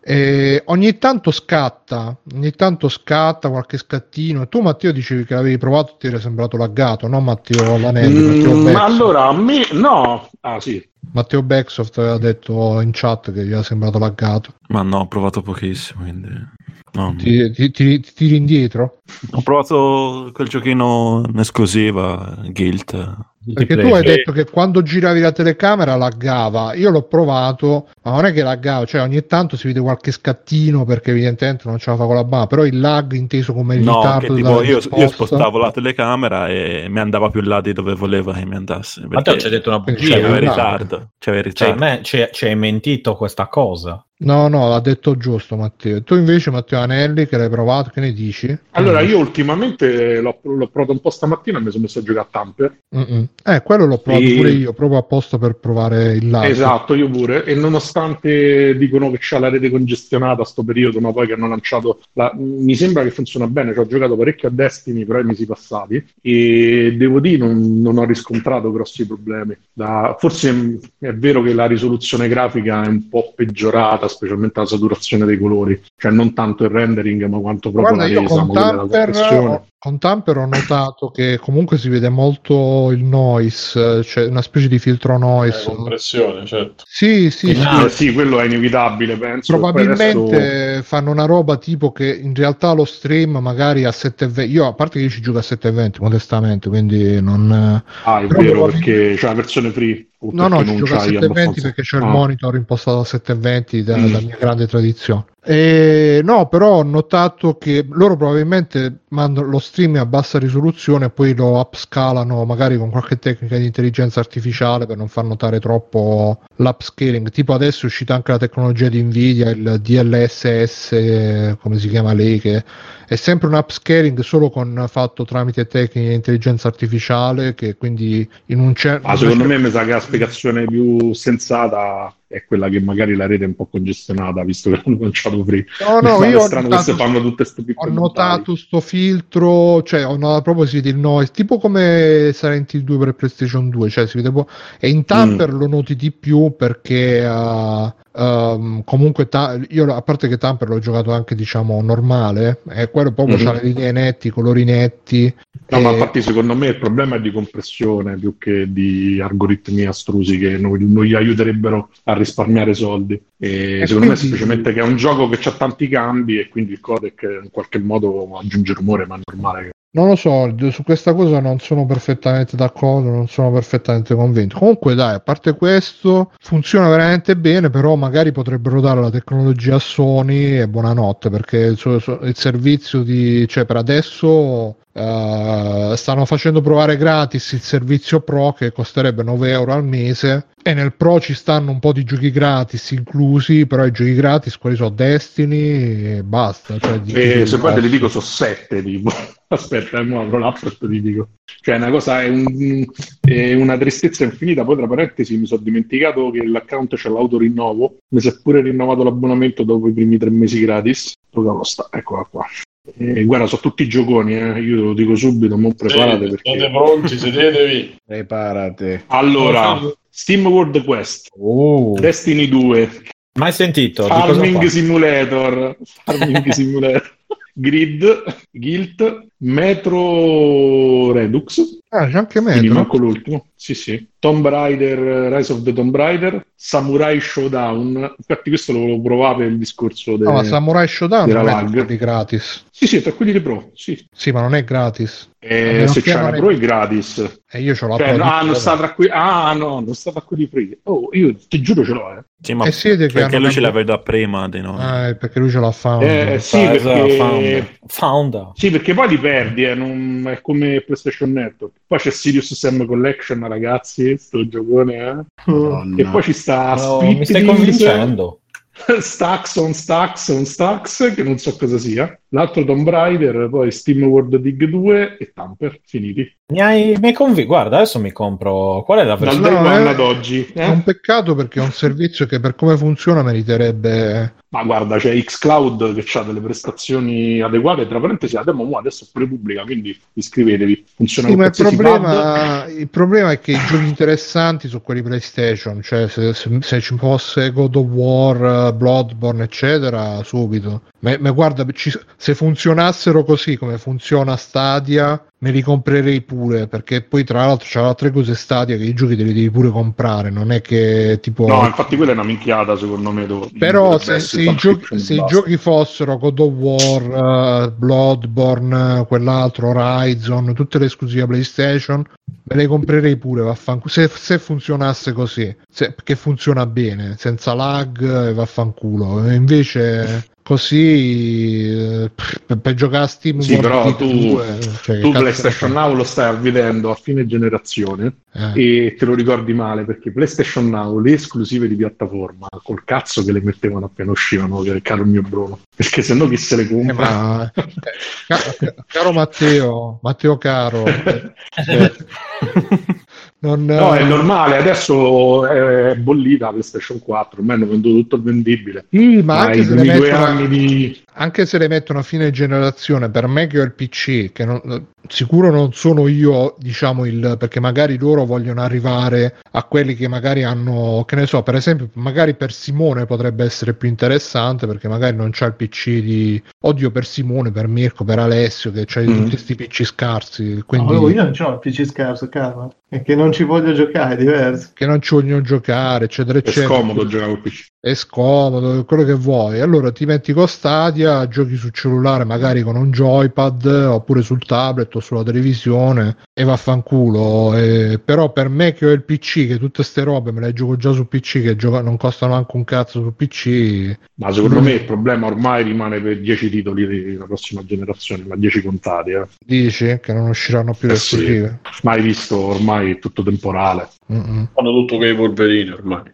A: E ogni tanto scatta, ogni tanto scatta qualche scattino. E tu, Matteo, dicevi che l'avevi provato e ti era sembrato laggato, no? Matteo Lanelli, Matteo
G: Mm,
A: Becksoft.
G: allora, a me no. Ah, sì.
A: Matteo Becksoft aveva detto in chat che gli era sembrato laggato.
F: Ma no, ho provato pochissimo, quindi... no.
A: Ti, ti, ti, ti tiri indietro?
F: Ho provato quel giochino in esclusiva, Guilt.
A: Perché tu hai detto che quando giravi la telecamera laggava. Io l'ho provato, ma non è che laggava, cioè ogni tanto si vede qualche scattino perché evidentemente non ce la fa con la banda, però il lag inteso come il
F: No,
A: ritardo
F: che
A: della
F: tipo io,
A: risposta.
F: io spostavo la telecamera e mi andava più in là di dove voleva che mi andasse.
D: Ma te
F: Perché
D: ci hai detto una
A: Quindi
D: bugia.
F: c'aveva
A: c'avevi
F: il
A: il lag.
F: ritardo. C'aveva il
D: Cioè,
F: ritardo.
D: me, ci, ci hai mentito questa cosa.
A: No, no, l'ha detto giusto Matteo. Tu invece, Matteo Anelli, che l'hai provato, che ne dici? Che
G: Allora,
A: ne
G: io
A: dici?
G: ultimamente l'ho, l'ho provato un po' stamattina e mi sono messo a giocare a Tamper.
A: Mm-mm. Eh, quello l'ho provato
G: E-
A: pure io, proprio apposta per provare il lag.
G: Esatto, io pure. E nonostante dicono che c'ha la rete congestionata a sto periodo, ma poi che hanno lanciato la... mi sembra che funziona bene. Ci ho giocato parecchio a Destiny però i mesi passati e devo dire non, non ho riscontrato grossi problemi. Da- Forse è vero che la risoluzione grafica è un po' peggiorata, specialmente la saturazione dei colori, cioè non tanto il rendering, ma quanto proprio
A: Guarda,
G: la
A: io
G: resa,
A: con
G: ma quella della
A: Tamper,
G: compressione.
A: ho, con Tamper ho notato che comunque si vede molto il noise, cioè una specie di filtro
B: Eh,
A: noise.
B: compressione, certo.
A: Sì, sì, sì.
G: Eh, sì, quello è inevitabile, penso. E poi
A: Probabilmente
G: adesso...
A: fanno una roba tipo che in realtà lo stream magari a settecentoventi, io a parte che io ci gioco a settecentoventi modestamente, quindi non...
G: Ah, è
A: però
G: vero,
A: probabilmente-
G: perché c'è la versione free, o
A: No, no,
G: perché
A: ci
G: non
A: gioco a
G: c'hai
A: settecentoventi
G: abbastanza...
A: perché c'è il
G: Ah.
A: monitor impostato a settecentoventi da,
G: Mm.
A: da mia grande tradizione. E, no, però ho notato che loro probabilmente mandano lo stream a bassa risoluzione e poi lo upscalano magari con qualche tecnica di intelligenza artificiale per non far notare troppo l'upscaling. Tipo adesso è uscita anche la tecnologia di Nvidia, il D L S S, come si chiama lei, che è sempre un upscaling solo con fatto tramite tecniche di intelligenza artificiale, che quindi in un certo...
G: Ah, secondo me mi sa che la spiegazione più sensata è quella che magari la rete è un po' congestionata, visto che l'hanno lanciato free.
A: No,
G: Mi
A: no,
G: pare
A: io ho
G: strano che si
A: notato,
G: fanno tutte queste
A: ho
G: piccole
A: notato sto filtro, cioè ho notato proprio si vede il noise, tipo come Silent Hill due per PlayStation due, cioè si vede po- e in Tamper
G: Mm.
A: lo noti di più perché uh, um, comunque ta- io a parte che Tamper l'ho giocato anche diciamo normale, e quello proprio
G: Mhm.
A: c'ha le linee netti, i colori netti.
G: No, ma
A: e-
G: infatti secondo me il problema è di compressione più che di algoritmi astrusi che non, non gli aiuterebbero a risparmiare soldi. E
A: E
G: secondo me è
A: quindi-
G: semplicemente che è un gioco che ha tanti cambi e quindi il codec in qualche modo aggiunge rumore, ma è normale che...
A: Non lo so, su questa cosa non sono perfettamente d'accordo, non sono perfettamente convinto. Comunque dai, a parte questo, funziona veramente bene, però magari potrebbero dare la tecnologia a Sony e buonanotte, perché il, suo- suo- il servizio di... cioè per adesso eh, stanno facendo provare gratis il servizio Pro che costerebbe nove euro al mese e nel Pro ci stanno un po' di giochi gratis inclusi, però i giochi gratis quelli sono Destiny e basta. Cioè di
G: E
A: titoli
G: se poi te li
A: grossi.
G: dico sono sette, tipo. Aspetta, mo apro l'app e te li dico. Cioè, è una cosa, è, un- è una tristezza infinita. Poi, tra parentesi, mi sono dimenticato che l'account c'è l'autorinnovo. Mi si è pure rinnovato l'abbonamento dopo i primi tre mesi gratis. Dove cavolo sta? Eccola qua. E, guarda, sono tutti gioconi, eh. Io te lo dico subito, non preparate
B: Siete, siete
G: perché...
B: pronti, sedetevi.
C: Preparate.
G: Allora, Steam World Quest,
D: Uh,
G: Destiny due,
D: mai sentito? Di cosa
G: Farming
D: parli?
G: Simulator, Farming Simulator, Grid, Guild, Metro Redux,
A: Ah, c'è anche
G: quindi
A: Metro.
G: manco l'ultimo. Sì, sì. Tomb Raider, Rise of the Tomb Raider, Samurai Showdown. Infatti questo lo volevo provare per il discorso
A: No, ma
G: de-
A: Samurai Showdown
G: della
A: non è tra
G: lag.
A: quelli gratis.
G: Sì, sì, è tra quelli di Pro, sì.
A: Sì, ma non è gratis. A
G: Eh,
A: meno
G: se
A: che
G: c'è
A: non
G: una
A: è-
G: Pro è gratis.
A: E io ce l'ho
G: Cioè,
A: Pro
G: no,
A: di
G: ah, non
A: Pro.
G: sta tra quelli. Ah, no, non sta tra quelli free. Oh, io ti giuro ce l'ho, eh.
F: Sì, ma
A: Eh, siete che
F: perché
A: hanno
F: lui ce
A: una-
F: l'aveva prima di noi.
A: Ah, è perché lui ce l'ha fatto.
G: Eh, sì,
D: Ah, esatto,
G: perché...
D: Founder. Founder.
G: Sì, perché poi li perdi, eh, non- è come PlayStation Network. Poi c'è Sirius Sam Collection, ragazzi, sto giocone, eh.
C: Madonna.
G: E poi ci sta
D: No,
G: Split
D: mi stai
G: Wings,
D: convincendo.
G: Stacks on Stacks on Stacks, che non so cosa sia. L'altro Tomb Raider, poi Steam World Dig due e Tamper, finiti.
D: Mi hai, mi hai convinto. Guarda, adesso mi compro. Qual è la
G: Dal
D: versione?
A: No,
G: day one
A: è-
G: ad oggi.
A: È un
G: Eh?
A: peccato perché è un servizio che per come funziona meriterebbe.
G: Ma guarda, c'è xCloud che ha delle prestazioni adeguate, tra parentesi, la demo mo adesso è pure pubblica, quindi iscrivetevi. Funziona
A: Sì,
G: con
A: ma il
G: qualsiasi pad.
A: problema, il problema è che i giochi interessanti sono quelli PlayStation, cioè se, se- se ci fosse God of War, Bloodborne, eccetera, subito. Ma, ma guarda, ci- se funzionassero così come funziona Stadia, me li comprerei pure, perché poi tra l'altro c'ha altre cose Stadia che i giochi te li devi pure comprare, non è che tipo...
G: No, infatti quella è una minchiata, secondo me. dove-
A: Però
G: dovrebbe
A: se,
G: essere
A: se i, giochi,
G: subscription
A: se i
G: basta.
A: giochi fossero God of War, uh, Bloodborne, uh, quell'altro, Horizon, tutte le esclusive PlayStation, me le comprerei pure, vaffanculo. Se, se funzionasse così, se, che funziona bene, senza lag, e vaffanculo. E invece così eh, per, per giocare a Steam
G: Sì,
A: World
G: però
A: Dig
G: tu,
A: due, cioè, che
G: tu
A: cazzo
G: PlayStation
A: ne fa?
G: Now lo stai avvedendo a fine generazione
A: Eh.
G: e te lo ricordi male perché PlayStation Now, le esclusive di piattaforma, col cazzo che le mettevano appena uscivano, caro il mio Bruno, perché se no chi se le
A: Eh,
G: compra?
A: ma, eh, ca- caro Matteo, Matteo caro, eh, non,
G: No, è
A: eh,
G: normale, adesso è bollita la PlayStation quattro, ormai hanno venduto tutto il vendibile.
A: sì, ma
G: Ma
A: anche
G: i
A: se, le
G: primi due
A: mettono,
G: anni di...
A: anche se le mettono a fine generazione, per me che ho il P C, che non, sicuro non sono io, diciamo, il perché magari loro vogliono arrivare a quelli che magari hanno, che ne so, per esempio, magari per Simone potrebbe essere più interessante perché magari non c'ha il P C di, oddio, per Simone, per Mirko, per Alessio, che c'ha
G: Mm.
A: tutti questi P C scarsi, quindi
E: No, io non c'ho il P C scarso, calma. È che non ci voglio giocare, è diverso.
A: che non ci vogliono giocare, eccetera,
G: È
A: eccetera.
G: scomodo giocare col P C.
A: È scomodo, quello che vuoi. Allora ti metti con Stadia, giochi sul cellulare, magari con un joypad, oppure sul tablet o sulla televisione, e vaffanculo. Eh, però per me che ho il P C, che tutte ste robe me le gioco già sul P C, che gioca- non costano anche un cazzo sul P C.
G: Ma secondo me il problema ormai rimane per dieci titoli della prossima generazione, ma dieci contati, eh.
A: Dici che non usciranno più le
G: Eh sì.
A: esclusive?
G: Mai visto, ormai è tutto temporale.
A: Mm-mm.
B: Fanno tutto che i Wolverine ormai.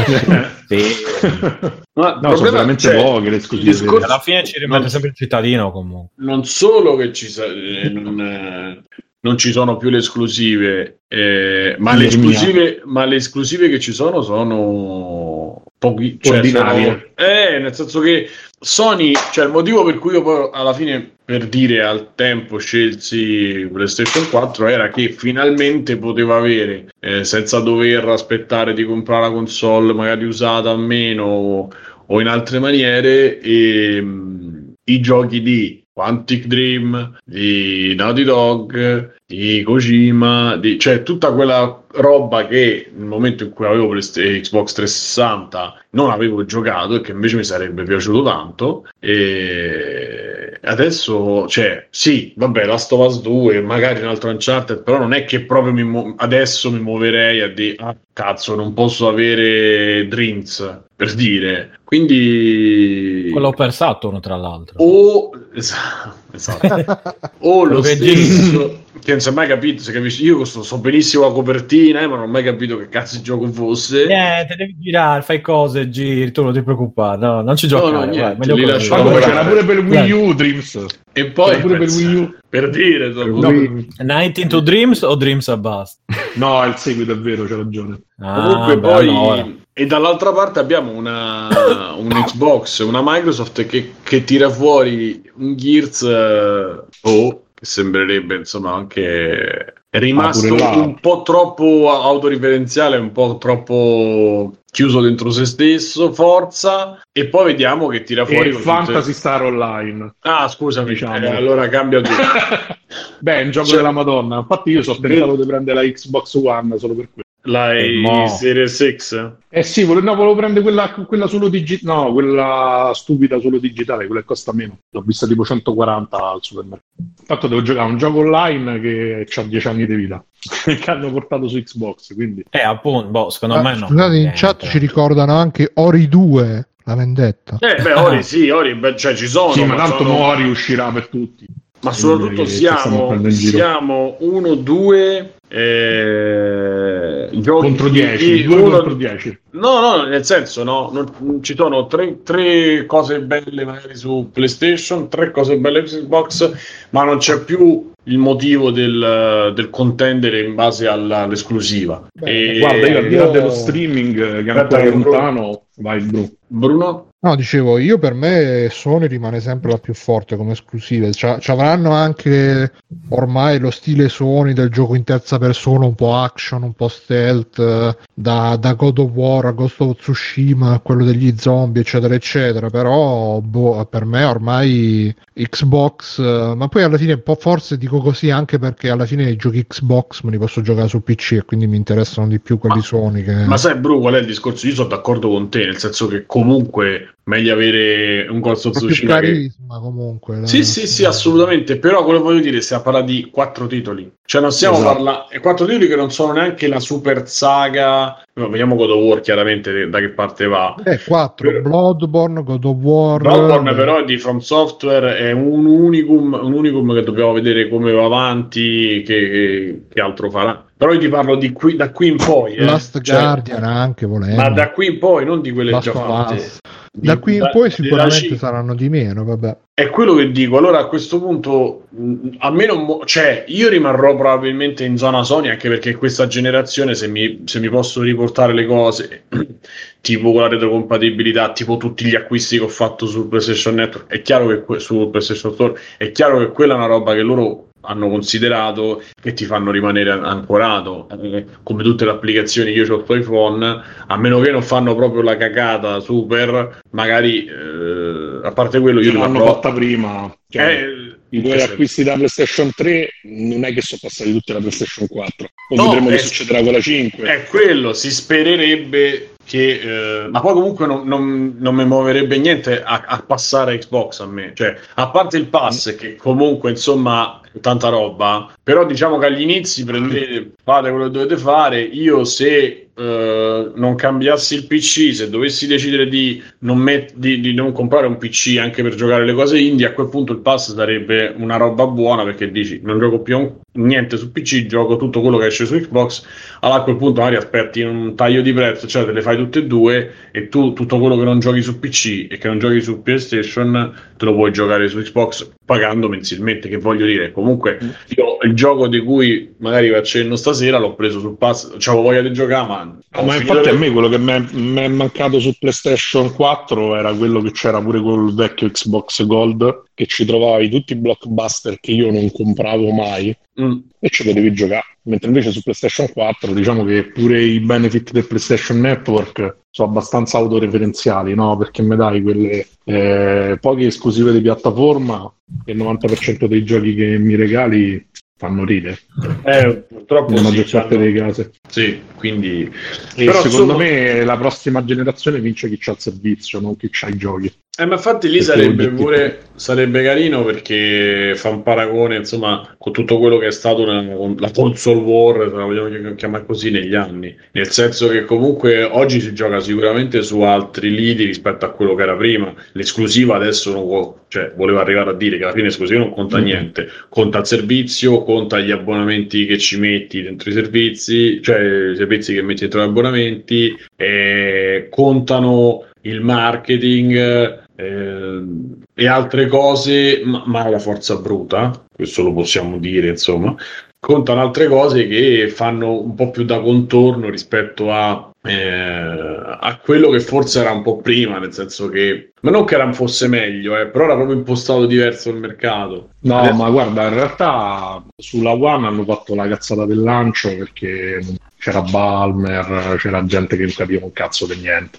B: Ma il
G: No, sono
B: problema-
G: veramente
B: cioè,
G: poche le
B: il
G: esclusive.
B: discorso-
D: Alla fine ci rimane
B: non-
D: sempre il cittadino comunque.
B: non solo che ci sa- eh, non, eh, non ci sono più le esclusive, eh, ma, le
G: Mamma mia.
B: esclusive ma le esclusive che ci sono sono pochi, cioè
G: Ordinarie.
B: sono- eh, nel senso che Sony, cioè il motivo per cui io poi alla fine, per dire, al tempo scelsi PlayStation quattro era che finalmente poteva avere, eh, senza dover aspettare di comprare la console magari usata o meno o, o in altre maniere, e, mh, i giochi di Quantic Dream, di Naughty Dog, di Kojima, di, cioè tutta quella roba che nel momento in cui avevo Playsta- Xbox trecentosessanta non avevo giocato e che invece mi sarebbe piaciuto tanto. E adesso, cioè, sì, vabbè, Last of Us due, magari un altro Uncharted, però non è che proprio mi mu- adesso mi muoverei a dire, ah, cazzo, non posso avere Dreams, per dire. Quindi...
D: Quello per Saturn, tra l'altro.
B: O... Esatto, esatto. o lo
D: Quello che
B: stesso... Che non si è mai capito, se capisci, io so, so benissimo la copertina, eh, ma non ho mai capito che cazzo di gioco fosse.
D: Niente, devi girare, fai cose, giri, tu non ti preoccupare, no, non ci
B: No,
D: giocare.
B: no,
D: vai,
B: niente,
D: meglio
B: li
D: così.
B: lascio
G: Ma come
B: lavorare.
G: c'era pure per Wii U Dreams?
B: E poi
G: C'era pure per
B: pensa-
G: Wii U.
B: per dire, insomma,
G: No,
D: Night into Dreams o Dreams a basta?
G: no, è il seguito, è vero, c'è ragione.
D: Ah,
B: comunque
D: beh,
B: poi
D: allora.
B: e dall'altra parte abbiamo una un Xbox, una Microsoft che, che tira fuori un Gears, eh, oh, che sembrerebbe insomma anche è rimasto
G: Ah, pure là.
B: un po' troppo autoriferenziale, un po' troppo chiuso dentro se stesso, forza, e poi vediamo che tira fuori
G: e Fantasy tutte... Star Online.
B: Ah, scusami, diciamo. eh, allora cambia tutto.
G: Beh, è un gioco cioè... della Madonna. Infatti io so pensato di prendere la Xbox One solo per quello.
B: La
G: eh,
B: Series X?
G: Eh sì, volevo, no, volevo prendere quella, quella solo digitale, no, quella stupida solo digitale, quella che costa meno. L'ho vista tipo centoquaranta al supermercato. Intanto devo giocare a un gioco online che ha dieci anni di vita, che hanno portato su Xbox, quindi...
D: Eh, appunto, boh, secondo ah, me no.
A: Scusate, in chat ci ricordano anche Ori due, la vendetta.
B: Eh, beh, Ori sì, Ori, beh, cioè ci sono.
G: Sì, ma tanto
B: sono...
G: Ori uscirà per tutti.
B: Ma soprattutto siamo, siamo uno, due... Eh,
G: contro dieci, due contro dieci.
B: No, no, nel senso, no, non, ci sono tre, tre cose belle magari su PlayStation, tre cose belle su Xbox, ma non c'è più il motivo del, del contendere in base alla, all'esclusiva.
G: Beh, e... Guarda, io al di là dello streaming che è ancora lontano, vai Bruno.
B: Bruno?
A: No, dicevo, io per me Sony rimane sempre la più forte come esclusive. Ci avranno anche ormai lo stile Sony del gioco in terza persona, un po' action, un po' stealth, da, da God of War a Ghost of Tsushima, quello degli zombie, eccetera, eccetera. Però boh, per me ormai Xbox, ma poi alla fine un po' forse dico così anche perché alla fine i giochi Xbox me li posso giocare su P C e quindi mi interessano di più quelli
B: ma,
A: Sony. Che...
B: Ma sai, Bru, qual è il discorso? Io sono d'accordo con te, nel senso che comunque meglio avere un Ghost of Tsushima
A: più carisma che... comunque la...
B: sì sì sì assolutamente, però quello che voglio dire, stiamo parlando di quattro titoli, cioè non stiamo esatto. parlando quattro titoli che non sono neanche la super saga. No, vediamo God of War chiaramente da che parte va.
A: Eh, quattro per... Bloodborne, God of War.
B: Bloodborne però è di From Software, è un unicum, un unicum che dobbiamo vedere come va avanti, che, che, che altro farà. Però io ti parlo di qui, da qui in poi. Eh.
A: Last
B: cioè,
A: Guardian anche volendo.
B: Ma da qui in poi, non di quelle
A: Last
B: già fatte.
A: Di, da qui in da, poi sicuramente saranno di meno, vabbè.
B: È quello che dico. Allora a questo punto a me non mo- cioè io rimarrò probabilmente in zona Sony, anche perché questa generazione, se mi, se mi posso riportare le cose tipo con la retrocompatibilità, tipo tutti gli acquisti che ho fatto sul PlayStation Network, è chiaro che que- sul PlayStation Store, è chiaro che quella è una roba che loro hanno considerato, che ti fanno rimanere ancorato, eh, come tutte le applicazioni che io ho su iPhone, a meno che non fanno proprio la cagata super, magari eh, a parte quello io
G: l'hanno fatta prima, cioè,
B: eh,
G: i tuoi acquisti da PlayStation tre non è che sono passati tutti alla PlayStation quattro, o
B: no,
G: vedremo
B: è,
G: che succederà con la cinque.
B: È quello, si spererebbe che eh, ma poi comunque non, non, non mi muoverebbe niente a, a passare a Xbox a me, cioè a parte il pass che comunque insomma tanta roba, però diciamo che agli inizi prendete, fate quello che dovete fare. Io se Uh, non cambiassi il P C, se dovessi decidere di non, met- di, di non comprare un P C anche per giocare le cose indie, a quel punto il pass sarebbe una roba buona, perché dici non gioco più un- niente su P C, gioco tutto quello che esce su Xbox. Allora a quel punto magari aspetti un taglio di prezzo, cioè te le fai tutte e due, e tu tutto quello che non giochi su P C e che non giochi su PlayStation te lo puoi giocare su Xbox pagando mensilmente, che voglio dire, comunque io il gioco di cui magari vi accenno stasera l'ho preso sul pass, c'avevo voglia di giocare, ma
G: No, ma infatti a me quello che mi è mancato su PlayStation quattro era quello che c'era pure col vecchio Xbox Gold, che ci trovavi tutti i blockbuster che io non compravo mai mm. e ci potevi giocare, mentre invece su PlayStation quattro diciamo che pure i benefit del PlayStation Network sono abbastanza autoreferenziali, no? Perché mi dai quelle eh, poche esclusive di piattaforma e il novanta per cento dei giochi che mi regali fanno ridere,
B: eh, purtroppo
G: nella maggior
B: sì,
G: parte dei casi.
B: Sì, quindi
G: e però secondo insomma... me la prossima generazione vince chi c'ha il servizio, non chi c'ha i giochi.
B: Eh, ma infatti lì perché sarebbe pure sarebbe carino, perché fa un paragone insomma con tutto quello che è stato una, la console war, se la vogliamo chiamare così, negli anni, nel senso che comunque oggi si gioca sicuramente su altri lidi rispetto a quello che era prima. L'esclusiva adesso non può, cioè volevo arrivare a dire che alla fine l'esclusiva non conta mm-hmm. niente, conta il servizio, conta gli abbonamenti che ci metti dentro i servizi, cioè i servizi che metti dentro gli abbonamenti, e contano il marketing eh, e altre cose, ma, ma la forza bruta, questo lo possiamo dire, insomma, contano altre cose che fanno un po' più da contorno rispetto a, eh, a quello che forse era un po' prima, nel senso che, ma non che era fosse meglio, eh, però era proprio impostato diverso il mercato.
G: No,
B: Adesso...
G: ma guarda, in realtà sulla One hanno fatto la cazzata del lancio, perché c'era Balmer, c'era gente che non capiva un cazzo di niente,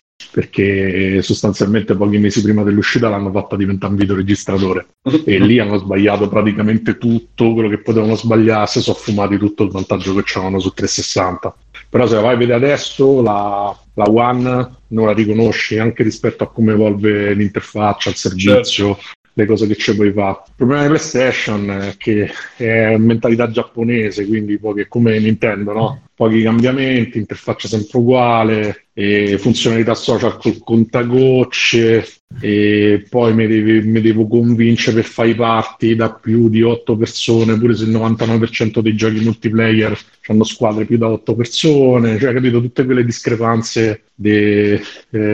G: perché sostanzialmente pochi mesi prima dell'uscita l'hanno fatta diventare un videoregistratore e lì hanno sbagliato praticamente tutto quello che potevano sbagliare, si sono fumati tutto il vantaggio che c'erano su trecentosessanta. Però se la vai a vedere adesso la, la One non la riconosci anche rispetto a come evolve l'interfaccia, il servizio, certo, le cose che ci puoi fare. Il problema di PlayStation è che è mentalità giapponese, quindi pochi, come Nintendo, no? Pochi cambiamenti, interfaccia sempre uguale, e funzionalità social col contagocce, e poi mi, devi, mi devo convincere per fare i party da più di otto persone, pure se il novantanove per cento dei giochi multiplayer hanno squadre più da otto persone, cioè capito, tutte quelle discrepanze delle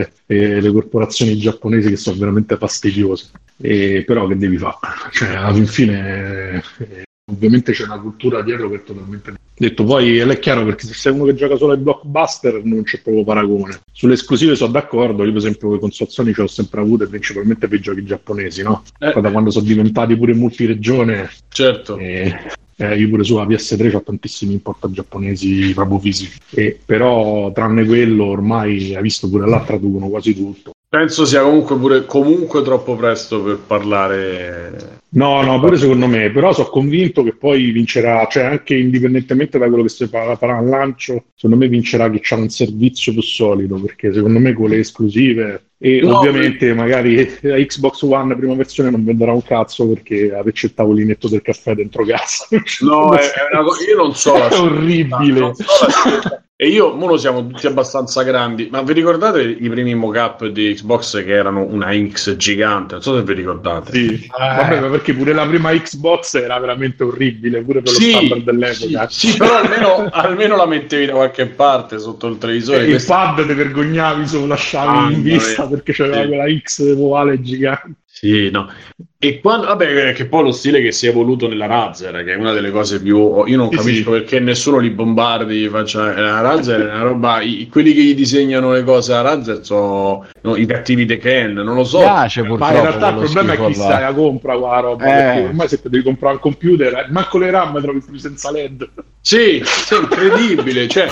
G: eh, corporazioni giapponesi che sono veramente fastidiose. E però che devi fare? Cioè, alla fine eh, ovviamente c'è una cultura dietro che è totalmente detto. Poi è chiaro, perché se sei uno che gioca solo ai blockbuster non c'è proprio paragone. Sulle esclusive sono d'accordo, io per esempio le console Sony ce l'ho sempre avute principalmente per i giochi giapponesi, no? Eh. Poi da quando sono diventati pure multiregione,
B: certo.
G: Eh, Eh, io pure sulla P S tre ho tantissimi import giapponesi proprio fisici, e però tranne quello ormai hai visto pure là traducono quasi tutto.
B: Penso sia comunque pure comunque troppo presto per parlare.
G: No, no, pure secondo me, però sono convinto che poi vincerà, cioè anche indipendentemente da quello che si farà al lancio, secondo me vincerà chi ha un servizio più solido, perché secondo me con le esclusive e no, ovviamente ma... magari la Xbox One prima versione non venderà un cazzo perché avesse il tavolinetto del caffè dentro casa.
B: No, è, è una cosa, io non so,
G: è orribile.
B: Non so la... E io, mo siamo tutti abbastanza grandi, ma vi ricordate i primi mock-up di Xbox che erano una X gigante? Non so se vi ricordate.
G: Sì, eh. Vabbè, ma perché pure la prima Xbox era veramente orribile, pure per
B: sì,
G: lo standard dell'epoca.
B: Sì, sì, però almeno, almeno la mettevi da qualche parte sotto il televisore.
G: E questa... il pad te vergognavi se lo lasciavi ah, in vista no, perché c'era sì. quella X ovale gigante.
B: Sì, no. E quando, vabbè, che poi lo stile che si è evoluto nella Razer, che è una delle cose più. Io non sì, capisco sì. perché nessuno li bombardi. Faccia... La Razer è una roba. I, quelli che gli disegnano le cose a Razer sono no, i cattivi di Ken, non lo so.
C: Piace,
G: ma in realtà il problema è chi sai la compra quella roba. Eh. Perché ormai se te devi comprare un computer, manco le RAM trovi più senza L E D.
B: Sì, sì, incredibile. Cioè.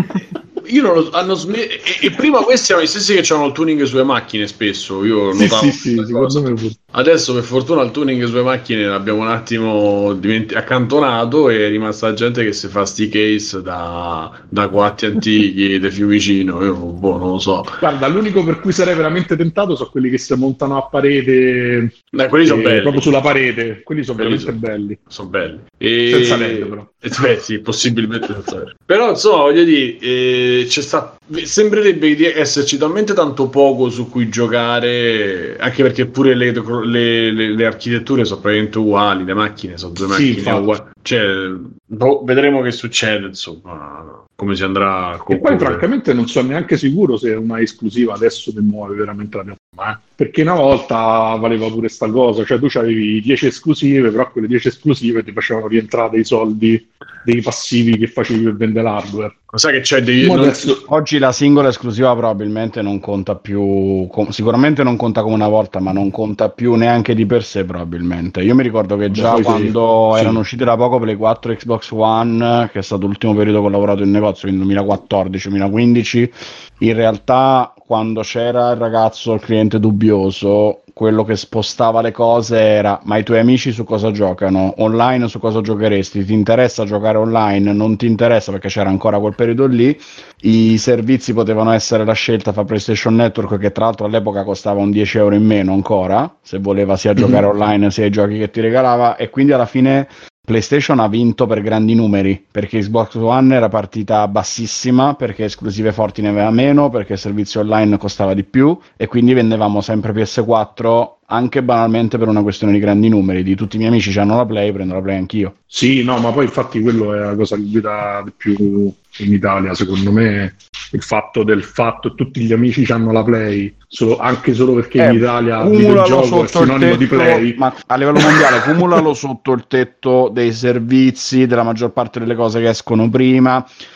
B: Io non lo, hanno sm- e, e prima questi erano gli stessi che c'erano il tuning sulle macchine spesso. Io
G: sì, notavo sì, sì, secondo me.
B: Adesso per fortuna il tuning sulle macchine l'abbiamo un attimo divent- accantonato e è rimasta gente che si fa sti case da, da quatti antichi del Fiumicino. Io boh, non lo so.
G: Guarda, l'unico per cui sarei veramente tentato sono quelli che si montano a parete.
B: Beh, quelli sono
G: eh,
B: belli.
G: Proprio sulla parete. Quelli sono
B: quelli
G: veramente
B: sono,
G: belli.
B: Sono belli. E...
G: Senza L E D però.
B: Eh, beh, sì, possibilmente senza L E D. Però insomma, voglio dire, eh, c'è sta... sembrerebbe di esserci talmente tanto poco su cui giocare, anche perché pure le, le, le, le architetture sono praticamente uguali, le macchine sono due macchine sì, uguali. Cioè, boh, vedremo che succede, insomma, come si andrà a concludere.
G: E poi francamente non sono neanche sicuro se è una esclusiva adesso che muove veramente la piattaforma, eh? Perché una volta valeva pure sta cosa, cioè tu avevi dieci esclusive, però quelle dieci esclusive ti facevano rientrare dei soldi, dei passivi che facevi per vendere l'hardware.
B: Cosa che c'è dei...
C: non... adesso... Oggi la singola esclusiva probabilmente non conta più, com- sicuramente non conta come una volta, ma non conta più neanche di per sé probabilmente. Io mi ricordo che già Beh, quando sì. erano sì. uscite da poco Play quattro e Xbox One, che è stato l'ultimo periodo che ho lavorato in negozio, quindi duemilaquattordici duemilaquindici, in realtà quando c'era il ragazzo, il cliente dubbioso, quello che spostava le cose era: ma i tuoi amici su cosa giocano? Online su cosa giocheresti? Ti interessa giocare online? Non ti interessa, perché c'era ancora quel periodo lì. I servizi potevano essere la scelta fra PlayStation Network, che tra l'altro all'epoca costava un dieci euro in meno ancora, se voleva sia giocare mm-hmm. online sia i giochi che ti regalava, e quindi alla fine PlayStation ha vinto per grandi numeri, perché Xbox One era partita bassissima, perché esclusive forti ne aveva meno, perché il servizio online costava di più, e quindi vendevamo sempre P S quattro anche banalmente per una questione di grandi numeri. Di tutti i miei amici hanno la Play, prendo la Play anch'io.
G: Sì, no, ma poi infatti quello è la cosa che guida di più in Italia, secondo me, il fatto del fatto che tutti gli amici hanno la Play, solo, anche solo perché eh, in Italia il videogioco è sinonimo di Play.
C: Ma a livello mondiale cumulalo sotto il tetto dei servizi, della maggior parte delle cose che escono prima.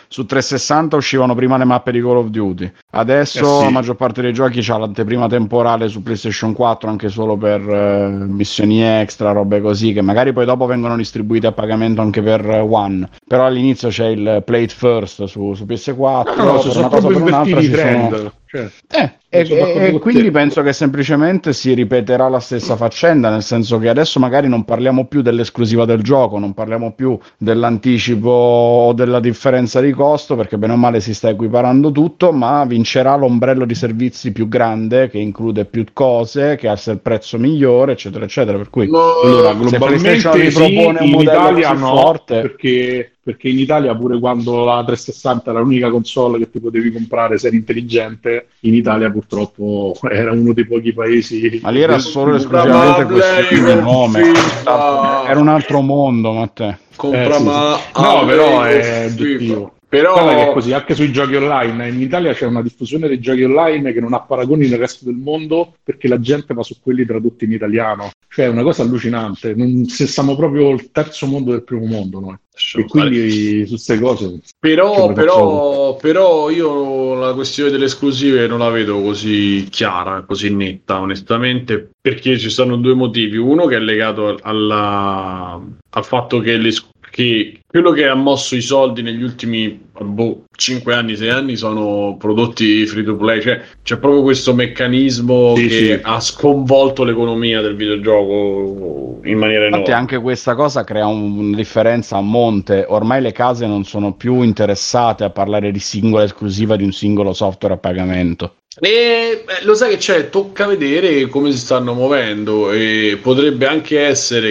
C: su trecentosessanta uscivano prima le mappe di Call of Duty, adesso
G: Eh sì.
C: la maggior parte dei giochi c'ha l'anteprima temporale su PlayStation quattro anche solo per eh, missioni extra, robe così, che magari poi dopo vengono distribuite a pagamento anche per eh, One, però all'inizio c'è il Play It First su, su P S quattro,
G: No, no, si
C: per
G: sono
C: una cosa o
G: proprio
C: per un'altra
G: invertiti i
C: si sono...
G: trend. Cioè,
C: Eh, e,
G: sono d'accordo
C: e- e
G: con
C: quindi
G: te.
C: penso che semplicemente si ripeterà la stessa faccenda, nel senso che adesso magari non parliamo più dell'esclusiva del gioco, non parliamo più dell'anticipo o della differenza di costo, perché bene o male si sta equiparando tutto, ma vincerà l'ombrello di servizi più grande, che include più cose, che ha il prezzo migliore, eccetera, eccetera. Per cui
B: No,
G: Allora,
C: se PlayStation
G: globalmente
C: ripropone
G: sì,
C: un
G: in
C: modello
G: Italia
C: così
G: no,
C: forte...
G: perché, perché in Italia pure quando la trecentosessanta era l'unica console che ti potevi comprare se eri intelligente, in Italia purtroppo era uno dei pochi paesi...
C: Ma lì era
G: del-
C: solo esclusivamente
B: Compra ma
C: questione di
B: Play
C: nome,
B: FIFA.
C: era un altro mondo, Matteo.
B: Compra
G: Eh, sì,
B: ma
G: sì. No, però
B: Play
G: è
B: FIFA.
G: oggettivo.
B: Però
G: Guarda che è così, anche sui giochi online. In Italia c'è una diffusione dei giochi online che non ha paragoni nel resto del mondo perché la gente va su quelli tradotti in italiano. Cioè è una cosa allucinante. Non, se siamo proprio il terzo mondo del primo mondo noi. E quindi su queste cose...
B: Però,
G: ci
B: però, però io la questione delle esclusive non la vedo così chiara, così netta, onestamente, perché ci sono due motivi. Uno che è legato alla, al fatto che, le, che quello che ha mosso i soldi negli ultimi boh, cinque anni, sei anni sono prodotti free to play, cioè c'è proprio questo meccanismo
G: Sì,
B: che
G: sì.
B: ha sconvolto l'economia del videogioco in maniera
C: Infatti
B: enorme.
C: anche questa cosa crea un- una differenza a monte, ormai le case non sono più interessate a parlare di singola esclusiva di un singolo software a pagamento.
B: E eh, lo sai che c'è, tocca vedere come si stanno muovendo e potrebbe anche essere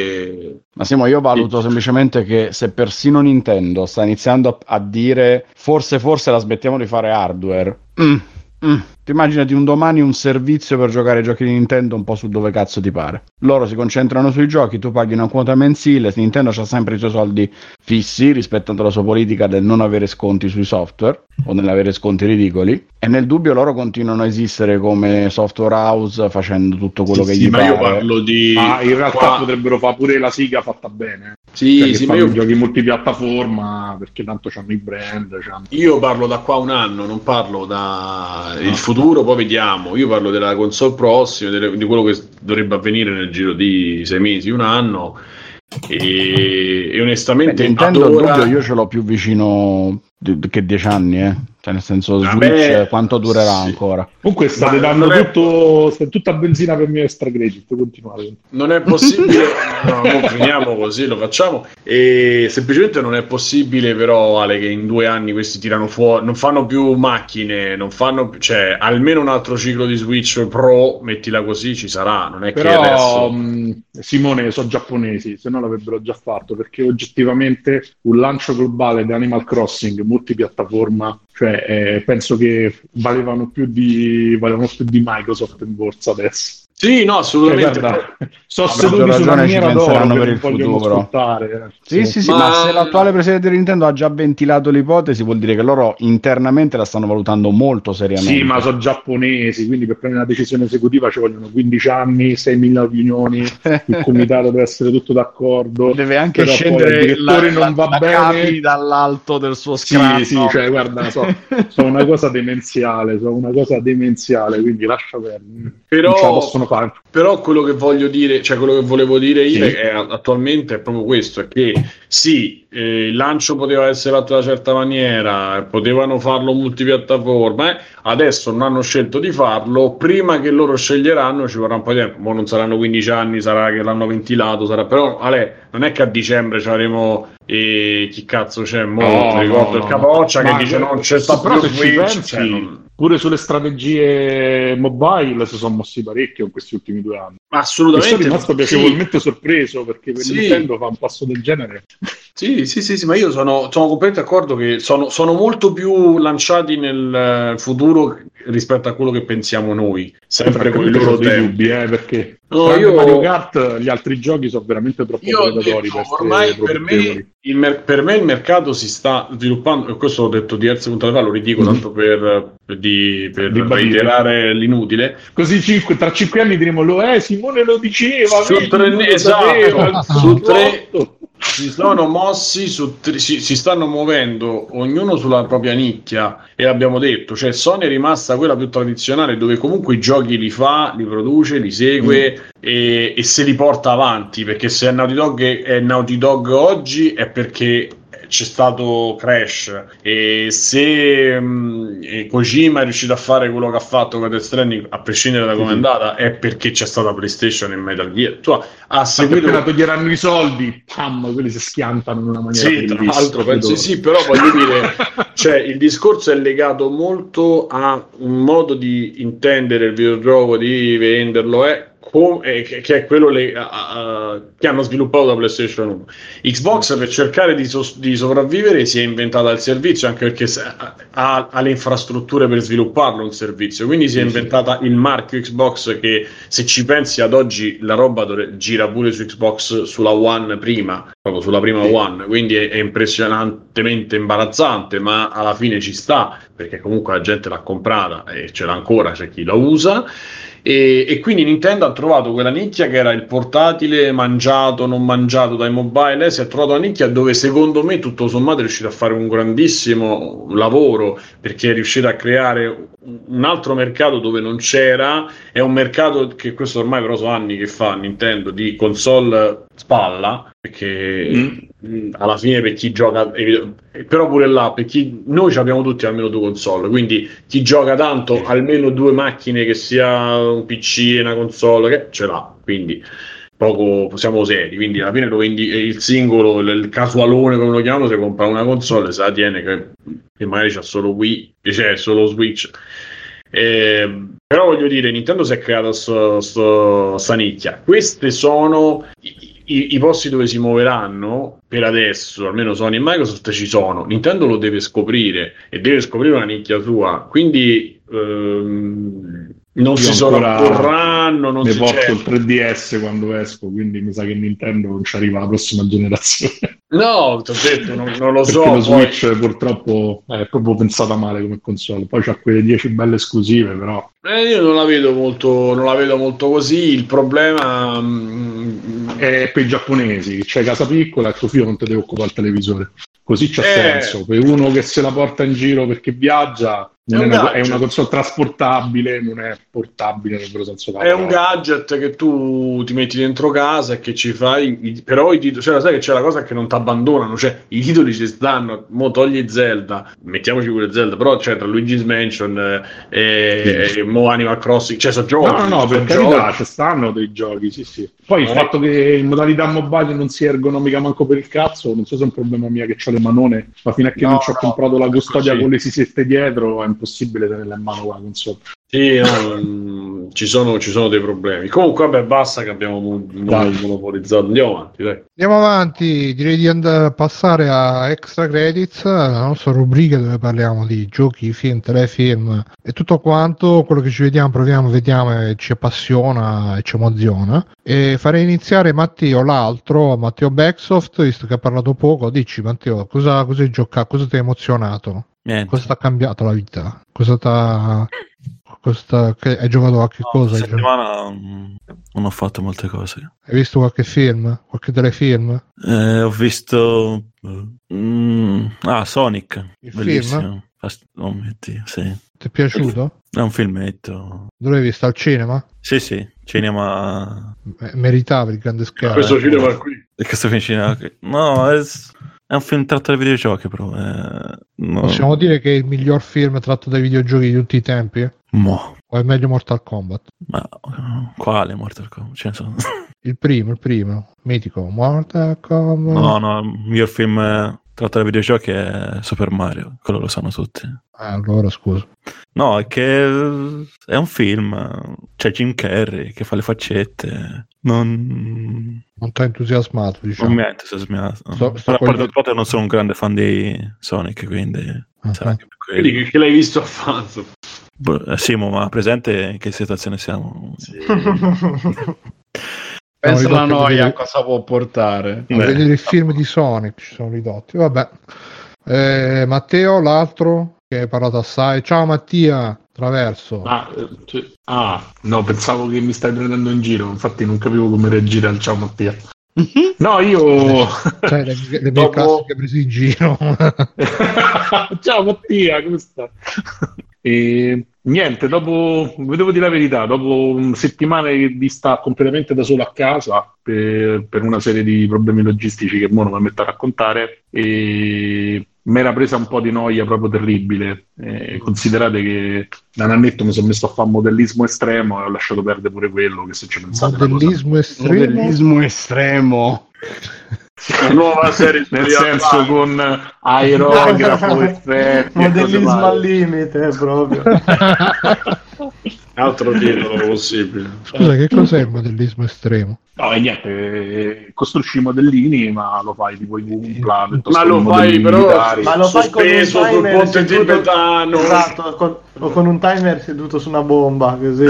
B: che
C: Ma Simo, io valuto semplicemente che se persino Nintendo sta iniziando a, a dire forse forse la smettiamo di fare hardware, mm, mm. Ti immaginati un domani un servizio per giocare ai giochi di Nintendo un po' su dove cazzo ti pare. Loro si concentrano sui giochi, tu paghi una quota mensile, Nintendo c'ha sempre i suoi soldi fissi, rispettando la sua politica del non avere sconti sui software o nell'avere sconti ridicoli, e nel dubbio loro continuano a esistere come software house facendo tutto quello
B: sì,
C: che
B: sì,
C: gli
B: ma
C: pare.
B: io parlo di
G: Ma in realtà
B: qua-
G: potrebbero fare pure la siga fatta bene.
B: sì,
G: Cioè che
B: sì, ma
G: fanno
B: io,
G: giochi multipiattaforma perché tanto c'hanno i brand. C'hanno...
B: io parlo da qua a un anno, non parlo da il futuro, poi vediamo. Io parlo della console prossima, delle- di quello che dovrebbe avvenire nel giro di sei mesi, un anno. E, e onestamente
C: Nintendo
B: ad
C: il
B: ora-
C: dubbio io ce l'ho più vicino di- che dieci anni, eh. Cioè nel senso
B: Vabbè,
C: Switch quanto durerà
B: sì.
C: ancora?
G: Comunque state
B: Ma
G: dando
B: non è-
G: tutto, state tutta benzina per il mio extra credit, continuate.
B: Non è possibile, no, non finiamo così, lo facciamo. E semplicemente non è possibile, però, Ale, che in due anni questi tirano fuori, non fanno più macchine, non fanno più, cioè almeno un altro ciclo di Switch Pro, mettila così, ci sarà. Non è che
G: Però
B: adesso.
G: mh, Simone, sono giapponesi, se no l'avrebbero già fatto, perché oggettivamente un lancio globale di Animal Crossing multipiattaforma, cioè eh, penso che valevano più di valevano più di Microsoft in borsa adesso.
B: Sì, no,
G: Cioè,
B: assolutamente.
G: guarda, sono
C: Avrebbero
G: seduti su una
C: ragione, ci
G: miniera d'oro
C: penseranno
G: che
C: per
G: non
C: il
G: vogliono
C: futuro.
G: sfruttare. eh.
C: Sì, sì, sì,
B: Ma-
C: ma se l'attuale presidente di Nintendo ha già ventilato l'ipotesi, vuol dire che loro internamente la stanno valutando molto seriamente.
G: Sì, ma sono giapponesi, quindi per prendere una decisione esecutiva ci vogliono quindici anni, seimila riunioni, il comitato deve essere tutto d'accordo.
C: Deve anche
G: però poi
C: scendere
G: il direttore
C: la,
G: non va
C: la
G: bene.
C: capi dall'alto del suo
G: Sì,
C: scranno.
G: sì, cioè guarda, so, so una cosa demenziale, so una cosa demenziale, quindi lascia perdere.
B: Però-
G: Non ce la possono fare.
B: Però quello che voglio dire, cioè quello che volevo dire io
G: Sì.
B: è, attualmente è proprio questo, è che sì, eh, il lancio poteva essere fatto in una certa maniera, potevano farlo multipiattaforma, eh, adesso non hanno scelto di farlo, prima che loro sceglieranno ci vorrà un po' di tempo, mo non saranno quindici anni, sarà che l'hanno ventilato, sarà... però Ale, non è che a dicembre ci avremo e chi cazzo c'è, mo,
G: No,
B: mi ricordo
G: no,
B: il
G: no.
B: Capoccia
G: Ma
B: che dice non c'è sta
G: però
B: più
G: se ci
B: Switch,
G: pensi,
B: cioè, non-
G: pure sulle strategie mobile si sono mossi parecchio in questi ultimi due anni. E
B: assolutamente
G: sono rimasto
B: sì.
G: piacevolmente sorpreso perché per
B: Sì.
G: Nintendo fa un passo del genere.
B: Sì, sì, sì, sì, ma io sono, sono completamente d'accordo che sono, sono molto più lanciati nel eh, futuro rispetto a quello che pensiamo noi, sempre con i
G: Francamente
B: loro
G: ho dei
B: tempi.
G: dubbi, eh, perché
B: No,
G: tranne
B: io-
G: Mario Kart gli altri giochi sono veramente troppo
B: Io ho
G: predatori
B: detto,
G: per essere
B: ormai per
G: profittevoli.
B: me, il mer- per me il mercato si sta sviluppando, e questo l'ho detto diverse puntate fa, lo ridico
G: Mhm.
B: tanto per, per, di- per
G: Ribadire.
B: reiterare l'inutile.
G: Così cinque- tra cinque anni diremo lo eh, Simone lo diceva,
B: Su
G: vedi,
B: tre-
G: non lo
B: esatto,
G: sapevo,
B: su tre-
G: tutto.
B: si sono mossi su tri- si, si stanno muovendo ognuno sulla propria nicchia, e l'abbiamo detto, cioè Sony è rimasta quella più tradizionale dove comunque i giochi li fa, li produce, li segue mm. e, e se li porta avanti, perché se è Naughty Dog è, è Naughty Dog oggi è perché c'è stato Crash, e se mh, e Kojima è riuscito a fare quello che ha fatto con Death Stranding, a prescindere da come è andata, è perché c'è stata PlayStation e Metal Gear. Tu ha seguito,
G: appena toglieranno i soldi, pam, quelli si schiantano in una maniera
B: sì, tra l'altro penso sì, però voglio dire, cioè il discorso è legato molto a un modo di intendere il videogioco, di venderlo, è come, che, che è quello le, a, a, che hanno sviluppato da PlayStation uno. Xbox, per cercare di, so, di sopravvivere, si è inventata il servizio, anche perché ha, ha le infrastrutture per svilupparlo un servizio, quindi si è inventata il marchio Xbox, che se ci pensi ad oggi la roba dove, gira pure su Xbox, sulla One prima, proprio sulla prima sì. One, quindi è, è impressionantemente imbarazzante, ma alla fine ci sta, perché comunque la gente l'ha comprata e ce l'ha ancora, c'è chi la usa. E, e quindi Nintendo ha trovato quella nicchia che era il portatile mangiato, non mangiato dai mobile, eh, si è trovato una nicchia dove secondo me tutto sommato è riuscito a fare un grandissimo lavoro, perché è riuscito a creare un altro mercato dove non c'era. È un mercato che questo ormai però sono anni che fa Nintendo, di console spalla, perché mm. alla fine per chi gioca, però pure là, per chi, noi abbiamo tutti almeno due console, quindi chi gioca tanto almeno due macchine, che sia un P C e una console, che ce l'ha, quindi poco siamo seri, quindi alla fine lo vendi il singolo, il, il casualone come lo chiamano, se compra una console se la tiene, che, che magari c'ha solo Wii, c'è solo Switch. Eh, però voglio dire, Nintendo si è creata sto, sto, sta nicchia. Queste sono i, i, i posti dove si muoveranno per adesso, almeno Sony e Microsoft ci sono. Nintendo lo deve scoprire e deve scoprire una nicchia sua, quindi ehm, non
G: Io
B: si sovrapporranno, non
G: ne
B: si
G: porto
B: c'è.
G: il tre D S quando esco, quindi mi sa che Nintendo non ci arriva alla prossima generazione.
B: No, ti ho detto, non, non lo
G: Perché
B: so.
G: lo
B: Poi...
G: Switch purtroppo è proprio pensata male come console. Poi c'ha quelle dieci belle esclusive, però
B: Eh, io non la vedo molto, non la vedo molto così. Il problema mh,
G: è per i giapponesi, c'è casa piccola e tuo figlio non ti deve occupare il televisore. Così c'ha
B: Eh.
G: senso. Per uno che se la porta in giro perché viaggia, non
B: È
G: è,
B: un
G: una, è
B: gadget.
G: una console trasportabile, non è portabile nel vero senso della
B: è un
G: parola.
B: gadget che tu ti metti dentro casa e che ci fai, i- però i titoli, cioè, sai che c'è la cosa che non ti abbandonano, cioè i titoli ci stanno. Mo togli Zelda, mettiamoci pure Zelda, però c'è tra Luigi's Mansion eh, e,
G: Sì.
B: e Mo Animal Crossing, cioè sono giochi.
G: No, no, no, per
B: sono
G: carità,
B: giochi.
G: ci stanno dei giochi, sì, sì. Poi il
B: Eh.
G: fatto che in modalità mobile non sia ergonomica manco per il cazzo, non so se è un problema mio che ho le manone, ma fino a che
B: No,
G: non ci ho
B: no,
G: comprato la
B: è
G: custodia
B: così.
G: con le sisette dietro, è impossibile tenerla in mano la console.
B: Sì, no, mm, ci sono, ci sono dei problemi. Comunque, vabbè, basta che abbiamo mo- mo-
G: Dai.
B: monopolizzato. Andiamo avanti, dai.
A: Andiamo avanti, direi di and- passare a Extra Credits, la nostra rubrica dove parliamo di giochi, film, telefilm e tutto quanto, quello che ci vediamo, proviamo, vediamo e ci appassiona e ci emoziona. E farei iniziare Matteo, l'altro, Matteo Backsoft, visto che ha parlato poco. Dici Matteo, cosa, cosa hai giocato, cosa ti ha emozionato?
F: Niente.
A: Cosa ti ha cambiato la vita? Cosa ti ha... Cosa t'ha- che- hai giocato a che
F: No,
A: cosa?
F: questa
A: Hai, giocato?
F: settimana mm, non ho fatto molte cose.
A: Hai visto qualche film? Qualche telefilm?
F: Eh, ho visto mm, ah Sonic,
A: Il
F: bellissimo.
A: film?
F: Fast- oh mio Dio, sì.
A: Ti è piaciuto?
F: È un filmetto.
A: Dove l'hai visto? Al cinema?
F: Sì, sì, cinema.
A: Eh, Meritava il grande schermo.
B: Questo cinema qui.
F: E questo film cinema qui. No, è, è un film tratto dai videogiochi, però. eh, no.
A: Possiamo dire che è il miglior film tratto dai videogiochi di tutti i tempi?
F: Mo.
A: O è meglio Mortal Kombat?
F: Ma quale Mortal Kombat? Ce ne sono.
A: Il primo, il primo. Mitico. Mortal Kombat.
F: No, no, il miglior film eh, tratto dai videogiochi è Super Mario, quello lo sanno tutti.
A: Ah, allora scusa.
F: No, è che è un film, c'è Jim Carrey che fa le faccette, non,
A: Non ti ha entusiasmato,
F: non
A: diciamo.
F: mi ha entusiasmato.
A: Sto- sto
F: Però a parte
A: con-
F: il fatto che non sono un grande fan di Sonic, quindi
A: Ah,
F: sarà
A: ah.
F: anche per
B: Quindi
F: quello.
B: che, che l'hai visto a fanzo?
F: Boh, eh, Simo, ma presente in che situazione siamo?
C: Pensa alla
A: ridotti a
C: noia
A: vedere-
C: a cosa può portare.
A: A vedere il film di Sonic ci sono ridotti. Vabbè. Eh, Matteo, l'altro, che hai parlato assai. Ciao Mattia, Traverso.
G: Ah, eh, cioè- ah, no, pensavo che mi stai prendendo in giro, infatti non capivo come reagire al ciao Mattia. No, io
A: Cioè, le, le mie
G: Dopo-
A: classiche prese in giro.
G: Ciao Mattia, come stai? E niente, dopo, devo dire la verità, dopo un- settimane di stare completamente da solo a casa per, per una serie di problemi logistici che mo non mi metto a raccontare, e mi era presa un po' di noia proprio terribile. Eh, considerate che da un annetto mi sono messo a fare modellismo estremo e ho lasciato perdere pure quello, che se ci pensate è una cosa-
A: Modellismo estremo.
C: Modellismo estremo.
B: La nuova serie
G: nel
B: di
G: senso
B: Atlantis.
G: con aerografo, effetti, e cose
E: Modellismo
G: varie.
E: al limite proprio.
B: Altro titolo possibile.
A: Scusa, che cos'è il modellismo estremo?
G: No, e niente, eh, costruisci i modellini, ma lo fai tipo in un plan, piuttosto
B: Ma
G: che
B: lo
G: i
B: fai
G: modellini
B: però
G: militari.
E: Ma lo fai con un
B: sospeso sul
E: timer
B: ponte
E: seduto-
B: tibetano.
E: Esatto, con- o con un timer seduto su una bomba, così.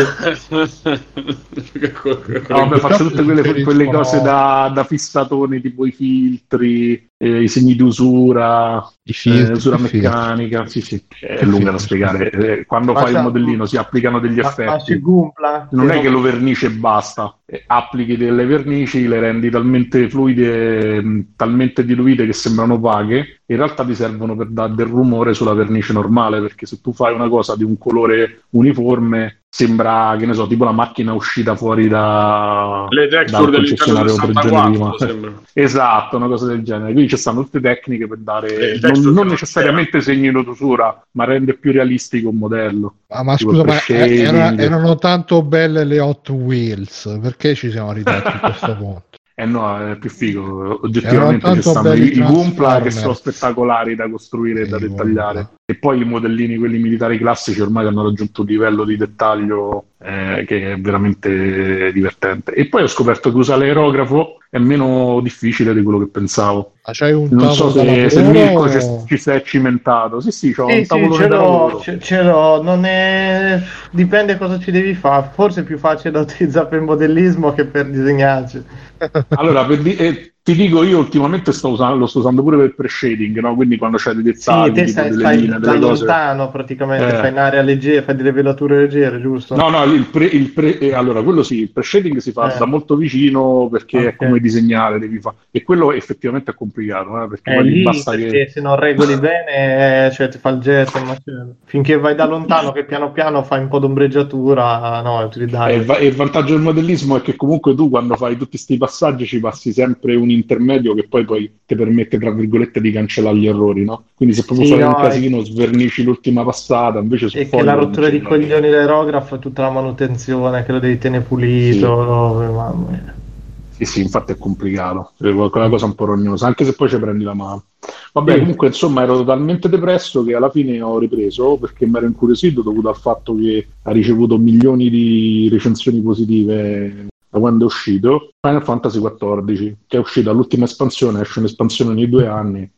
G: No, vabbè, faccio tutte quelle, quelle
A: Preferiscono-
G: cose da, da fissatori, tipo i filtri, eh, i segni di usura,
A: I filtri,
G: eh, usura
A: che filtri.
G: meccanica. Sì, sì, è
A: Che
G: lunga da
A: filtri,
G: spiegare. Eh, quando
E: Ma
G: fai il
E: sa-
G: modellino si applicano degli
E: Ma, ma
G: effetti.
E: c'è Gumpla?
G: Non è che lo vernici e basta, Eh, applichi delle vernici, le rendi talmente fluide, mh, talmente diluite che sembrano opacche, in realtà ti servono per dare del rumore sulla vernice normale, perché se tu fai una cosa di un colore uniforme sembra, che ne so, tipo la macchina uscita fuori da
B: Le
G: dal
B: texture dell'Interno
G: concessionario tre giorni
B: sessantaquattro
G: prima.
B: sembra.
G: Esatto, una cosa del genere. Quindi ci stanno tutte tecniche per
B: Le
G: dare
B: texture
G: non,
B: che
G: non
B: non
G: necessariamente segni d'usura, ma rende più realistico un modello.
A: Ah, ma
G: Tipo
A: scusa,
G: il
A: ma
G: pre-shading.
A: era- erano tanto belle le Hot Wheels, perché ci siamo ridatti a questo punto?
G: Eh no, è più figo. Oggettivamente
A: Erano
G: ci
A: tanto
G: stanno
A: belli
G: i, i Gunpla che
A: Transformers.
G: sono spettacolari da costruire e da
A: I
G: dettagliare.
A: Gunpla.
G: E poi i modellini, quelli militari classici, ormai hanno raggiunto un livello di dettaglio eh, che è veramente divertente. E poi ho scoperto che usare l'aerografo è meno difficile di quello che pensavo.
A: Ma c'hai un
G: Non so
A: tavolo da
G: se, se
A: lavoro
G: Mirko
A: o-
G: ci, ci sei cimentato. Sì, sì, c'ho
E: Sì,
G: un
E: sì,
G: tavolone
E: ce
G: da
E: l'ho,
G: lavoro.
E: ce, ce l'ho, non è... dipende cosa ci devi fare, forse è più facile da utilizzare per modellismo che per disegnarci.
G: Allora, per di- eh, ti dico, io ultimamente sto usando, lo sto usando pure per pre-shading, no? Quindi quando c'è dei
E: Sì,
G: dettagli,
E: te
G: tipo
E: stai,
G: delle
E: stai
G: linee,
E: da
G: delle cose.
E: lontano praticamente,
G: Eh.
E: fai in area leggera, fai delle velature leggere, giusto?
G: No, no, il pre, il pre- eh, allora quello sì, il pre-shading si fa
E: Eh.
G: da molto vicino perché
E: Ok.
G: è come disegnare, devi fare. E quello effettivamente è complicato, eh, perché
E: Eh,
G: poi gli
E: lì
G: basta
E: perché
G: che...
E: se non regoli bene, eh, cioè ti fa il jet, ma cioè, finché vai da lontano che piano piano fai un po' d'ombreggiatura, no, è
G: E
E: utilizzare.
G: il, va- e il vantaggio del modellismo è che comunque tu quando fai tutti questi passaggi ci passi sempre un intermedio che poi, poi ti permette, tra virgolette, di cancellare gli errori, no? Quindi se proprio
E: Sì,
G: fai un
E: no,
G: casino, svernici l'ultima passata, invece su
E: E che
G: foglio
E: la
G: non
E: rottura
G: c'è
E: di
G: niente.
E: coglioni dell'aerografo è tutta la manutenzione, che lo devi tenere pulito, no, mamma mia.
G: Sì, sì, infatti è complicato, è quella cosa un po' rognosa, anche se poi ci prendi la mano. Vabbè,
E: Sì.
G: comunque, insomma, ero totalmente depresso che alla fine ho ripreso perché mi ero incuriosito dovuto al fatto che ha ricevuto milioni di recensioni positive da quando è uscito. Final Fantasy quattordici, che è uscita l'ultima espansione, esce un'espansione ogni due anni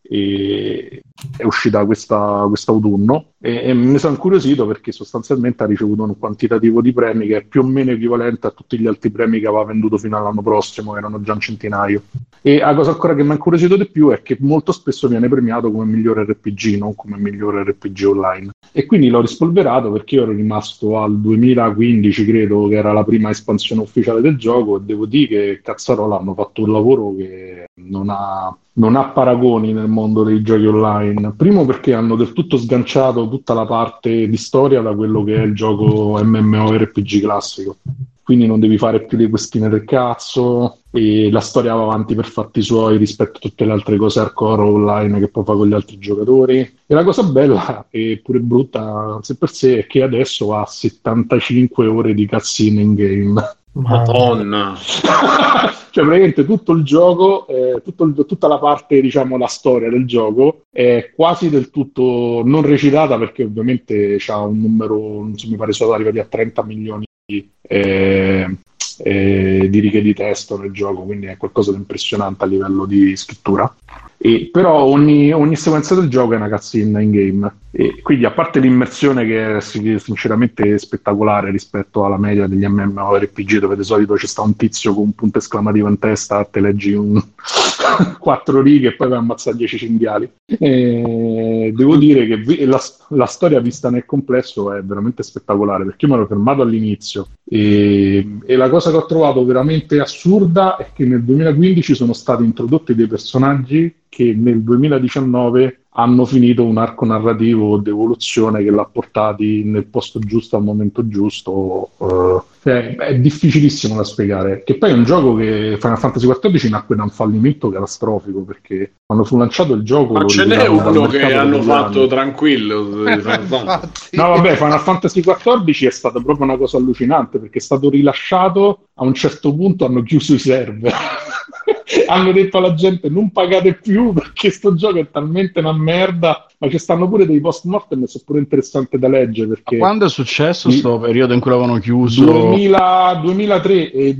G: e è uscita questa, quest'autunno e, e mi sono incuriosito perché sostanzialmente ha ricevuto un quantitativo di premi che è più o meno equivalente a tutti gli altri premi che aveva venduto fino all'anno prossimo, erano già un centinaio. E la cosa ancora che mi ha incuriosito di più è che molto spesso viene premiato come migliore R P G, non come migliore R P G online. E quindi l'ho rispolverato perché io ero rimasto al duemilaquindici, credo che era la prima espansione ufficiale del gioco, e devo dire che cazzarola hanno fatto un lavoro che non ha, non ha paragoni nel mondo dei giochi online. Primo perché hanno del tutto sganciato tutta la parte di storia da quello che è il gioco MMORPG classico. Quindi non devi fare più le questine del cazzo e la storia va avanti per fatti suoi rispetto a tutte le altre cose hardcore online che poi fa con gli altri giocatori. E la cosa bella e pure brutta sé per sé è che adesso ha settantacinque ore di cutscene in game.
B: Madonna.
G: Cioè praticamente tutto il gioco, eh, tutto il- tutta la parte, diciamo, la storia del gioco è quasi del tutto non recitata perché ovviamente c'ha un numero, non so, mi pare sono arrivati a trenta milioni di, eh, eh, di righe di testo nel gioco, quindi è qualcosa di impressionante a livello di scrittura. E, però ogni, ogni sequenza del gioco è una cutscene in game e quindi a parte l'immersione che è sì- sinceramente spettacolare rispetto alla media degli MMORPG dove di solito c'è sta un tizio con un punto esclamativo in testa, te leggi un quattro righe e poi vai a ammazzare dieci cinghiali, e eh, devo dire che vi- la, la storia vista nel complesso è veramente spettacolare, perché io mi ero fermato all'inizio e, e la cosa che ho trovato veramente assurda è che nel duemilaquindici sono stati introdotti dei personaggi che nel duemiladiciannove hanno finito un arco narrativo d'evoluzione che l'ha portati nel posto giusto al momento giusto. Uh, è, è difficilissimo da spiegare. Che poi è un gioco che Final Fantasy quattordici nacque da un fallimento catastrofico, perché quando fu lanciato il gioco...
B: Ma
G: lo
B: ce n'è
G: ritiravano dal
B: uno che
G: mercato
B: hanno
G: per
B: fatto
G: anni.
B: tranquillo. di Final Fantasy.
G: No, vabbè, Final Fantasy quattordici è stata proprio una cosa allucinante, perché è stato rilasciato, a un certo punto hanno chiuso i server. Hanno detto alla gente non pagate più perché sto gioco è talmente una merda, ma ci stanno pure dei post mortem, sono pure interessanti da leggere, perché
C: Quando è successo
G: Sì.
C: sto periodo in cui l'avevano chiuso?
G: duemila duemilatré e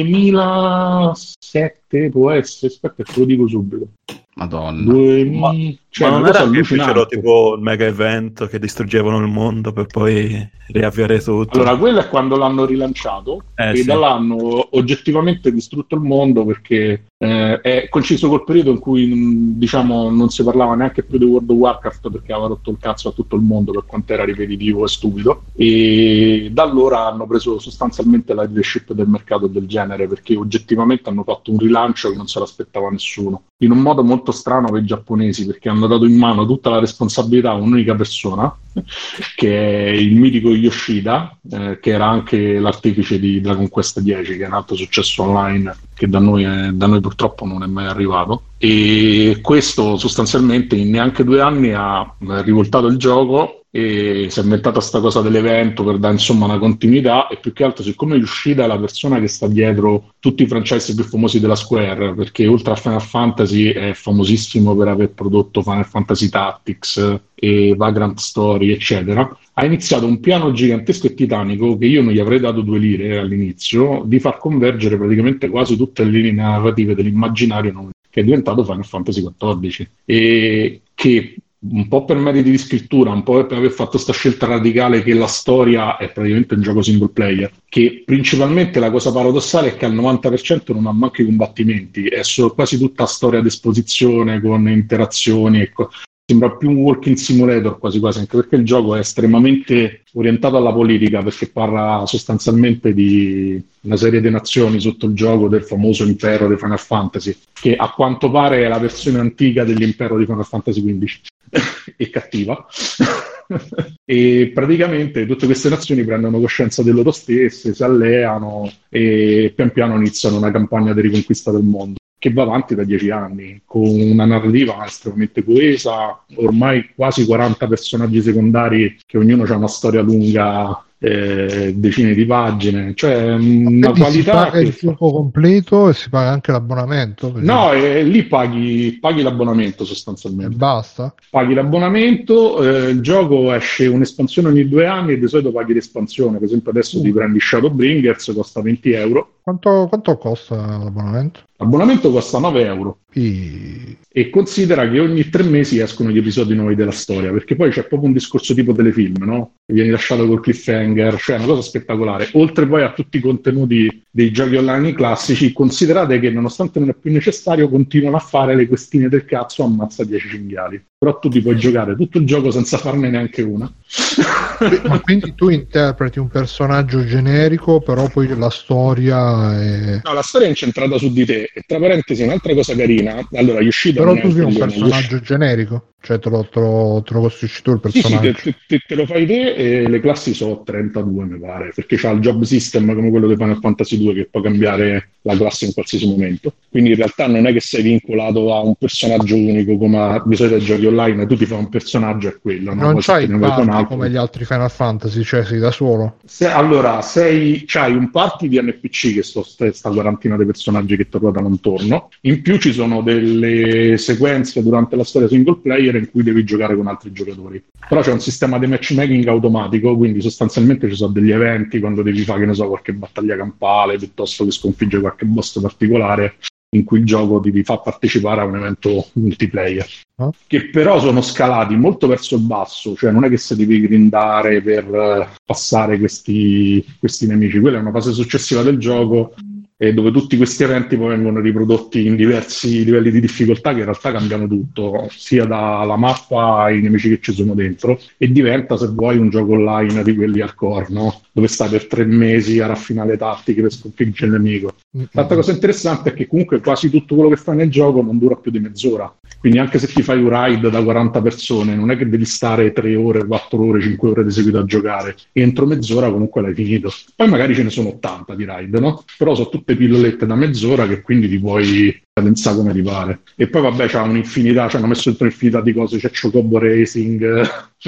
G: duemilasette può essere, aspetta te lo dico subito.
C: Madonna.
G: duemila
F: Ma,
G: cioè,
F: ma
G: una
F: non
G: cosa
F: era che fecero
G: allucinante.
F: tipo il mega evento che distruggevano il mondo per poi riavviare tutto?
G: Allora, quello è quando l'hanno rilanciato
F: Eh,
G: e
F: sì.
G: da là hanno oggettivamente distrutto il mondo, perché eh, è coinciso col periodo in cui mh, diciamo non si parlava neanche più di World of Warcraft, perché aveva rotto il cazzo a tutto il mondo per quanto era ripetitivo e stupido, e da allora hanno preso sostanzialmente la leadership del mercato del genere, perché oggettivamente hanno fatto un rilancio che non se l'aspettava nessuno, in un modo molto strano per i giapponesi, perché hanno dato in mano tutta la responsabilità a un'unica persona, che è il mitico Yoshida, eh, che era anche l'artefice di Dragon Quest dieci, che è un altro successo online che da noi, è, da noi purtroppo non è mai arrivato, e questo sostanzialmente in neanche due anni ha rivoltato il gioco e si è inventata sta cosa dell'evento per dare insomma una continuità, e più che altro siccome Yoshida è la persona che sta dietro tutti i franchise più famosi della Square, perché oltre a Final Fantasy è famosissimo per aver prodotto Final Fantasy Tactics e Vagrant Story eccetera, ha iniziato un piano gigantesco e titanico che io non gli avrei dato due lire all'inizio, di far convergere praticamente quasi tutte le linee narrative dell'immaginario non- che è diventato Final Fantasy quattordici, e che un po' per meriti di scrittura, un po' per aver fatto questa scelta radicale che la storia è praticamente un gioco single player, che principalmente la cosa paradossale è che al novanta per cento non ha manco i combattimenti, è solo quasi tutta storia d'esposizione con interazioni e co- sembra più un walking simulator quasi quasi, anche perché il gioco è estremamente orientato alla politica, perché parla sostanzialmente di una serie di nazioni sotto il gioco del famoso impero di Final Fantasy, che a quanto pare è la versione antica dell'impero di Final Fantasy quindici e cattiva. E praticamente tutte queste nazioni prendono coscienza di loro stesse, si alleano e pian piano iniziano una campagna di riconquista del mondo che va avanti da dieci anni, con una narrativa estremamente coesa, ormai quasi quaranta personaggi secondari che ognuno ha una storia lunga, eh, decine di pagine, cioè una
A: Quindi si
G: qualità
A: paga
G: che
A: il
G: fa-
A: gioco completo e si paga anche l'abbonamento? Per
G: No,
A: esempio?
G: e lì paghi, paghi l'abbonamento
A: E
G: sostanzialmente.
A: basta?
G: Paghi l'abbonamento, eh, il gioco esce un'espansione ogni due anni e di solito paghi l'espansione. Per esempio adesso
A: Uh.
G: ti prendi Shadowbringers, costa venti euro.
A: Quanto, quanto costa l'abbonamento?
G: L'abbonamento costa nove euro.
A: I-
G: E considera che ogni tre mesi escono gli episodi nuovi della storia, perché poi c'è proprio un discorso tipo telefilm, no? Che vieni lasciato col cliffhanger, cioè è una cosa spettacolare. Oltre poi a tutti i contenuti dei giochi online classici, considerate che nonostante non è più necessario, continuano a fare le questine del cazzo, ammazza dieci cinghiali. Però tu ti puoi giocare tutto il gioco senza farne neanche una.
A: Ma quindi tu interpreti un personaggio generico, però poi la storia è...
G: No, la storia è incentrata su di te. E tra parentesi, un'altra cosa carina, allora Yoshida
A: Però
G: non è
A: tu sei un
G: coglione.
A: personaggio generico, cioè te lo, te lo- te lo costruisci tu il
G: Sì, sì, te,
A: personaggio.
G: te- te lo fai te e le classi sono trentadue, mi pare, perché c'ha il job system come quello di Final Fantasy due che può cambiare la classe in qualsiasi momento. Quindi in realtà non è che sei vincolato a un personaggio unico come a- di solito ai giochi online, tu ti fai un personaggio e quello, no?
A: Non
G: Poi se
A: c'hai
G: te
A: il
G: ne vai con
A: party
G: altri.
A: come gli altri Final Fantasy, cioè sei da solo.
G: Se- allora, sei, c'hai un party di N P C che sto sta sta quarantina di personaggi che ti ruotano intorno. In più ci sono delle sequenze durante la storia single player in cui devi giocare con altri giocatori. Però c'è un sistema di matchmaking automatico, quindi sostanzialmente ci sono degli eventi quando devi fare, che ne so, qualche battaglia campale piuttosto che sconfiggere qualche boss particolare, in cui il gioco ti, ti fa partecipare a un evento multiplayer.
A: Ah.
G: Che però sono scalati molto verso il basso, cioè non è che se devi grindare per eh, passare questi, questi nemici, quella è una fase successiva del gioco e dove tutti questi eventi poi vengono riprodotti in diversi livelli di difficoltà che in realtà cambiano tutto, sia dalla mappa ai nemici che ci sono dentro, e diventa, se vuoi, un gioco online di quelli hardcore, no? Dove stai per tre mesi a raffinare tattiche per sconfiggere il nemico. L'altra cosa interessante è che comunque quasi tutto quello che fai nel gioco non dura più di mezz'ora, quindi anche se ti fai un raid da quaranta persone non è che devi stare tre ore, quattro ore, cinque ore di seguito a giocare, entro mezz'ora comunque l'hai finito. Poi magari ce ne sono ottanta di raid, no? Però sono tutte pillolette da mezz'ora che quindi ti puoi cadenzare come ti pare. E poi vabbè, c'ha un'infinità, ci hanno messo dentro un'infinità di cose, c'è Chocobo Racing,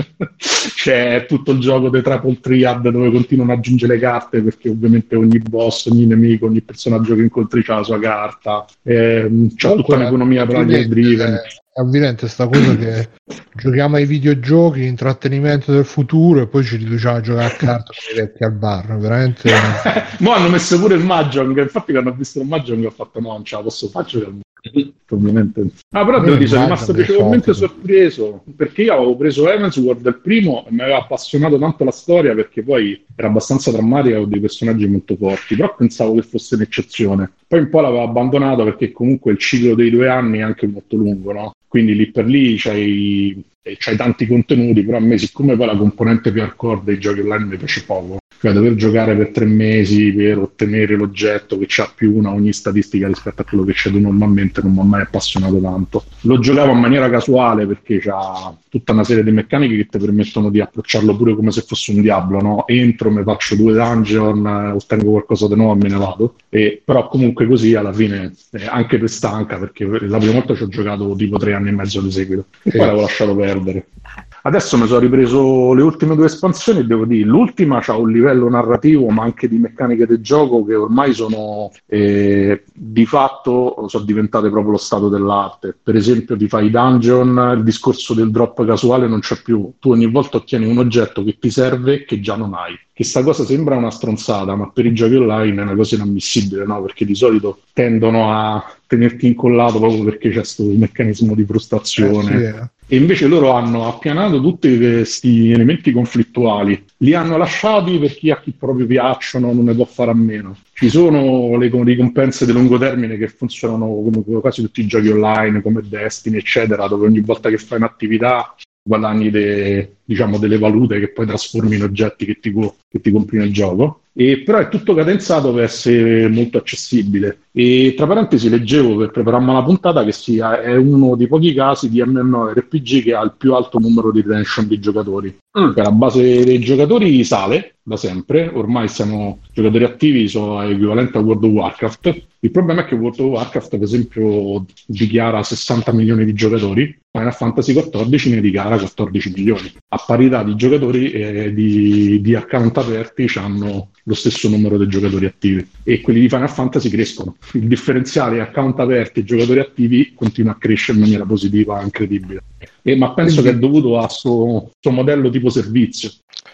G: c'è tutto il gioco dei Triple Triad dove continuano ad aggiungere le carte, perché ovviamente ogni boss, ogni nemico, ogni personaggio che incontri c'ha la sua carta, ehm, c'ha
A: Comunque,
G: tutta un'economia player driven.
A: È avvilente sta cosa che giochiamo ai videogiochi, intrattenimento del futuro, e poi ci riduciamo a giocare a carte con i vecchi al bar, veramente.
G: Mo' hanno messo pure il Mahjong, infatti quando ho visto il Mahjong ho fatto no, non ce la posso fare, ovviamente. Ah, però devo dire, sono rimasto piacevolmente sorpreso, perché io avevo preso Heavensward il primo e mi aveva appassionato tanto la storia, perché poi era abbastanza drammatica con dei personaggi molto forti, però pensavo che fosse un'eccezione. Poi un po' l'avevo abbandonato perché comunque il ciclo dei due anni è anche molto lungo, no? Quindi lì per lì c'hai, c'hai tanti contenuti, però a me, siccome poi la componente più hardcore dei giochi online mi piace poco, cioè dover giocare per tre mesi per ottenere l'oggetto che c'ha più una ogni statistica rispetto a quello che c'è tu normalmente, non mi ha mai appassionato tanto. Lo giocavo in maniera casuale perché c'ha tutta una serie di meccaniche che ti permettono di approcciarlo pure come se fosse un Diablo, no? Entro, mi faccio due dungeon, eh, ottengo qualcosa di nuovo e me ne vado. E, però comunque così alla fine, eh, anche per stanca, perché la prima volta ci ho giocato tipo tre anni e mezzo di seguito e poi l'avevo lasciato perdere. Adesso mi sono ripreso le ultime due espansioni e devo dire, l'ultima c'ha un livello narrativo ma anche di meccaniche del gioco che ormai sono eh, di fatto sono diventate proprio lo stato dell'arte. Per esempio ti fai i dungeon, il discorso del drop casuale non c'è più, tu ogni volta ottieni un oggetto che ti serve che già non hai. Che sta cosa sembra una stronzata, ma per i giochi online è una cosa inammissibile, no? Perché di solito tendono a tenerti incollato proprio perché c'è questo meccanismo di frustrazione. Eh sì, eh. E invece loro hanno appianato tutti questi elementi conflittuali, li hanno lasciati per chi a chi proprio piacciono, non ne può fare a meno. Ci sono le ricompense di lungo termine che funzionano come quasi tutti i giochi online, come Destiny, eccetera, dove ogni volta che fai un'attività guadagni de, diciamo, delle valute che poi trasformi in oggetti che ti, che ti compri nel gioco. E però è tutto cadenzato per essere molto accessibile. E tra parentesi leggevo per prepararmi una puntata che sia è uno dei pochi casi di MMORPG che ha il più alto numero di retention di giocatori. Mm. Per la base dei giocatori sale da sempre, ormai siamo giocatori attivi, sono equivalente a World of Warcraft. Il problema è che World of Warcraft, per esempio, dichiara sessanta milioni di giocatori, Final Fantasy quattordici ne dichiara quattordici milioni. A parità di giocatori e di, di account aperti hanno lo stesso numero di giocatori attivi e quelli di Final Fantasy crescono. Il differenziale account aperti e giocatori attivi continua a crescere in maniera positiva, incredibile. E, ma penso quindi, che è dovuto a suo, suo modello tipo servizio.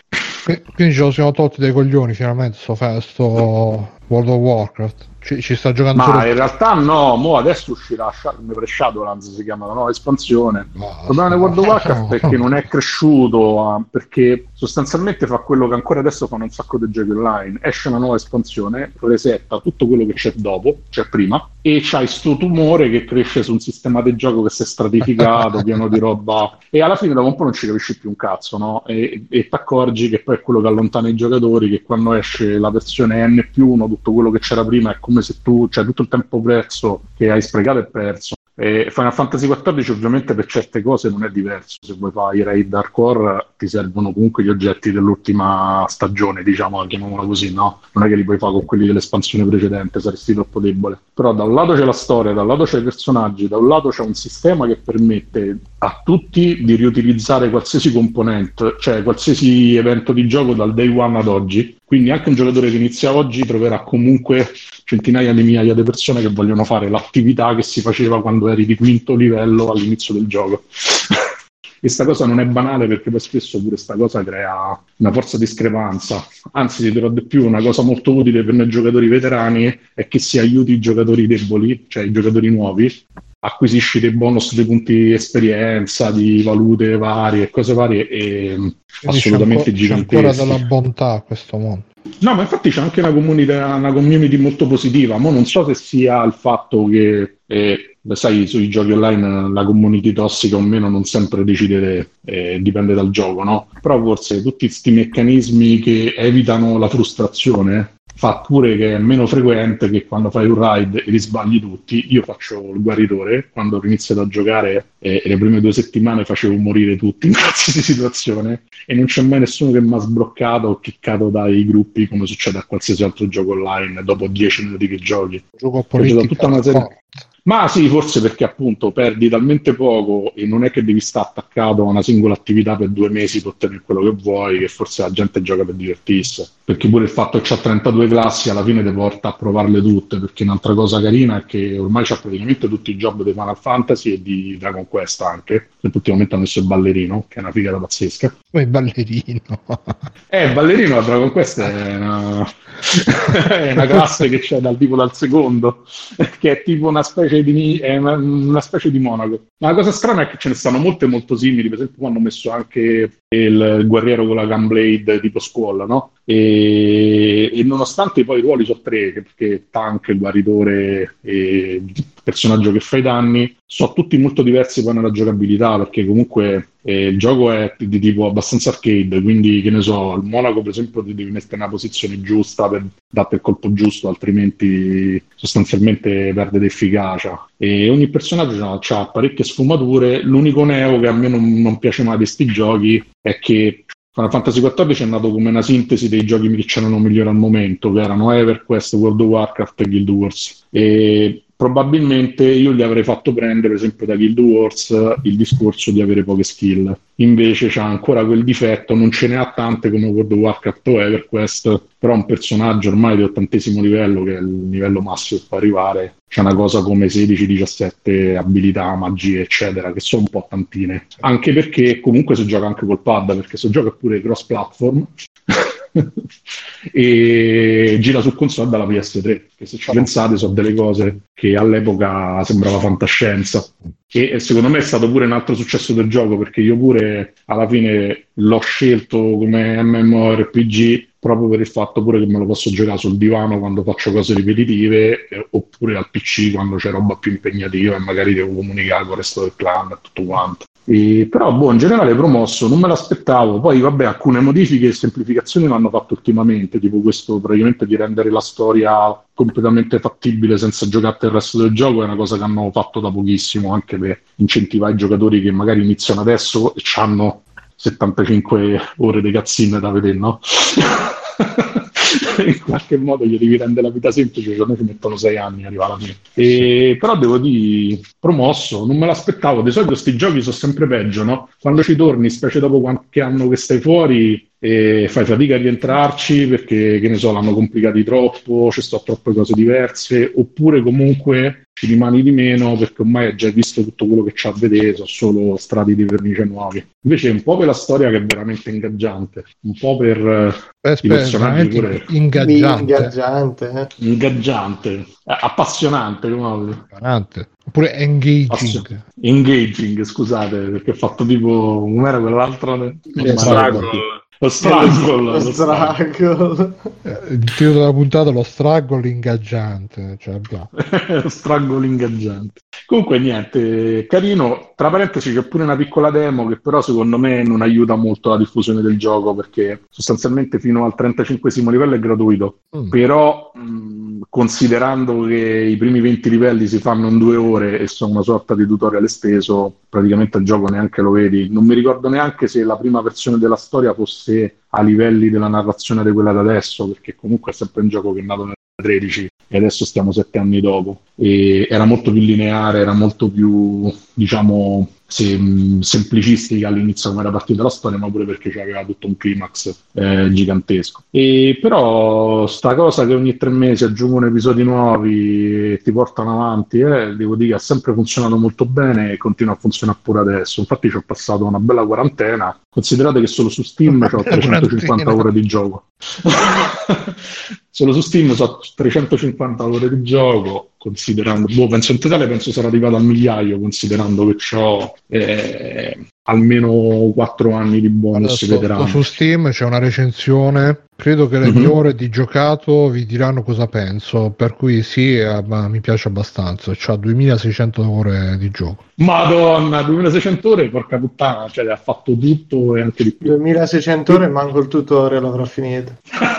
A: Quindi ce lo siamo tolti dai coglioni finalmente sto, sto World of Warcraft. Ci, ci sta giocando
G: ma
A: solo...
G: in realtà no, mo adesso uscirà Shadowlands, si chiama la nuova espansione. Il problema di World of Warcraft è che non è cresciuto, perché sostanzialmente fa quello che ancora adesso fanno un sacco di giochi online. Esce una nuova espansione, resetta tutto quello che c'è dopo, c'è prima, e c'hai sto tumore che cresce su un sistema di gioco che si è stratificato, pieno di roba, e alla fine dopo un po' non ci capisci più un cazzo, no? E, e ti accorgi che poi è quello che allontana i giocatori, che quando esce la versione N più uno, tutto quello che c'era prima è come se tu, cioè tutto il tempo perso che hai sprecato è perso. E Final Fantasy quattordici ovviamente per certe cose non è diverso. Se vuoi fare i raid hardcore ti servono comunque gli oggetti dell'ultima stagione, diciamo, chiamiamola così, no? Non è che li puoi fare con quelli dell'espansione precedente, saresti troppo debole. Però da un lato c'è la storia, da un lato c'è i personaggi, da un lato c'è un sistema che permette a tutti di riutilizzare qualsiasi componente, cioè qualsiasi evento di gioco dal day one ad oggi. Quindi anche un giocatore che inizia oggi troverà comunque centinaia di migliaia di persone che vogliono fare l'attività che si faceva quando eri di quinto livello all'inizio del gioco. E sta cosa non è banale, perché poi spesso pure sta cosa crea una forza discrepanza. Anzi, ti dirò di più, una cosa molto utile per noi giocatori veterani è che si aiuti i giocatori deboli, cioè i giocatori nuovi, acquisisci dei bonus, dei punti di esperienza, di valute varie, cose varie e quindi assolutamente
A: c'è
G: gigantesche.
A: C'è ancora della bontà a questo mondo.
G: No, ma infatti c'è anche una comunità, una community molto positiva. Ma non so se sia il fatto che, eh, sai, sui giochi online la community tossica o meno non sempre decide, eh, dipende dal gioco, no? Però forse tutti questi meccanismi che evitano la frustrazione fa pure che è meno frequente che quando fai un raid e li sbagli tutti. Io faccio il guaritore, quando ho iniziato a giocare eh, le prime due settimane facevo morire tutti in qualsiasi situazione e non c'è mai nessuno che mi ha sbloccato o kiccato dai gruppi come succede a qualsiasi altro gioco online dopo dieci minuti che giochi.
A: Gioco
G: C'è
A: politica
G: tutta una serie... Ma sì, forse perché appunto perdi talmente poco e non è che devi stare attaccato a una singola attività per due mesi per ottenere quello che vuoi, che forse la gente gioca per divertirsi. Perché pure il fatto che c'ha trentadue classi alla fine ti porta a provarle tutte, perché un'altra cosa carina è che ormai c'ha praticamente tutti i job di Final Fantasy e di Dragon Quest anche, che ultimamente hanno messo il ballerino, che è una figata pazzesca.
A: Come il ballerino.
G: Eh, il ballerino a Dragon Quest è una... è una classe che c'è dal tipo dal secondo, che è tipo una specie di è una, una specie di monaco. Ma la cosa strana è che ce ne stanno molte molto simili. Per esempio hanno messo anche il guerriero con la Gunblade tipo scuola, no? E, e nonostante poi i ruoli sono tre, perché tank, il guaritore e il personaggio che fa i danni, sono tutti molto diversi poi nella giocabilità, perché comunque eh, il gioco è di tipo abbastanza arcade, quindi che ne so, il monaco per esempio ti devi mettere nella posizione giusta per darti il colpo giusto, altrimenti sostanzialmente perde d'efficacia. E ogni personaggio ha parecchie sfumature. L'unico neo che a me non, non piace mai di sti giochi è che Final Fantasy quattordici è nato come una sintesi dei giochi che c'erano migliori al momento, che erano EverQuest, World of Warcraft e Guild Wars. E probabilmente io gli avrei fatto prendere, per esempio, da Guild Wars il discorso di avere poche skill. Invece c'ha ancora quel difetto, non ce ne ha tante come World of Warcraft o EverQuest, però un personaggio ormai di ottantesimo livello, che è il livello massimo per arrivare, c'è una cosa come sedici diciassette abilità, magie, eccetera, che sono un po' tantine. Anche perché comunque si gioca anche col pad, perché questo gioco è pure cross-platform. E gira su console dalla P S tre, che se ci pensate sono delle cose che all'epoca sembrava fantascienza, e secondo me è stato pure un altro successo del gioco, perché io pure alla fine l'ho scelto come MMORPG proprio per il fatto pure che me lo posso giocare sul divano quando faccio cose ripetitive, eh, oppure al P C quando c'è roba più impegnativa e magari devo comunicare con il resto del clan e tutto quanto. E, però boh, in generale promosso, non me l'aspettavo. Poi vabbè, alcune modifiche e semplificazioni l'hanno fatto ultimamente, tipo questo praticamente di rendere la storia completamente fattibile senza giocare il resto del gioco, è una cosa che hanno fatto da pochissimo, anche per incentivare i giocatori che magari iniziano adesso e hanno settantacinque ore di cutscene da vedere, no? In qualche modo gli devi rendere la vita semplice, cioè noi ci mettono sei anni a arrivare alla fine. E, però devo dire, promosso, non me l'aspettavo. Di solito sti giochi sono sempre peggio, no? Quando ci torni, specie dopo qualche anno che stai fuori, e fai fatica a rientrarci perché, che ne so, l'hanno complicati troppo, ci sono troppe cose diverse, oppure comunque ci rimani di meno perché ormai hai già visto tutto quello che c'ha a vedere, sono solo strati di vernice nuovi. Invece un po' per la storia, che è veramente ingaggiante, un po' per
A: eh,
G: i personaggi pure
A: ingaggiante,
E: ingaggiante, eh.
G: ingaggiante, eh, appassionante, come
A: oppure engaging.
G: Passio- engaging, scusate, perché ho fatto tipo, com'era quell'altro?
B: Lo struggle.
G: Lo struggle,
E: lo struggle.
A: Il titolo della puntata, lo struggle ingaggiante, cioè,
G: lo struggle ingaggiante. Comunque niente, carino. Tra parentesi c'è pure una piccola demo che però secondo me non aiuta molto la diffusione del gioco, perché sostanzialmente fino al trentacinquesimo livello è gratuito, mm. però mh, considerando che i primi venti livelli si fanno in due ore e sono una sorta di tutorial esteso, praticamente il gioco neanche lo vedi. Non mi ricordo neanche se la prima versione della storia fosse a livelli della narrazione di quella da adesso, perché comunque è sempre un gioco che è nato nel tredici e adesso stiamo sette anni dopo, e era molto più lineare, era molto più, diciamo, sem- semplicistica all'inizio come era partita la storia, ma pure perché c'aveva tutto un climax eh, gigantesco. E però sta cosa che ogni tre mesi aggiungono episodi nuovi e ti portano avanti, eh, devo dire che ha sempre funzionato molto bene e continua a funzionare pure adesso. Infatti ci ho passato una bella quarantena. Considerate che solo su Steam ho trecentocinquanta ore di gioco. Solo su Steam ho trecentocinquanta ore di gioco, considerando, boh, penso in totale penso sarà arrivato al migliaio, considerando che ho eh, almeno quattro anni di bonus
A: veterano. Su Steam c'è una recensione credo che le
G: Mhm.
A: mie ore di giocato vi diranno cosa penso, per cui sì, eh, ma mi piace abbastanza. C'ha duemilaseicento ore di gioco.
G: Madonna, duemilaseicento ore, porca puttana, cioè ha fatto tutto e anche di più.
E: duemilaseicento ore, manco il tutorial l'avrà finito.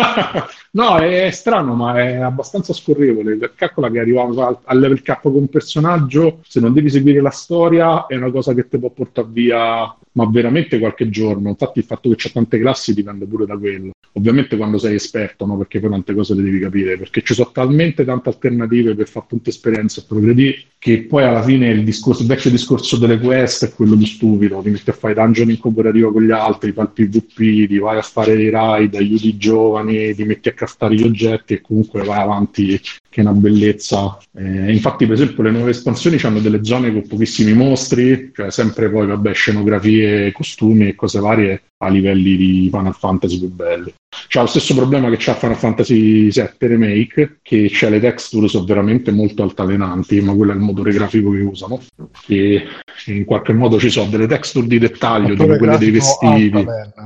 G: No, è strano, ma è abbastanza scorrevole. Calcola che arrivava al, al level cap con un personaggio, se non devi seguire la storia, è una cosa che ti può portare via, ma veramente qualche giorno. Infatti il fatto che c'è tante classi dipende pure da quello. Ovviamente quando sei esperto, no? Perché poi tante cose le devi capire, perché ci sono talmente tante alternative per fare tante esperienze e progredire, che poi alla fine il discorso, il vecchio discorso delle quest è quello di stupido. Ti metti a fare dungeon in cooperativa con gli altri, fai il PvP, ti vai a fare i raid, aiuti i giovani, ti metti a craftare gli oggetti e comunque vai avanti, che è una bellezza. Eh, infatti, per esempio, le nuove espansioni hanno delle zone con pochissimi mostri, cioè sempre poi, vabbè, scenografie, costumi e cose varie a livelli di Final Fantasy più belli. C'ha lo stesso problema che c'ha Final Fantasy sette Remake, che c'è le texture sono veramente molto altalenanti, ma quello è il motore grafico che usano, e in qualche modo ci sono delle texture di dettaglio, tipo quelle dei vestiti.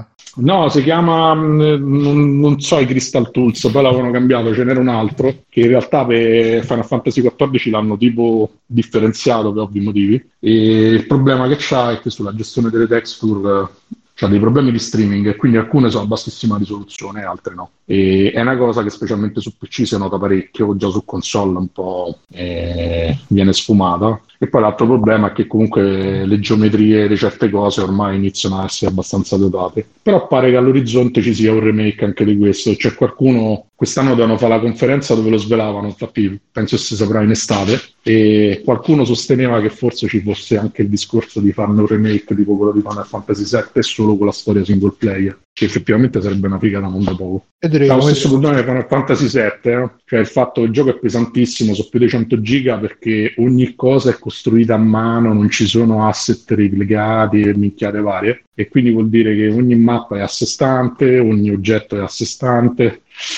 G: No, si chiama, mh, non, non so, i Crystal Tools, poi l'avevano cambiato, ce n'era un altro, che in realtà per Final Fantasy quattordici l'hanno tipo differenziato per ovvi motivi, e il problema che c'ha è che sulla gestione delle texture c'ha dei problemi di streaming, e quindi alcune sono a bassissima risoluzione, altre no. E è una cosa che specialmente su P C si nota parecchio, già su console un po' eh, viene sfumata. E poi l'altro problema è che comunque le geometrie di certe cose ormai iniziano a essere abbastanza datate. Però pare che all'orizzonte ci sia un remake anche di questo. C'è qualcuno, quest'anno dovevano fare la conferenza dove lo svelavano, infatti penso si saprà in estate, e qualcuno sosteneva che forse ci fosse anche il discorso di farne un remake tipo quello di Final Fantasy sette solo con la storia single player, che effettivamente sarebbe una figata non da poco. Ha lo stesso problema di Final Fantasy sette, eh? Cioè il fatto che il gioco è pesantissimo, sono più di cento giga, perché ogni cosa è costruita a mano, non ci sono asset replicati e minchiate varie, e quindi vuol dire che ogni mappa è a sé stante, ogni oggetto è a sé stante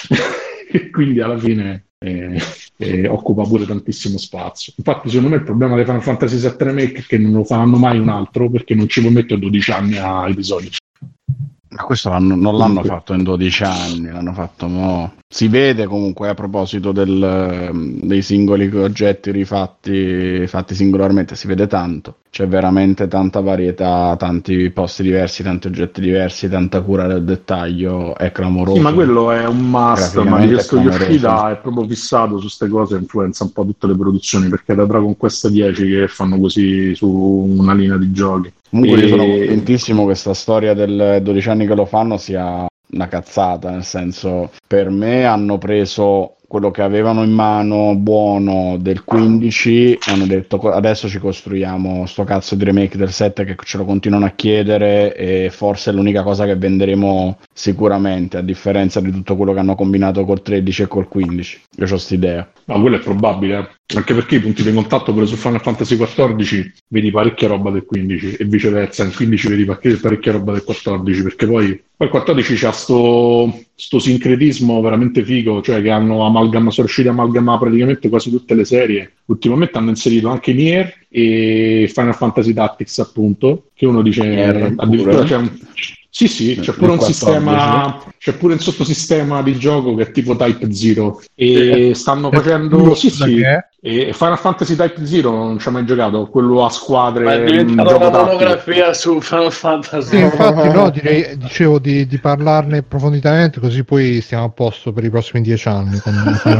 G: e quindi alla fine eh, eh, occupa pure tantissimo spazio. Infatti secondo me il problema di Final Fantasy sette Remake è che non lo faranno mai un altro, perché non ci può mettere dodici anni a episodi.
C: Ma questo l'hanno, non l'hanno fatto in dodici anni, l'hanno fatto mo. Si vede comunque, a proposito del, dei singoli oggetti rifatti fatti singolarmente, si vede tanto. C'è veramente tanta varietà, tanti posti diversi, tanti oggetti diversi, tanta cura del dettaglio, è clamoroso.
G: Sì, ma quello è un must, ma
C: Graficamente
G: questo
C: è clamoroso.
G: Yoshida è proprio fissato su queste cose, influenza un po' tutte le produzioni, perché è da Dragon Quest dieci che fanno così su una linea di giochi.
C: Comunque
G: E-
C: io sono contentissimo che questa storia del dodici anni che lo fanno sia una cazzata, nel senso, per me hanno preso quello che avevano in mano buono del quindici e hanno detto "Co- adesso ci costruiamo sto cazzo di remake del sette che ce lo continuano a chiedere e forse è l'unica cosa che venderemo sicuramente, a differenza di tutto quello che hanno combinato col tredici e col quindici. Io ho st'idea.
G: No, quello è probabile, eh. Anche perché i punti di contatto pure su Final Fantasy quattordici vedi parecchia roba del quindici e viceversa, in quindici vedi parecchia parecchia roba del quattordici, perché poi, poi il quattordici c'ha sto, sto sincretismo veramente figo, cioè che hanno amalgama, sono riusciti a amalgamare praticamente quasi tutte le serie. Ultimamente hanno inserito anche Nier e Final Fantasy Tactics, appunto, che uno dice
C: Nier
G: addirittura
C: pure?
G: c'è un... Sì, sì, c'è pure un
C: quattordici.
G: sistema, c'è pure un sottosistema di gioco che è tipo Type Zero, e stanno facendo, sì, sì, e Final Fantasy Type Zero non ci ho mai giocato, quello a squadre,
B: Ma è
G: un
B: diventata
G: gioco
B: una
G: tattico.
B: monografia su Final Fantasy.
A: Sì, infatti no, direi, dicevo di, di parlarne approfonditamente, così poi stiamo a posto per i prossimi dieci anni con Final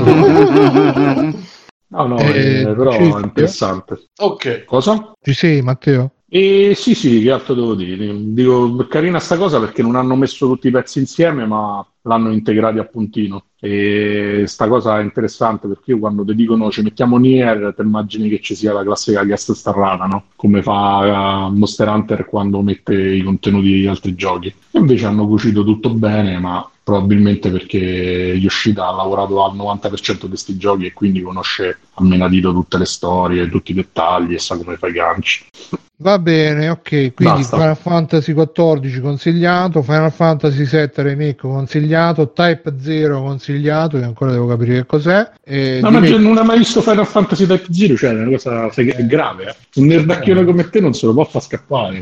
A: Fantasy.
G: No, no,
A: Eh,
G: eh, però
A: ci-
G: è interessante.
B: Ok.
G: Cosa?
A: Ci sei, Matteo?
G: E sì, sì, che altro devo dire? Dico, carina sta cosa perché non hanno messo tutti i pezzi insieme, ma l'hanno integrati a puntino. E sta cosa è interessante perché io quando ti dicono ci mettiamo Nier, ti immagini che ci sia la classica guest starrata, no? Come fa uh, Monster Hunter quando mette i contenuti di altri giochi. E invece hanno cucito tutto bene, ma probabilmente perché Yoshida ha lavorato al novanta per cento di questi giochi e quindi conosce a menadito tutte le storie, tutti i dettagli e sa come fa i ganci.
A: Va bene, ok, quindi
G: Basta.
A: Final Fantasy quattordici consigliato, Final Fantasy sette Remake consigliato, Type Zero consigliato, che ancora devo capire che cos'è. E
G: No, ma
A: direi-
G: non hai mai visto Final Fantasy Type Zero? Cioè, è una cosa se- è grave. Eh. Un nerdacchione come te non se lo può far scappare.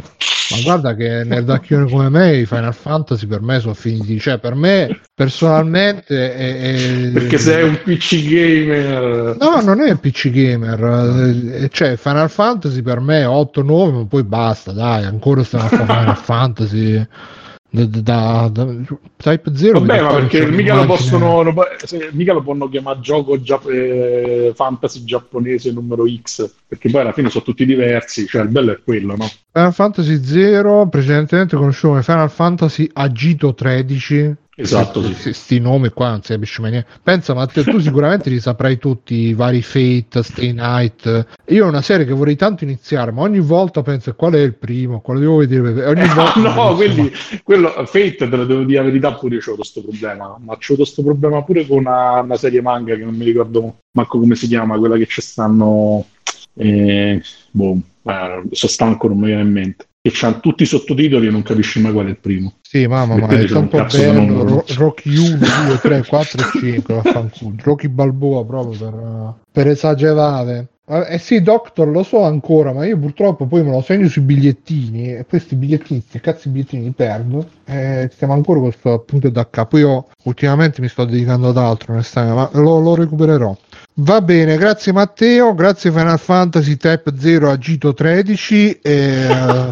A: Ma guarda che nel dacchione come me i Final Fantasy per me sono finiti, cioè per me personalmente è, è...
G: perché sei un P C gamer.
A: No, non è P C gamer, cioè Final Fantasy per me è otto nove, ma poi basta, dai, ancora stiamo a fare Final Fantasy da, da, da, Type zero.
G: Vabbè, ma perché mica lo possono lo, mica lo possono chiamare gioco gia, eh, fantasy giapponese numero X, perché poi alla fine sono tutti diversi, cioè il bello è quello, no?
A: Final Fantasy zero precedentemente conosciuto come Final Fantasy Agito tredici.
G: Esatto, sì.
A: Sti nomi qua non si capisce mai niente. Pensa, Matteo, tu sicuramente li saprai tutti, i vari Fate, Stay Night. Io ho una serie che vorrei tanto iniziare, ma ogni volta penso qual è il primo, quale devo vedere. Ogni
G: eh,
A: volta
G: no, quelli, quello Fate, te lo devo dire la verità, pure io c'ho questo problema, ma c'ho questo problema pure con una, una serie manga che non mi ricordo manco come si chiama, quella che ci stanno eh, boh, eh, sono stanco, non mi viene in mente. Che c'hanno tutti i sottotitoli e non capisci mai qual è il primo.
A: Sì, mamma, ma è tanto bello. Ro- Rocky uno, due, tre, quattro e cinque, vaffanculo. Rocky Balboa proprio per, per esagerare. Eh sì, Doctor, lo so ancora, ma io purtroppo poi me lo segno sui bigliettini e questi bigliettini, questi cazzi bigliettini li perdo. E stiamo ancora con questo appunto da capo. Io ultimamente mi sto dedicando ad altro, ma lo, lo recupererò. Va bene, grazie Matteo, grazie Final Fantasy Type zero Agito tredici e uh,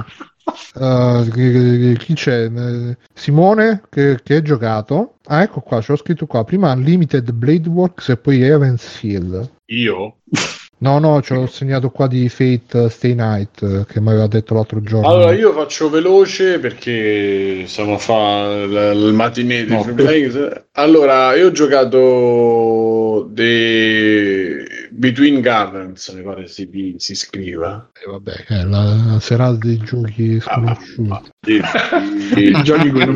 A: uh, chi, chi c'è? Simone che, che hai giocato? Ah, ecco qua, c'ho scritto qua prima Unlimited Blade Works e poi Heaven's Hill.
B: Io?
A: No, no, ce l'ho segnato qua di Fate Stay Night che mi aveva detto l'altro giorno.
B: Allora io faccio veloce perché stiamo a fare il matinee di
G: no,
B: per... Allora io ho giocato The Between Gardens, mi pare si, si scriva.
A: E eh, vabbè, è la, la serata dei giochi sconosciuti. Ah,
B: i giochi con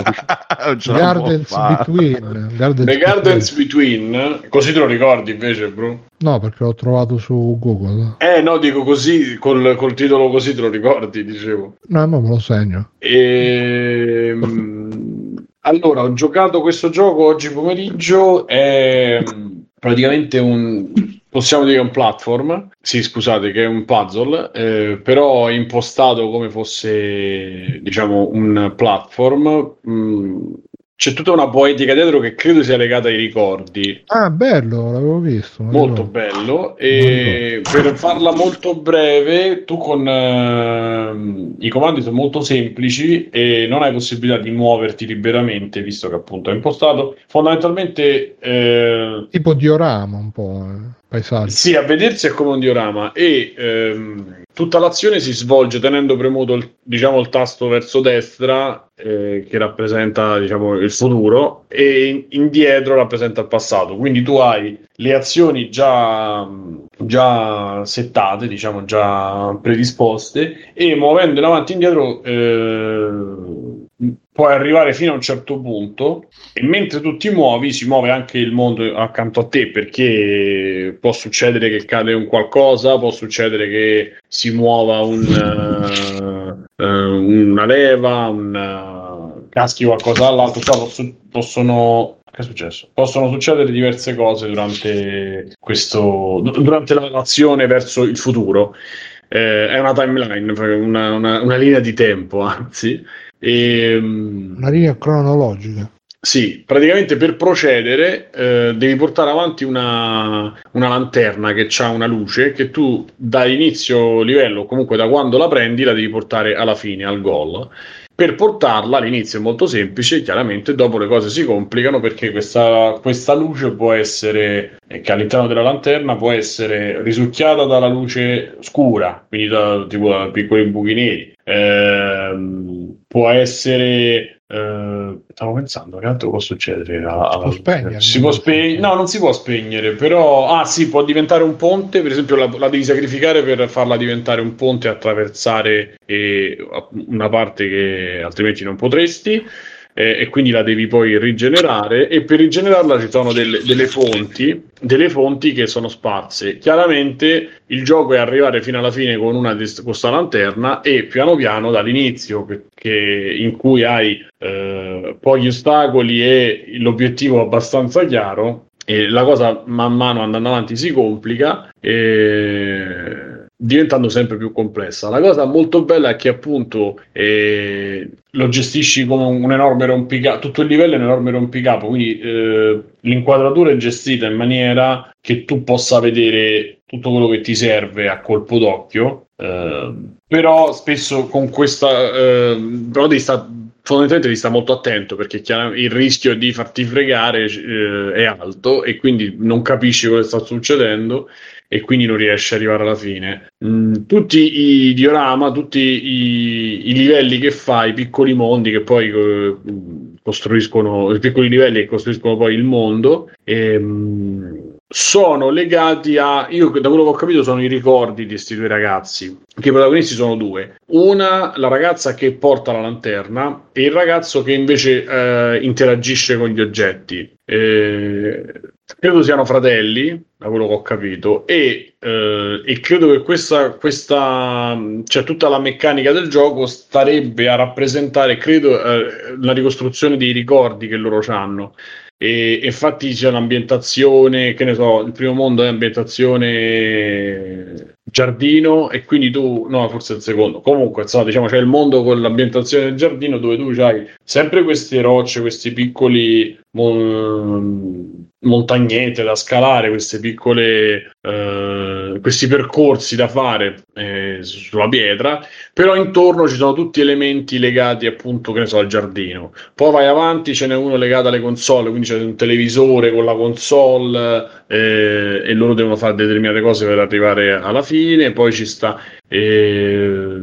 A: Gardens Between Gardens
B: The Gardens Between. Between così te lo ricordi invece, bro?
A: No, perché l'ho trovato su Google.
B: Eh no, dico così, col, col titolo così te lo ricordi, dicevo.
A: No, ma me lo segno.
B: E... allora, ho giocato questo gioco oggi pomeriggio, è praticamente un... possiamo dire un platform, sì scusate, che è un puzzle, eh, però impostato come fosse, diciamo, un platform. Mh, c'è tutta una poetica dietro che credo sia legata ai ricordi.
A: Ah, bello, l'avevo visto.
B: Molto bello. E per farla molto breve, tu con uh, i comandi sono molto semplici e non hai possibilità di muoverti liberamente, visto che appunto è impostato. Fondamentalmente eh,
A: tipo diorama un po'. Eh. Paesaggio.
B: Sì, a vedersi è come un diorama e ehm, tutta l'azione si svolge tenendo premuto il, diciamo, il tasto verso destra eh, che rappresenta, diciamo, il futuro e in, indietro rappresenta il passato, quindi tu hai le azioni già, già settate, diciamo già predisposte e muovendo in avanti e indietro eh, puoi arrivare fino a un certo punto e mentre tu ti muovi si muove anche il mondo accanto a te, perché può succedere che cade un qualcosa, può succedere che si muova un, uh, uh, una leva, un, uh, caschi qualcosa all'altro, cioè posso, possono che è successo? Possono succedere diverse cose durante questo durante l'azione verso il futuro. Eh, è una timeline, una, una, una linea di tempo, anzi. E,
A: una linea cronologica.
B: Sì, praticamente per procedere eh, devi portare avanti una, una lanterna che ha una luce che tu da inizio livello, comunque da quando la prendi, la devi portare alla fine, al goal. Per portarla all'inizio è molto semplice, chiaramente dopo le cose si complicano perché questa, questa luce può essere, eh, che all'interno della lanterna può essere risucchiata dalla luce scura, quindi da, tipo da piccoli buchi neri, eh, può essere... Uh, stavo pensando che altro può succedere alla, alla...
A: Si può spegnere,
B: si può spegnere no non si può spegnere però ah sì può diventare un ponte, per esempio la, la devi sacrificare per farla diventare un ponte e attraversare eh, una parte che altrimenti non potresti eh, e quindi la devi poi rigenerare e per rigenerarla ci sono delle, delle fonti delle fonti che sono sparse. Chiaramente il gioco è arrivare fino alla fine con una di questa lanterna e piano piano dall'inizio che, che in cui hai eh, pochi ostacoli e l'obiettivo abbastanza chiaro e la cosa man mano andando avanti si complica e diventando sempre più complessa. La cosa molto bella è che appunto eh, lo gestisci come un enorme rompicapo, tutto il livello è un enorme rompicapo, quindi eh, l'inquadratura è gestita in maniera che tu possa vedere tutto quello che ti serve a colpo d'occhio, eh, però spesso con questa eh, però devi sta, fondamentalmente devi stare molto attento, perché chiaramente il rischio di farti fregare eh, è alto e quindi non capisci cosa sta succedendo e quindi non riesci ad arrivare alla fine. Mm, tutti i diorama, tutti i, i livelli che fai, i piccoli mondi che poi eh, costruiscono, i piccoli livelli che costruiscono poi il mondo, ehm, sono legati a, io da quello che ho capito sono i ricordi di questi due ragazzi, che i protagonisti sono due, una la ragazza che porta la lanterna e il ragazzo che invece eh, interagisce con gli oggetti. Eh, credo siano fratelli, da quello che ho capito, e, eh, e credo che questa, questa, cioè tutta la meccanica del gioco starebbe a rappresentare, credo, eh, la ricostruzione dei ricordi che loro hanno. E infatti c'è l'ambientazione, che ne so, il primo mondo è ambientazione giardino e quindi tu, no forse il secondo, comunque insomma diciamo c'è il mondo con l'ambientazione del giardino dove tu hai sempre queste rocce, questi piccoli mon- montagnette da scalare, queste piccole eh, questi percorsi da fare eh, sulla pietra, però intorno ci sono tutti elementi legati appunto, che ne so, al giardino. Poi vai avanti, ce n'è uno legato alle console, quindi c'è un televisore con la console eh, e loro devono fare determinate cose per arrivare alla fine. Poi ci sta eh,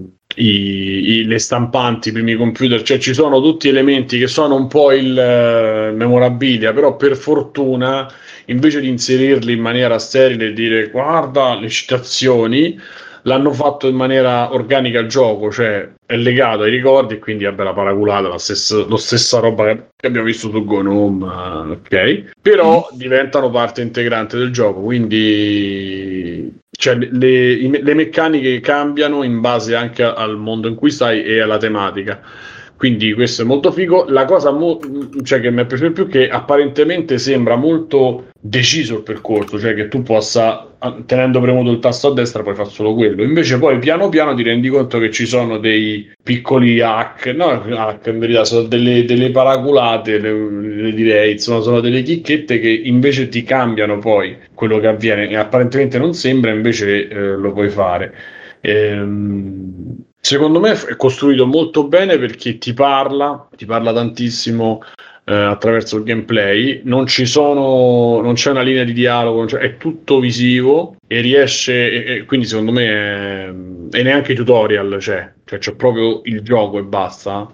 B: i, i, le stampanti, i primi computer, cioè ci sono tutti elementi che sono un po' il uh, memorabilia, però per fortuna invece di inserirli in maniera sterile e dire guarda le citazioni, l'hanno fatto in maniera organica al gioco, cioè è legato ai ricordi e quindi vabbè la paraculata, la stessa, la stessa roba che abbiamo visto su Gnome, ok? Però mm. diventano parte integrante del gioco, quindi cioè, le, le meccaniche cambiano in base anche al mondo in cui stai e alla tematica. Quindi questo è molto figo. La cosa mo- cioè che mi è piaciuto più che apparentemente sembra molto deciso il percorso, cioè che tu possa, tenendo premuto il tasto a destra, puoi fare solo quello. Invece poi piano piano ti rendi conto che ci sono dei piccoli hack, no hack in verità, sono delle, delle paraculate, le, le direi, insomma sono delle chicchette che invece ti cambiano poi quello che avviene e apparentemente non sembra, invece eh, lo puoi fare. Ehm... Secondo me è costruito molto bene perché ti parla, ti parla tantissimo eh, attraverso il gameplay. Non ci sono, non c'è una linea di dialogo, cioè, è tutto visivo e riesce. E, e quindi secondo me è, e neanche tutorial c'è, cioè c'è proprio il gioco e basta.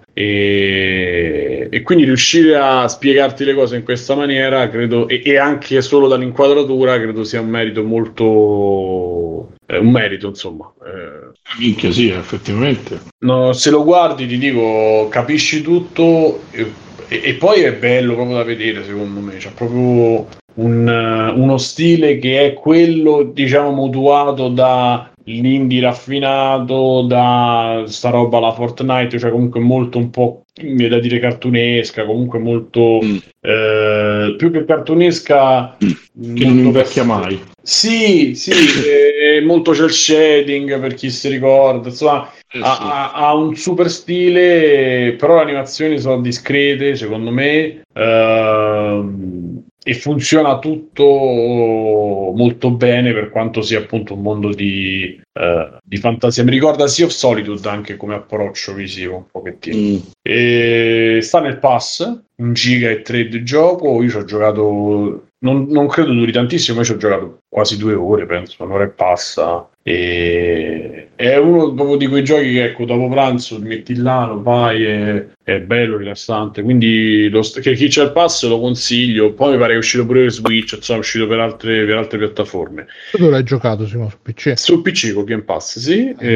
B: E, e quindi riuscire a spiegarti le cose in questa maniera, credo, e, e anche solo dall'inquadratura, credo sia un merito molto. È un merito, insomma. Eh,
G: Minchia, sì, effettivamente.
B: No, se lo guardi, ti dico, capisci tutto e, e, e poi è bello proprio da vedere, secondo me. C'è proprio un, uno stile che è quello, diciamo, mutuato da l'indie raffinato, da sta roba alla Fortnite, cioè comunque molto un po', mi viene da dire cartunesca, comunque molto mm. eh, più che cartunesca
G: mm. che non invecchia mai.
B: Sì, sì, eh, molto cel shading per chi si ricorda, insomma eh, ha, sì. ha, ha un super stile, però le animazioni sono discrete secondo me, ehm, e funziona tutto molto bene per quanto sia appunto un mondo di, uh, di fantasia. Mi ricorda Sea of Solitude anche come approccio visivo un pochettino. Mm. E sta nel pass, un giga e tre di gioco. Io ci ho giocato, non, non credo duri tantissimo, ma ci ho giocato quasi due ore, penso, un'ora e passa. E è uno proprio di quei giochi che ecco dopo pranzo ti metti là, lo fai e è bello, rilassante, quindi lo st- che chi c'è il pass lo consiglio. Poi mi pare che è uscito pure per Switch, insomma è uscito per altre, per altre piattaforme.
A: Tu dove l'hai giocato, Simone? Su P C?
B: Sul P C con Game Pass, sì. Ah,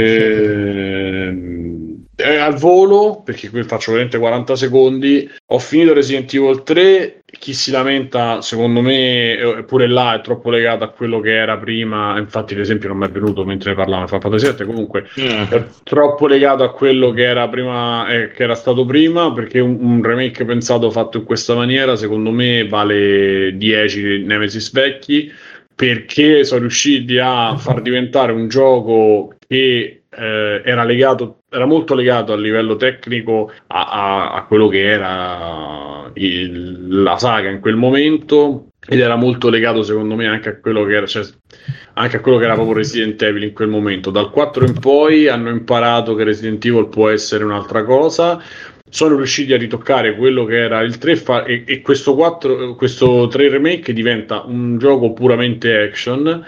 B: ehm, è al volo perché qui faccio veramente quaranta secondi. Ho finito Resident Evil tre. Chi si lamenta, secondo me, pure là è troppo legato a quello che era prima. Infatti, l'esempio non mi è venuto mentre ne parlavo. Fa sette. Comunque, yeah. È troppo legato a quello che era prima, eh, che era stato prima. Perché un, un remake pensato fatto in questa maniera, secondo me, vale dieci Nemesis vecchi. perché sono riusciti a far diventare un gioco che eh, era legato, era molto legato a livello tecnico a, a, a quello che era il, la saga in quel momento, ed era molto legato secondo me anche a quello che era, cioè, anche a quello che era proprio Resident Evil in quel momento. Dal quattro in poi hanno imparato che Resident Evil può essere un'altra cosa, sono riusciti a ritoccare quello che era il tre fa- e, e questo quattro, questo tre remake diventa un gioco puramente action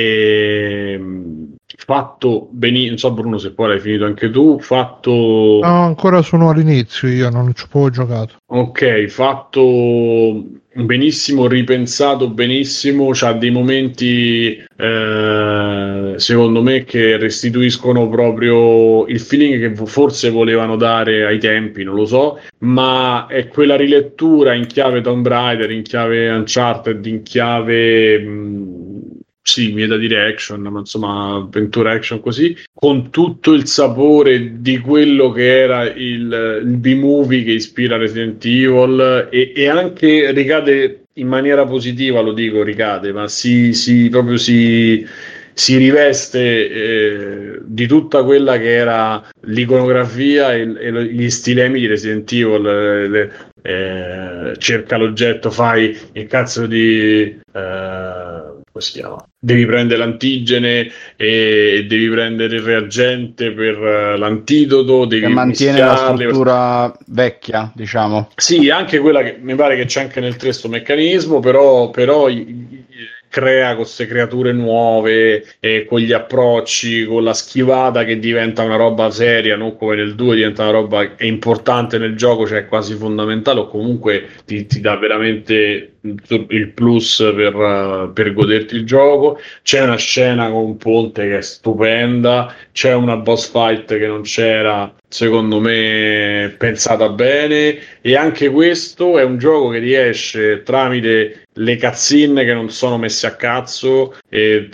B: e fatto benissimo. Non so Bruno se poi l'hai finito anche tu, fatto
A: no, ancora sono all'inizio, io non ci ho giocato.
B: Ok, fatto benissimo, ripensato benissimo, c'ha dei momenti eh, secondo me che restituiscono proprio il feeling che forse volevano dare ai tempi, non lo so, ma è quella rilettura in chiave Tomb Raider, in chiave Uncharted, in chiave mh, sì, mi è da dire action, ma insomma avventura action così, con tutto il sapore di quello che era il, il B-movie che ispira Resident Evil, e, e anche ricade in maniera positiva, lo dico ricade, ma si, si proprio si, si riveste eh, di tutta quella che era l'iconografia e, e gli stilemi di Resident Evil. Le, le, eh, cerca l'oggetto, fai il cazzo di eh, come si chiama? Devi prendere l'antigene e devi prendere il reagente per uh, l'antidoto, devi
C: che mantiene la
B: mischiarli.
C: struttura vecchia, diciamo.
B: Sì, anche quella che mi pare che c'è anche nel tre sto meccanismo, però, però i, i, crea queste creature nuove e con gli approcci, con la schivata che diventa una roba seria, non come nel due diventa una roba è importante nel gioco, cioè quasi fondamentale, o comunque ti, ti dà veramente il plus per, uh, per goderti il gioco. C'è una scena con un ponte che è stupenda, c'è una boss fight che non c'era, secondo me pensata bene, e anche questo è un gioco che riesce tramite le cutscene che non sono messe a cazzo e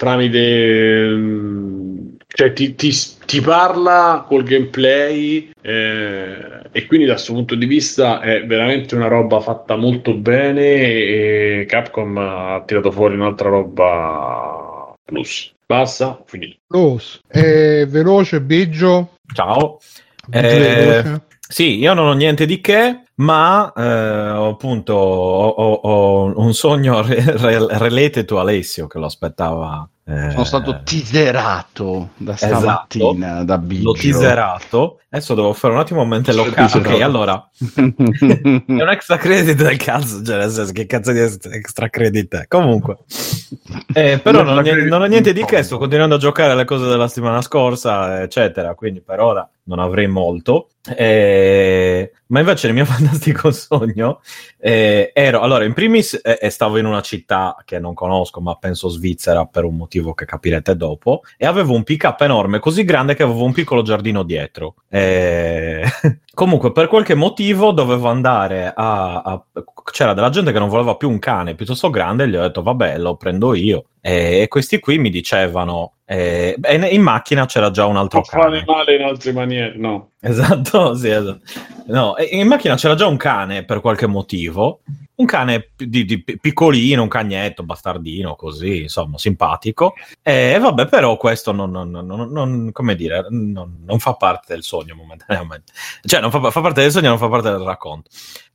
B: tramite cioè ti, ti, ti parla col gameplay eh, e quindi da questo punto di vista è veramente una roba fatta molto bene, e Capcom ha tirato fuori un'altra roba plus. Basta, ho finito.
A: Plus. È veloce, Biggio.
D: Ciao.
A: Biggio
D: Eh,
A: veloce.
D: sì, io non ho niente di che, ma eh, appunto ho, ho, ho un sogno re- re- related to Alessio che lo aspettava. Eh,
C: Sono stato teaserato da stamattina,
D: esatto,
C: da Biggio.
D: l'ho teaserato. Adesso devo fare un attimo mente locale. Ok, allora è un extra credit del cazzo, cioè nel senso, che cazzo di extra credit è? Comunque eh, però non ho, non ho niente di che, sto continuando a giocare alle cose della settimana scorsa eccetera, quindi per ora non avrei molto. Eh, ma invece nel mio fantastico sogno eh, ero, allora in primis eh, stavo in una città che non conosco, ma penso Svizzera per un motivo che capirete dopo, e avevo un pick up enorme così grande che avevo un piccolo giardino dietro. Eh, comunque per qualche motivo dovevo andare a, a c'era della gente che non voleva più un cane piuttosto grande, e gli ho detto vabbè lo prendo io, e, e questi qui mi dicevano eh, in macchina c'era già un altro
B: non
D: cane.
B: fare male in altre maniere, no.
D: Esatto, sì, esatto. No, in macchina c'era già un cane per qualche motivo, un cane di, di piccolino, un cagnetto, bastardino, così, insomma, simpatico. E vabbè, però questo non, non, non, non come dire, non, non fa parte del sogno momentaneamente. Cioè, non fa, fa parte del sogno, non fa parte del racconto.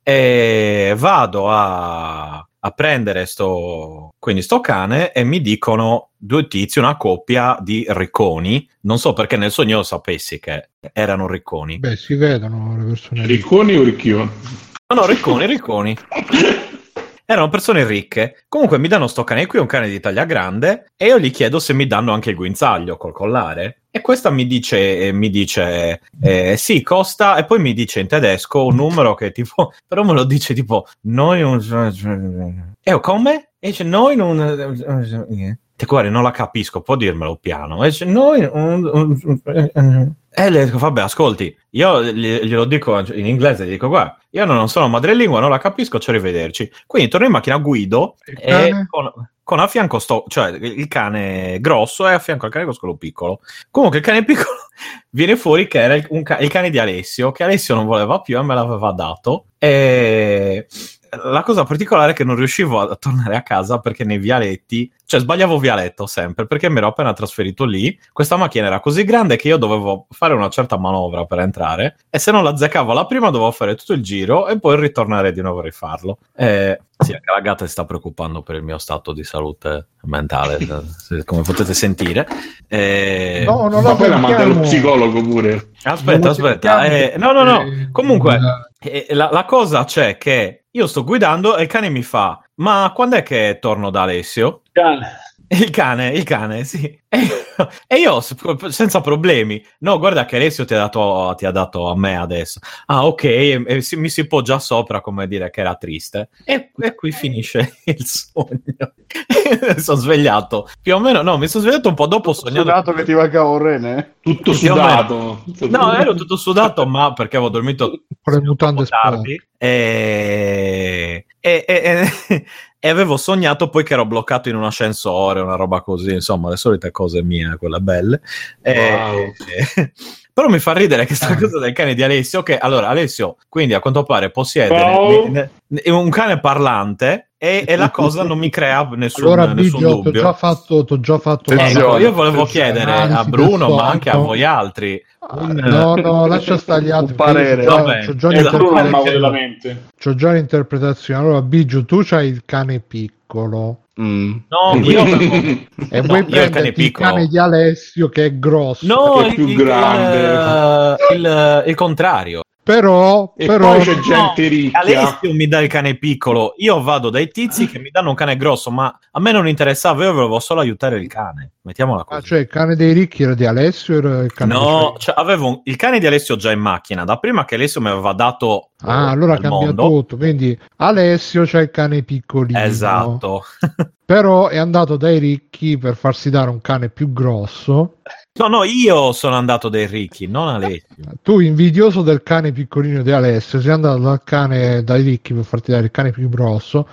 D: E vado a, a prendere sto, quindi sto cane, e mi dicono due tizi, una coppia di ricconi. Non so perché nel sogno io sapessi che erano ricconi.
A: Beh, si vedono le persone
G: Ricconi o ricchioni?
D: No, no, ricconi, ricconi. Erano persone ricche. Comunque mi danno sto cane, qui è un cane di taglia grande, e io gli chiedo se mi danno anche il guinzaglio col collare. E questa mi dice, mi dice eh, sì, costa, e poi mi dice in tedesco un numero che tipo, però me lo dice tipo, noi un... E io, come? E dice, noi non... Te guarda, non la capisco, può dirmelo piano. E dice, noi... E le dico, vabbè, ascolti, io glielo dico in inglese, gli dico, guarda, io non sono madrelingua, non la capisco, ci arrivederci. Quindi torno in macchina, guido, e con, con a fianco sto, cioè il cane grosso e a fianco al cane grosso quello piccolo. Comunque il cane piccolo viene fuori che era il, un, il cane di Alessio, che Alessio non voleva più e me l'aveva dato. E... la cosa particolare è che non riuscivo a tornare a casa perché nei vialetti, cioè sbagliavo vialetto sempre, perché mi ero appena trasferito lì, questa macchina era così grande che io dovevo fare una certa manovra per entrare, e se non la azzeccavo la prima dovevo fare tutto il giro e poi ritornare di nuovo a rifarlo. Eh, sì, anche la gatta si sta preoccupando per il mio stato di salute mentale, come potete sentire. Eh...
G: No, non ma poi la manda allo psicologo pure.
D: Aspetta, aspetta. Eh, no, no, no. Comunque, eh, la, la cosa c'è che io sto guidando e il cane mi fa: ma quando è che torno da Alessio?
E: Cane.
D: Il cane, il cane, sì. E io, e io senza problemi. No, guarda che Alessio ti ha dato, ti ha dato a me adesso. Ah, ok, e, e si, mi si poggia sopra, come dire che era triste. E, e qui finisce il sogno. Sono svegliato. Più o meno, no, mi sono svegliato un po' dopo. Ho sognato
C: sudato che ti mancava un rene?
G: Tutto sudato.
D: No, ero tutto sudato, ma perché avevo dormito
A: con le mutande
D: tardi. E... E, e, e, e avevo sognato poi che ero bloccato in un ascensore, una roba così, insomma, le solite cose mie, quelle belle.
G: Wow.
D: E, e, però mi fa ridere questa cosa del cane di Alessio, che allora Alessio quindi a quanto pare possiede
G: wow.
D: ne, ne, un cane parlante e, e la cosa non mi crea nessun,
A: allora,
D: nessun
A: Biggio,
D: dubbio.
A: T'ho già fatto, t'ho già fatto
D: eh,
A: la...
D: no, io volevo chiedere
A: Anzi,
D: a Bruno, ma anche a
A: no.
D: voi altri.
A: Un... No, no, lascia stare gli altri.
C: Un parere.
A: C'ho,
D: Vabbè,
A: c'ho, già
G: l'interpretazione.
A: c'ho già l'interpretazione. Allora, Biggio, tu c'hai il cane piccolo.
C: Mm.
D: No, io avevo...
A: e
D: no,
A: vuoi
D: io il
A: prenderti
D: cane
A: il
D: piccolo.
A: cane di Alessio che è grosso,
D: no,
G: che è più
D: il,
G: grande.
D: Il, il, il contrario.
A: Però,
G: E
A: però
G: poi c'è gente ricca.
D: Alessio mi dà il cane piccolo, io vado dai tizi che mi danno un cane grosso, ma a me non interessava, io volevo solo aiutare il cane. Mettiamola così.
A: ah, cioè il cane dei ricchi era di Alessio o era il cane
D: No,
A: di
D: cioè, avevo un, il cane di Alessio già in macchina, da prima che Alessio mi aveva dato
A: ah, allora cambia
D: mondo.
A: tutto. Quindi Alessio c'ha il cane piccolino.
D: Esatto.
A: Però è andato dai ricchi per farsi dare un cane più grosso.
D: No, no, io sono andato dai ricchi, non Alessio.
A: Tu, invidioso del cane piccolino di Alessio, sei andato dal cane dai ricchi per farti dare il cane più grosso.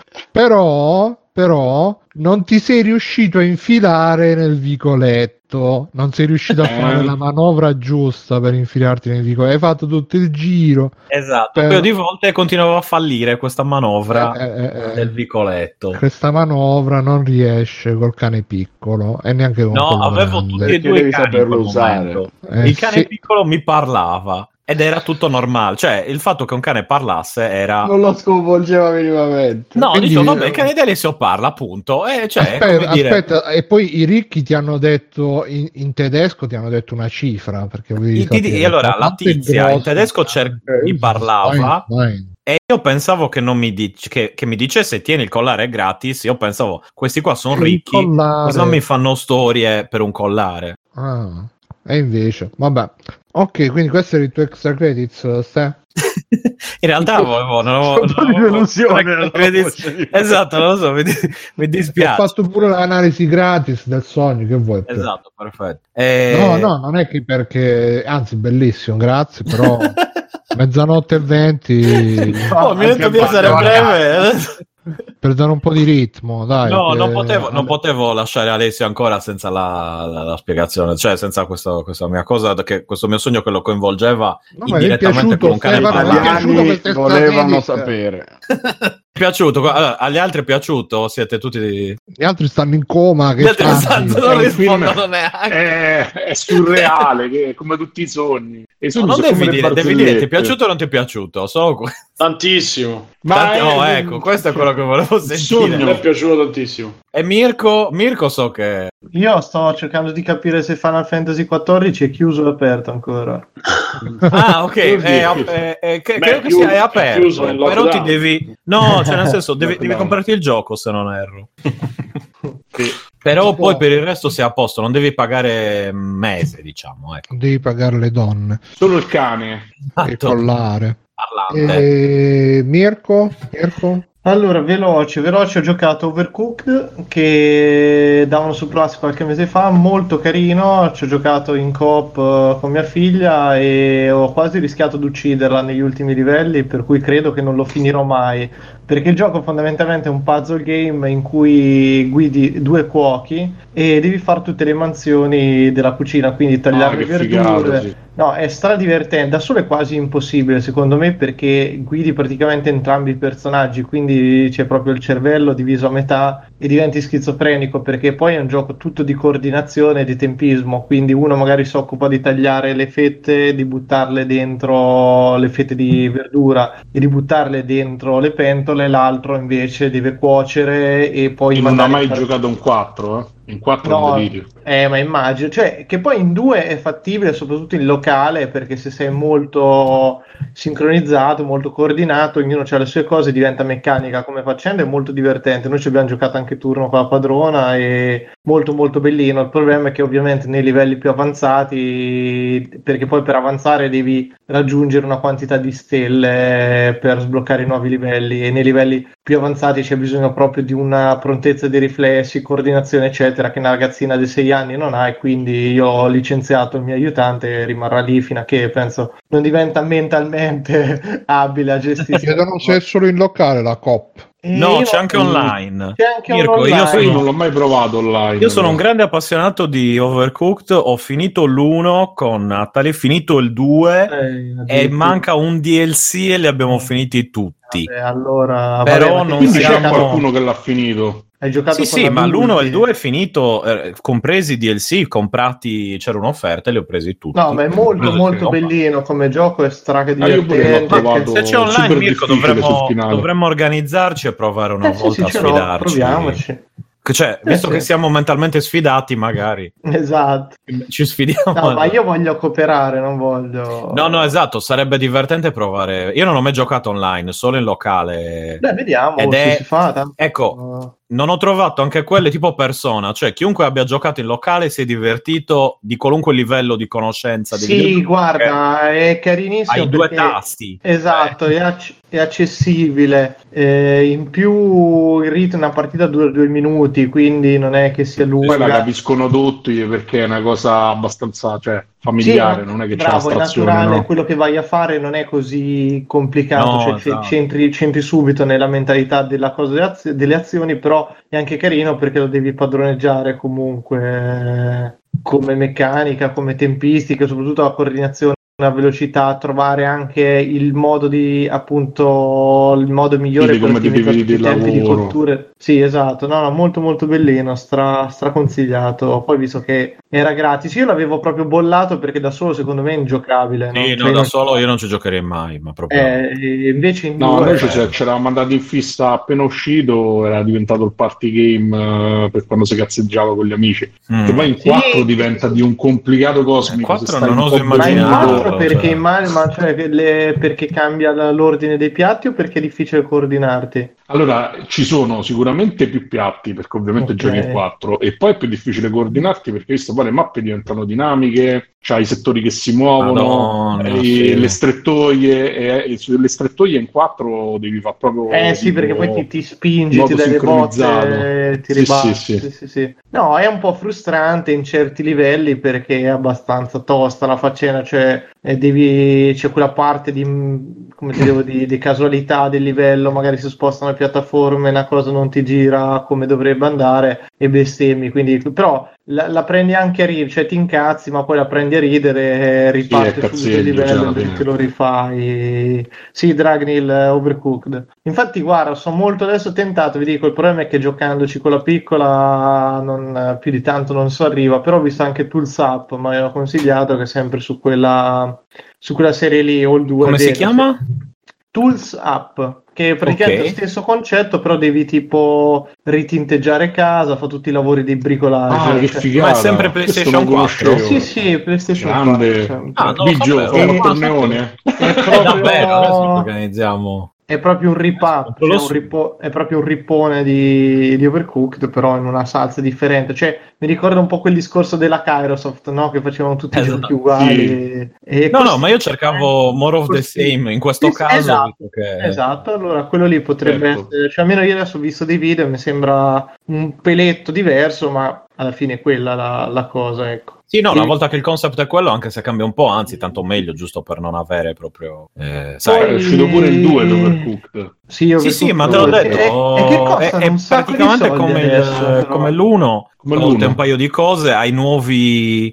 A: Però, però, non ti sei riuscito a infilare nel vicoletto. Non sei riuscito a fare la manovra giusta per infilarti nel vicoletto. Hai fatto tutto il giro.
D: Esatto.
A: Per...
D: Poi di volte continuavo a fallire questa manovra
A: eh, eh, eh,
D: del vicoletto.
A: Questa manovra non riesce col cane piccolo e neanche con
D: no,
A: quello
D: avevo
A: grande.
D: tutti e due i cani in quel
C: usare.
D: momento.
A: Eh,
D: il cane
A: sì.
D: piccolo mi parlava ed era tutto normale, cioè il fatto che un cane parlasse era
C: non lo sconvolgeva minimamente.
D: no,
A: Quindi,
D: dico vabbè, il cane di Alessio parla appunto e cioè,
A: aspetta,
D: come dire...
A: aspetta, e poi i ricchi ti hanno detto in, in tedesco ti hanno detto una cifra perché
D: I, ti, ti, allora la tizia in tedesco cer-
A: eh,
D: mi parlava
A: fine, fine.
D: e io pensavo che non mi dic- che, che mi dicesse tieni il collare gratis. Io pensavo questi qua sono ricchi, cosa mi fanno storie per un collare?
A: Ah, e invece vabbè, ok, quindi questo era il tuo extra credits, Ste?
D: In realtà avevo, non avevo, non avevo
C: delusione
D: credits. Esatto, non lo so, mi, mi dispiace.
A: Ho fatto pure l'analisi gratis del sogno, che vuoi?
D: Esatto, perfetto. E...
A: No, no, non è che perché, anzi, bellissimo, grazie, però mezzanotte e venti.
D: Oh, mi ha detto di essere breve.
A: Per dare un po' di ritmo, dai.
D: No,
A: che...
D: non, potevo, non potevo lasciare Alessio ancora senza la, la, la spiegazione, cioè senza questo, questa mia cosa, che, questo mio sogno che lo coinvolgeva
A: no,
D: indirettamente con un cane
C: parlare. Volevano sapere.
D: È piaciuto? Allora, agli altri è piaciuto? Siete tutti di...
A: Gli altri stanno in coma. Che
D: Gli altri esatto, non rispondono neanche.
G: È, è surreale, che, come tutti i sogni. E
D: no, non devi dire, devi dire ti è piaciuto o non ti è piaciuto? Solo
B: tantissimo.
G: Ma
D: Tanti...
G: è...
D: oh, ecco, questo è quello che volevo sentire.
B: Mi è piaciuto tantissimo.
D: E Mirko, Mirko so che...
E: Io sto cercando di capire se Final Fantasy quattordici è chiuso o aperto ancora.
D: Ah, ok, è, è, è, che, Beh, credo che sia è aperto, però ti devi... No, cioè nel senso, devi, devi comprarti il gioco se non erro.
G: Sì.
D: Però poi per il resto sei a posto, non devi pagare mese, diciamo. Ecco.
A: Devi pagare le donne.
G: Solo il cane.
A: E il collare.
D: Parlante.
A: E... Mirko? Mirko?
E: Allora, veloce, veloce, ho giocato Overcooked che davano su Plus qualche mese fa, molto carino, ci ho giocato in coop uh, con mia figlia e ho quasi rischiato di ucciderla negli ultimi livelli, per cui credo che non lo finirò mai, perché il gioco fondamentalmente è un puzzle game in cui guidi due cuochi e devi fare tutte le mansioni della cucina, quindi tagliare
G: ah,
E: le verdure,
G: figato, sì.
E: No, è stradivertente, da solo è quasi impossibile secondo me perché guidi praticamente entrambi i personaggi, quindi c'è proprio il cervello diviso a metà e diventi schizofrenico perché poi è un gioco tutto di coordinazione e di tempismo, quindi uno magari si occupa di tagliare le fette, di buttarle dentro le fette di verdura e di buttarle dentro le pentole, l'altro invece deve cuocere e poi
G: Io non ho
E: mandare
G: mai giocato un quattro, eh? In quattro
E: No,
G: è un delirio.
E: eh, ma immagino, cioè che poi in due è fattibile soprattutto in locale perché se sei molto sincronizzato, molto coordinato, ognuno ha le sue cose, diventa meccanica come faccenda, è molto divertente. Noi ci abbiamo giocato anche turno con la padrona e molto molto bellino. Il problema è che ovviamente nei livelli più avanzati, perché poi per avanzare devi raggiungere una quantità di stelle per sbloccare i nuovi livelli e nei livelli più avanzati c'è bisogno proprio di una prontezza dei riflessi, coordinazione eccetera che una ragazzina di sei anni non ha, e quindi io ho licenziato il mio aiutante e rimarrà lì fino a che penso non diventa mentalmente abile a gestire.
A: Chiedono se è solo in locale la coop.
E: E
D: No,
E: io-
D: c'è anche online.
E: C'è anche
D: Mirko,
E: online.
D: io
G: Io
D: sono,
G: non l'ho mai provato online.
D: io sono un
G: no.
D: grande appassionato di Overcooked, ho finito l'uno con Natalie, finito il due
E: Eh,
D: e
E: addirittura.
D: manca un D L C e li abbiamo finiti tutti.
E: Vabbè, allora,
D: Però
E: vabbè, ma
D: non
G: Quindi
E: quindi
G: c'è
D: siamo-
G: qualcuno che l'ha finito.
E: hai giocato
D: Sì,
E: con
D: sì,
E: la
D: ma
E: Multi?
D: l'uno e il due è finito, eh, compresi i D L C, comprati, c'era un'offerta e li ho presi tutti.
E: No, ma è molto
D: Preso il
E: molto
D: primo.
E: bellino come gioco, è strache
G: Ah, io pure l'ho
E: divertente.
G: provato.
D: Se c'è online,
G: super
D: Mirko,
G: difficile sul
D: dovremmo,
G: finale.
D: dovremmo organizzarci e provare una
E: Eh, sì,
D: volta
E: sì,
D: a
E: ce l'ho,
D: sfidarci.
E: proviamoci.
D: Cioè,
E: Eh,
D: visto
E: sì.
D: che siamo mentalmente sfidati, magari
E: Esatto.
D: ci sfidiamo.
E: No, ma io voglio cooperare, non voglio...
D: No, no, esatto, sarebbe divertente provare. Io non ho mai giocato online, solo in locale.
E: Beh, vediamo
D: Ed
E: se
D: è-
E: si fa. tanto-
D: Ecco, non ho trovato anche quelle tipo Persona, cioè chiunque abbia giocato in locale si è divertito di qualunque livello di conoscenza. di
E: Sì,
D: videogiochi,
E: guarda, è
D: perché
E: carinissimo
D: hai due
E: perché-
D: tasti.
E: Esatto, è, acc- è accessibile. Eh, in più il ritmo, una partita dura due minuti, quindi non è che sia lunga.
G: Poi la capiscono tutti perché è una cosa abbastanza, cioè, familiare,
E: Sì,
G: non è che c'è
E: bravo, è
G: l'astrazione,
E: naturale,
G: no?
E: quello che vai a fare non è così complicato,
D: No,
E: cioè, c-
D: esatto.
E: c'entri, c'entri subito nella mentalità della cosa delle, az- delle azioni, però è anche carino perché lo devi padroneggiare comunque eh, come meccanica, come tempistica, soprattutto la coordinazione, la velocità, trovare anche il modo di appunto il modo migliore
G: Sì,
E: per
G: come ti
E: ottimizzare
G: dividi
E: tutti i
G: il
E: tempi di
G: lavoro.
E: cotture. Sì, esatto, no, no, molto molto bellino, stra, straconsigliato. Poi visto che era gratis, io l'avevo proprio bollato perché da solo secondo me è ingiocabile.
D: Sì,
E: non-
D: no,
E: cioè,
D: da
E: non-
D: solo io non ci giocherei mai, ma proprio.
E: eh, invece in
G: No,
E: due
G: noi ci, ci eravamo andati in fissa appena uscito, era diventato il party game eh, per quando si cazzeggiava con gli amici.
D: Mm.
G: Che poi in
E: Sì.
G: quattro diventa di un complicato cosmico.
D: In quattro
G: se stai
D: non
G: un
D: oso
G: po'
E: ma in
D: immaginarlo,
G: bevuto.
E: quattro perché,
D: cioè.
E: immagino- ma cioè, che le- perché cambia la- l'ordine dei piatti o perché è difficile coordinarti?
G: Allora, ci sono sicuramente più piatti, perché ovviamente
E: Ok.
G: giochi in quattro, e poi è più difficile coordinarti perché visto poi le mappe diventano dinamiche, c'hai i settori che si muovono,
D: Madonna,
G: e
D: sì.
G: le strettoie, e, e sulle strettoie in quattro devi fare proprio
E: Eh sì,
G: tipo
E: perché poi ti, ti spingi,
G: modo
E: ti dai le
G: sincronizzato.
E: botte, ti
G: Sì,
E: ribatti.
G: sì, sì.
E: Sì, sì, sì. No, è un po' frustrante in certi livelli perché è abbastanza tosta la faccenda, cioè eh, devi, c'è quella parte di, come ti devo dire, di casualità del livello, magari si spostano le piattaforme, una cosa non ti gira come dovrebbe andare e bestemmi, quindi però la, la prendi anche a ridere, cioè ti incazzi, ma poi la prendi a ridere e riparte
G: è
E: subito il
G: cazzeggio,
E: livello
G: cioè, alla
E: e
G: fine.
E: te lo rifai. Sì, Dragnil eh, Overcooked. Infatti, guarda, sono molto adesso tentato, vi dico, il problema è che giocandoci con la piccola non, più di tanto non so arriva, però ho visto anche Tools Up, ma mi hanno consigliato che è sempre su quella, su quella serie lì, o il due.
D: Come si chiama?
E: Tools Up, che è praticamente
D: Ok.
E: lo stesso concetto, però devi tipo ritinteggiare casa, fa tutti i lavori di bricolage.
G: Ah, che
E: cioè-
G: figata!
D: Ma è sempre
G: Questo
D: PlayStation
G: non conoscevo.
E: Sì, sì, PlayStation
G: Grande.
E: quattro.
D: Ah, non lo
G: Biggio,
D: sapevo.
G: fai un
E: Eh,
G: torneone?
E: È
D: Eh,
E: proprio,
D: davvero, adesso ci organizziamo.
E: è proprio un rip-up,
D: Non lo
E: cioè un
D: so.
E: ripo- è proprio un rippone di, di Overcooked, però in una salsa differente. Cioè, mi ricorda un po' quel discorso della Kairosoft, no? Che facevano tutti i
D: Esatto.
E: giochi uguali.
G: Sì.
E: E
D: No,
E: così-
D: no, ma io cercavo more of the
E: così.
D: same in questo
E: Sì, sì,
D: caso.
E: esatto.
D: visto che-
E: Esatto, allora quello lì potrebbe
G: Certo.
E: essere, cioè almeno io adesso ho visto dei video, mi sembra un peletto diverso, ma alla fine è quella la, la cosa, ecco.
D: Sì, no,
E: E-
D: una volta che il concept è quello, anche se cambia un po', anzi, tanto meglio, giusto per non avere proprio... Eh, sai,
G: Poi è uscito pure il due Overcooked.
E: Sì, io
D: Sì,
E: ho
D: sì,
E: visto
D: ma te l'ho
E: tutto.
D: detto,
E: E, e che costano
D: è,
E: un
D: è
E: sacco di
D: praticamente
E: soldi
D: come,
E: adesso,
D: il,
E: però.
D: come l'uno,
G: Come
D: tolte
G: l'uno.
D: un paio di cose, hai nuovi,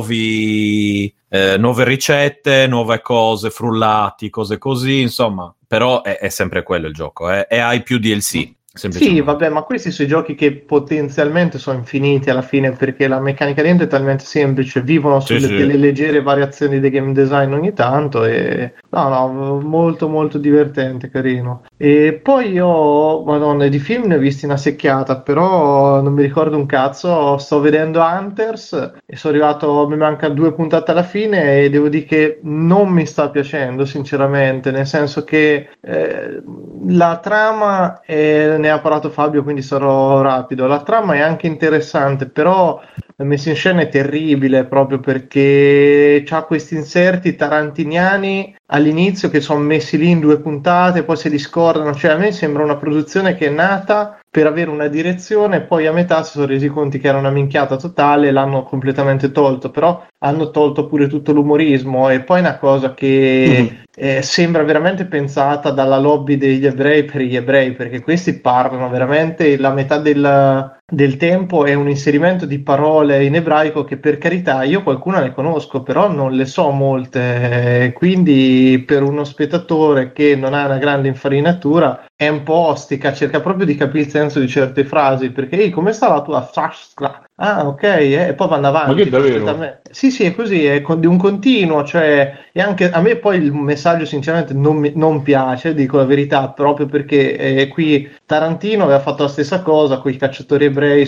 D: nuovi eh, nuove ricette, nuove cose, frullati, cose così, insomma, però è, è sempre quello il gioco, eh, e hai più D L C.
E: Sì, vabbè, ma questi sono i giochi che potenzialmente sono infiniti alla fine, perché la meccanica dentro è talmente semplice, vivono
D: Sì,
E: sulle
D: sì.
E: delle leggere variazioni di game design ogni tanto e no, no, molto molto divertente, carino. E poi io, madonna, di film ne ho visti una secchiata, però non mi ricordo un cazzo, sto vedendo Hunters e sono arrivato, mi manca due puntate alla fine e devo dire che non mi sta piacendo, sinceramente, nel senso che eh, la trama è, ne ha parlato Fabio, quindi sarò rapido. La trama è anche interessante, però la messa in scena è terribile proprio perché c'ha questi inserti tarantiniani all'inizio che sono messi lì in due puntate, poi se li scordano. Cioè, a me sembra una produzione che è nata per avere una direzione, poi a metà si sono resi conti che era una minchiata totale e l'hanno completamente tolto, però hanno tolto pure tutto l'umorismo e poi una cosa che eh, sembra veramente pensata dalla lobby degli ebrei per gli ebrei, perché questi parlano veramente la metà del, del tempo è un inserimento di parole in ebraico che, per carità, io qualcuna ne conosco, però non le so molte, eh, quindi per uno spettatore che non ha una grande infarinatura è un po' ostica, cerca proprio di capire il senso di certe frasi, perché ehi, come sta la tua fascia? Ah, ok, eh, e poi vanno avanti.
G: Ma che davvero?
E: completamente. Sì, sì, è così, è con- di un continuo, cioè, e anche a me poi il messaggio sinceramente non, mi- non piace, dico la verità, proprio perché eh, qui Tarantino aveva fatto la stessa cosa con i cacciatori ebrei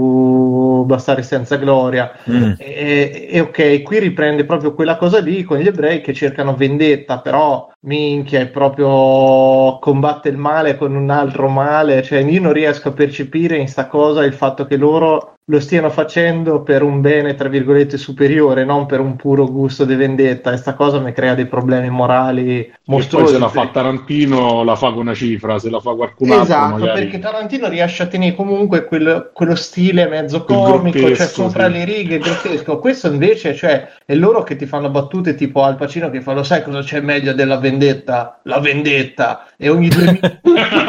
E: su Bastardi senza gloria,
D: Mm.
E: e, e ok, qui riprende proprio quella cosa lì con gli ebrei che cercano vendetta, però minchia, è proprio combatte il male con un altro male, cioè io non riesco a percepire in sta cosa il fatto che loro lo stiano facendo per un bene tra virgolette superiore, non per un puro gusto di vendetta, e sta cosa mi crea dei problemi morali
G: E poi
E: mostruosi.
G: se la fa
E: perché-
G: Tarantino la fa con una cifra, se la fa qualcun altro
E: Esatto,
G: magari
E: perché Tarantino riesce a tenere comunque quel- quello stile mezzo
G: più
E: comico, cioè
G: grottesco,
E: sopra
G: sì.
E: le righe, grottesco. Questo invece, cioè, è loro che ti fanno battute tipo Al Pacino che fa, lo sai cosa c'è meglio della vendetta? La vendetta. E ogni due minuti...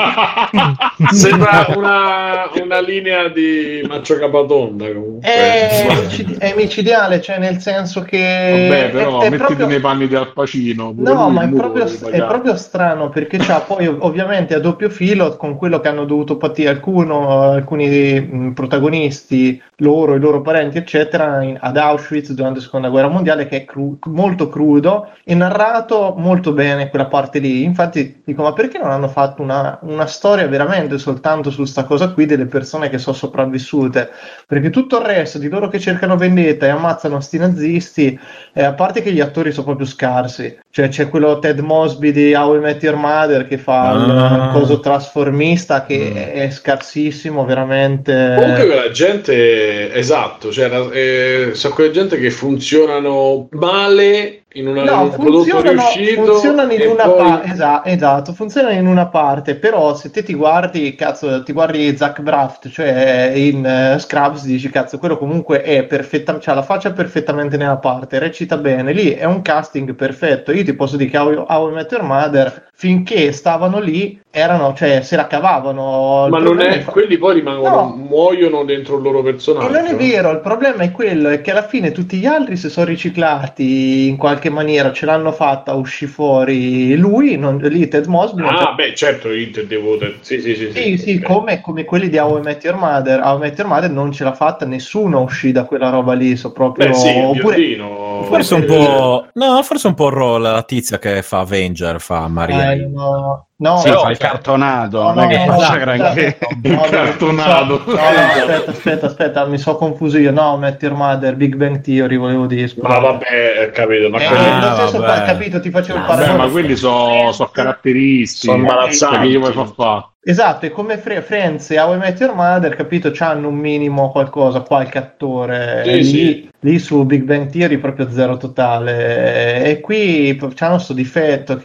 B: Sembra una, una linea di Maccio Capatonda comunque.
E: È, micid- è micidiale, cioè nel senso che
G: Vabbè, però
E: è, è
G: mettiti
E: proprio...
G: nei panni di Al Pacino, pure
E: No,
G: lui
E: ma
G: il
E: è
G: mutuo
E: proprio,
G: lo devi
E: è
G: pagare.
E: proprio strano perché c'ha poi ov- ovviamente a doppio filo con quello che hanno dovuto patire alcuno, alcuni mh, protagonisti, loro, i loro parenti, eccetera, in- ad Auschwitz durante la seconda guerra mondiale, che è cru- molto crudo e narrato molto bene quella parte lì. Infatti dico, ma perché non hanno fatto una, una storia veramente soltanto su sta cosa qui delle persone che sono sopravvissute? Perché tutto il resto di loro che cercano vendetta e ammazzano sti nazisti, eh, a parte che gli attori sono proprio scarsi, cioè c'è quello Ted Mosby di How I Met Your Mother che fa il
D: Ah.
E: coso trasformista che
D: Mm.
E: è scarsissimo veramente.
B: Comunque quella gente, esatto, cioè, la- eh, sono quelle gente che funzionano male in, una- in
E: No,
B: un prodotto
E: funzionano,
B: riuscito
E: funzionano in
B: e
E: una
B: poi...
E: parte, esatto, esatto, funzionano in una parte, però se te ti guardi, cazzo, ti guardi Zach Braff, cioè in eh, Scrubs, dici, cazzo, quello comunque è perfettamente, c'ha la faccia perfettamente nella parte, recita bene, lì è un casting perfetto. Io ti posso dire che How, How I Met Your Mother, finché stavano lì, erano, cioè, se la cavavano. Il
B: Ma non
E: problema
B: è,
E: fa-
B: quelli poi rimangono,
E: No.
B: muoiono dentro il loro
E: E
B: personaggio.
E: non è vero, il problema è quello, è che alla fine tutti gli altri si sono riciclati in qualche maniera, ce l'hanno fatta uscì fuori lui, non, lì Ted Mosby non ce
B: Ah, beh, certo, io intendevo... Sì, sì, sì.
E: Sì, sì,
B: ok.
E: come, come quelli di How I Met Your Mother. How I Met Your Mother non ce l'ha fatta, nessuno uscì da quella roba lì, so proprio...
B: Beh, sì, il
E: oppure...
B: biondino...
D: Forse un
B: eh,
D: po'... No, forse un po' il ruolo, la tizia che fa Avenger, fa Maria.
E: Eh, no, no,
C: Sì,
E: no,
C: fa il
E: cioè-
C: cartonato,
E: no,
C: non è che
E: no,
C: faccia
E: no,
C: granché.
E: aspetta,
G: Il
E: no, no,
G: cartonato.
E: so- no, no, aspetta, aspetta, aspetta, mi sono confuso io. No, How I Met Your Mother, Big Bang Theory, volevo dire.
B: Ma vabbè, ho capito, ma
E: Eh,
B: quelli
D: Ah,
E: lo stesso,
D: vabbè.
E: capito, ti facevo il
C: No,
G: Vabbè,
E: paragone.
G: ma quelli sono so caratteristici.
B: sono
G: Cioè,
B: imbarazzanti.
G: che gli vuoi far fare?
E: Esatto, e come Fre- Friends e How I Met Your Mother, capito, c'hanno un minimo qualcosa, qualche attore,
B: Sì,
E: lì,
B: sì.
E: lì su Big Bang Theory proprio zero totale, e qui p- c'hanno sto difetto,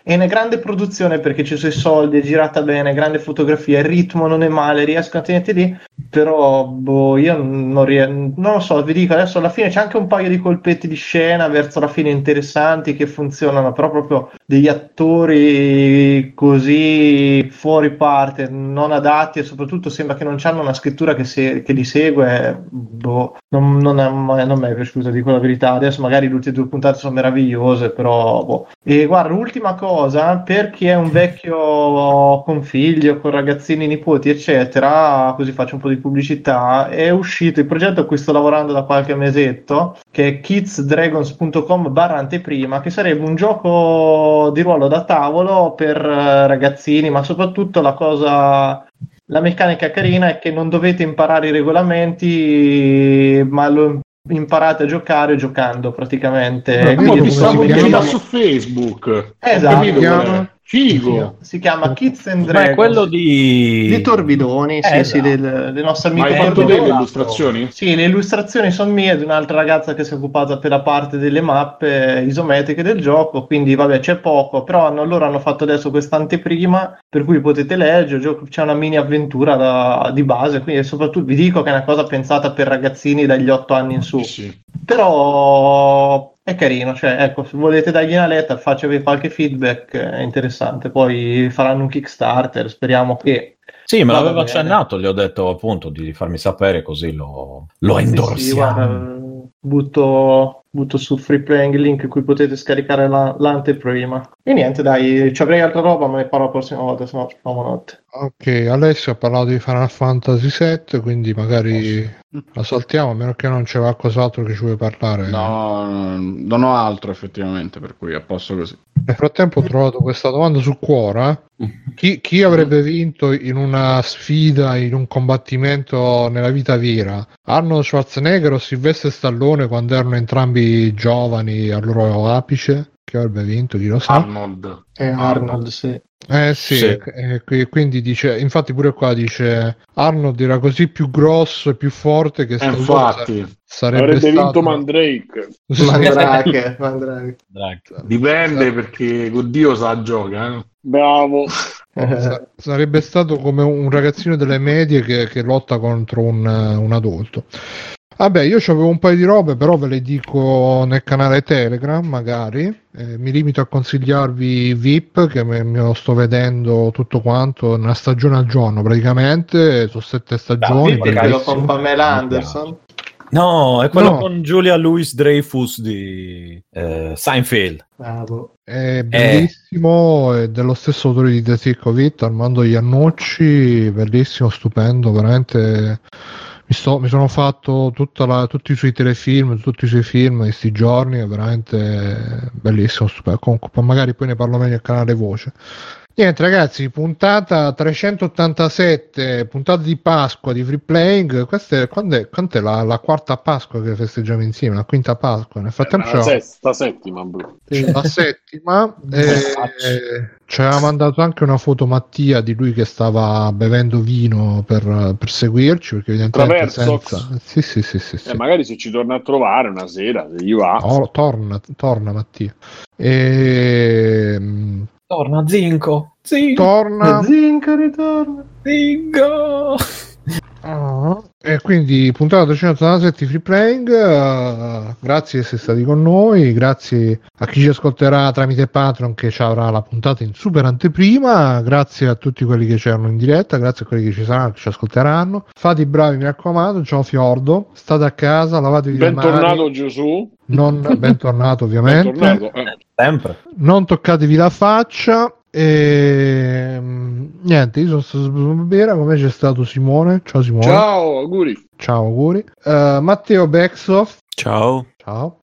E: è una grande produzione perché ci sono i soldi, è girata bene, grande fotografia, il ritmo non è male, riescono a tenerti lì, però boh, io non, ries- non lo so, vi dico, adesso alla fine c'è anche un paio di colpetti di scena verso la fine interessanti che funzionano, però proprio degli attori così fuori parte, non adatti, e soprattutto sembra che non c'hanno una scrittura che, se- che li segue, boh, non, non, è mai- non mi è piaciuta, dico la verità. Adesso magari le ultime due puntate sono meravigliose, però boh. E guarda, l'ultima cosa, per chi è un vecchio con figlio, con ragazzini, nipoti, eccetera, così faccio un po' di pubblicità, è uscito il progetto a cui sto lavorando da qualche mesetto, che è kidsdragons punto com barra anteprima, che sarebbe un gioco di ruolo da tavolo per eh, ragazzini, ma soprattutto la cosa... La meccanica carina è che non dovete imparare i regolamenti, ma lo imparate a giocare giocando praticamente.
A: No,
E: Quindi
A: io
E: è
G: Chissà
E: tutto
A: come si
G: che
A: chiama?
G: gira
E: diciamo-
G: su Facebook.
E: Esatto.
G: Ho capito
A: Si
G: qual è.
A: chiama?
G: Figo.
E: si chiama Kids and
D: Ma
E: Dragons
D: è quello di...
E: di Torbidoni, sì,
D: Eh,
E: sì,
D: esatto.
E: del, del nostro
G: Ma
E: amico
G: hai fatto te
E: Torbidoni.
G: le illustrazioni?
E: Sì, le illustrazioni sono mie, di un'altra ragazza che si è occupata per la parte delle mappe isometriche del gioco, quindi vabbè c'è poco, però hanno, loro hanno fatto adesso questa anteprima per cui potete leggere, il gioco- c'è una mini avventura da- di base, quindi soprattutto vi dico che è una cosa pensata per ragazzini dagli otto anni in su,
G: Sì, sì.
E: però è carino, cioè ecco, se volete dargli una letta, facevi qualche feedback, è interessante, poi faranno un Kickstarter, speriamo che...
D: Sì, me
E: vada
D: l'aveva
E: bene.
D: accennato, gli ho detto appunto di farmi sapere così lo, lo
E: Sì, sì,
D: endorsiamo.
E: guarda, butto, butto su Free Playing il link qui potete scaricare la- l'anteprima. E niente, dai, ci avrei altra roba, ma ne parlo la prossima volta, se no facciamo notte.
A: Ok, Alessio ha parlato di Final Fantasy sette, quindi magari la saltiamo, a meno che non c'è qualcos'altro che ci vuoi parlare.
C: No, non ho altro effettivamente, per cui a posto così.
A: Nel frattempo ho trovato questa domanda su Quora. Chi, chi avrebbe vinto in una sfida, in un combattimento nella vita vera? Arnold Schwarzenegger o Sylvester Stallone quando erano entrambi giovani al loro apice? Chi avrebbe vinto? Chi lo sa?
G: Arnold.
E: È Arnold, sì.
A: Eh sì,
D: Sì.
A: eh, qui- quindi dice, infatti pure qua dice Arnold era così più grosso e più forte che
G: Eh,
A: Stallone
G: infatti,
A: sarebbe
G: avrebbe
A: stato...
G: vinto Mandrake.
A: Sì.
E: Mandrake, Mandrake.
D: Dai.
G: Dipende perché con Dio sa gioca. Eh. Bravo.
A: Sa- sarebbe stato come un ragazzino delle medie che, che lotta contro un, un adulto. Vabbè, io c'avevo un paio di robe, però ve le dico nel canale Telegram, magari. Eh, mi limito a consigliarvi V I P, che me, me lo sto vedendo tutto quanto, una stagione al giorno praticamente, su sette stagioni.
D: V I P
E: È quello
A: bellissimo.
E: con Pamela
D: Mi
E: Anderson.
D: No, è quello
A: No.
D: con Julia Louis Dreyfus di eh, Seinfeld.
E: Bravo.
A: È bellissimo, è dello stesso autore di The Thick of It, Armando Iannucci, bellissimo, stupendo, veramente. Mi, sto, mi sono fatto tutta la, tutti i suoi telefilm, tutti i suoi film in questi giorni, è veramente bellissimo, stupendo. Comunque, poi magari poi ne parlo meglio al canale Voce. Niente ragazzi, puntata trecentottantasette, puntata di Pasqua di Free Playing. Questa è, quando è, quant'è la, la quarta Pasqua che festeggiamo insieme, la quinta Pasqua. Nel frattempo
G: la
A: c'ho-
G: sesta, settima, bro.
A: la settima, e ci aveva mandato anche una foto Mattia di lui che stava bevendo vino per, per seguirci, perché evidentemente
G: Traversox.
A: senza... Sì, sì, sì, sì, sì.
G: Eh, magari se ci torna a trovare una sera, se gli va.
A: Oh, torna, torna Mattia. E...
D: Torna Zinco. Zinco.
A: Torna...
E: Zinco ritorna.
D: Zinco.
A: Ah, e quindi puntata trecentottantasette Free Playing, uh, grazie di essere stati con noi, grazie a chi ci ascolterà tramite Patreon che ci avrà la puntata in super anteprima, grazie a tutti quelli che c'erano in diretta, grazie a quelli che ci saranno, che ci ascolteranno, fate i bravi mi raccomando, ciao Fiordo, state a casa, lavatevi le mani,
G: Bentornato Gesù.
A: non, bentornato ovviamente,
G: Bentornato. Eh.
D: Sempre.
A: non toccatevi la faccia. E niente, io sono stato Bera, come c'è stato Simone. Ciao Simone.
G: Ciao, auguri.
A: Ciao, auguri. Uh, Matteo Bexoff.
F: Ciao.
A: Ciao.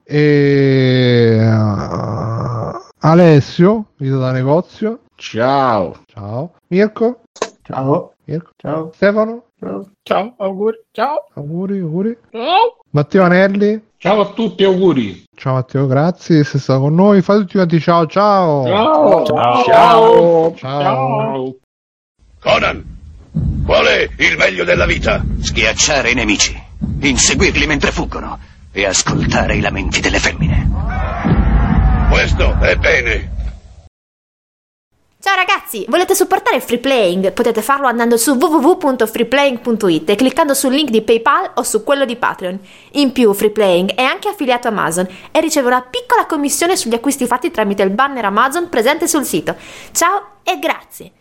A: E uh, Alessio, vita da negozio.
C: Ciao.
A: Ciao. Mirko.
E: Ciao.
A: Mirko.
E: Ciao.
A: Stefano.
E: Ciao.
D: Ciao, auguri. Ciao.
A: Auguri, auguri. Ciao. Matteo Anelli.
G: Ciao a tutti, auguri.
A: Ciao Matteo, grazie di essere stato con noi. Fate tutti quanti ciao ciao.
G: Ciao.
D: Ciao.
G: Ciao.
A: Ciao.
H: Conan, qual è il meglio della vita?
I: Schiacciare i nemici, inseguirli mentre fuggono e ascoltare i lamenti delle femmine.
H: Questo è bene.
J: Ciao ragazzi, volete supportare Free Playing? Potete farlo andando su w w w punto free playing punto i t e cliccando sul link di PayPal o su quello di Patreon. In più, Free Playing è anche affiliato a Amazon e riceve una piccola commissione sugli acquisti fatti tramite il banner Amazon presente sul sito. Ciao e grazie!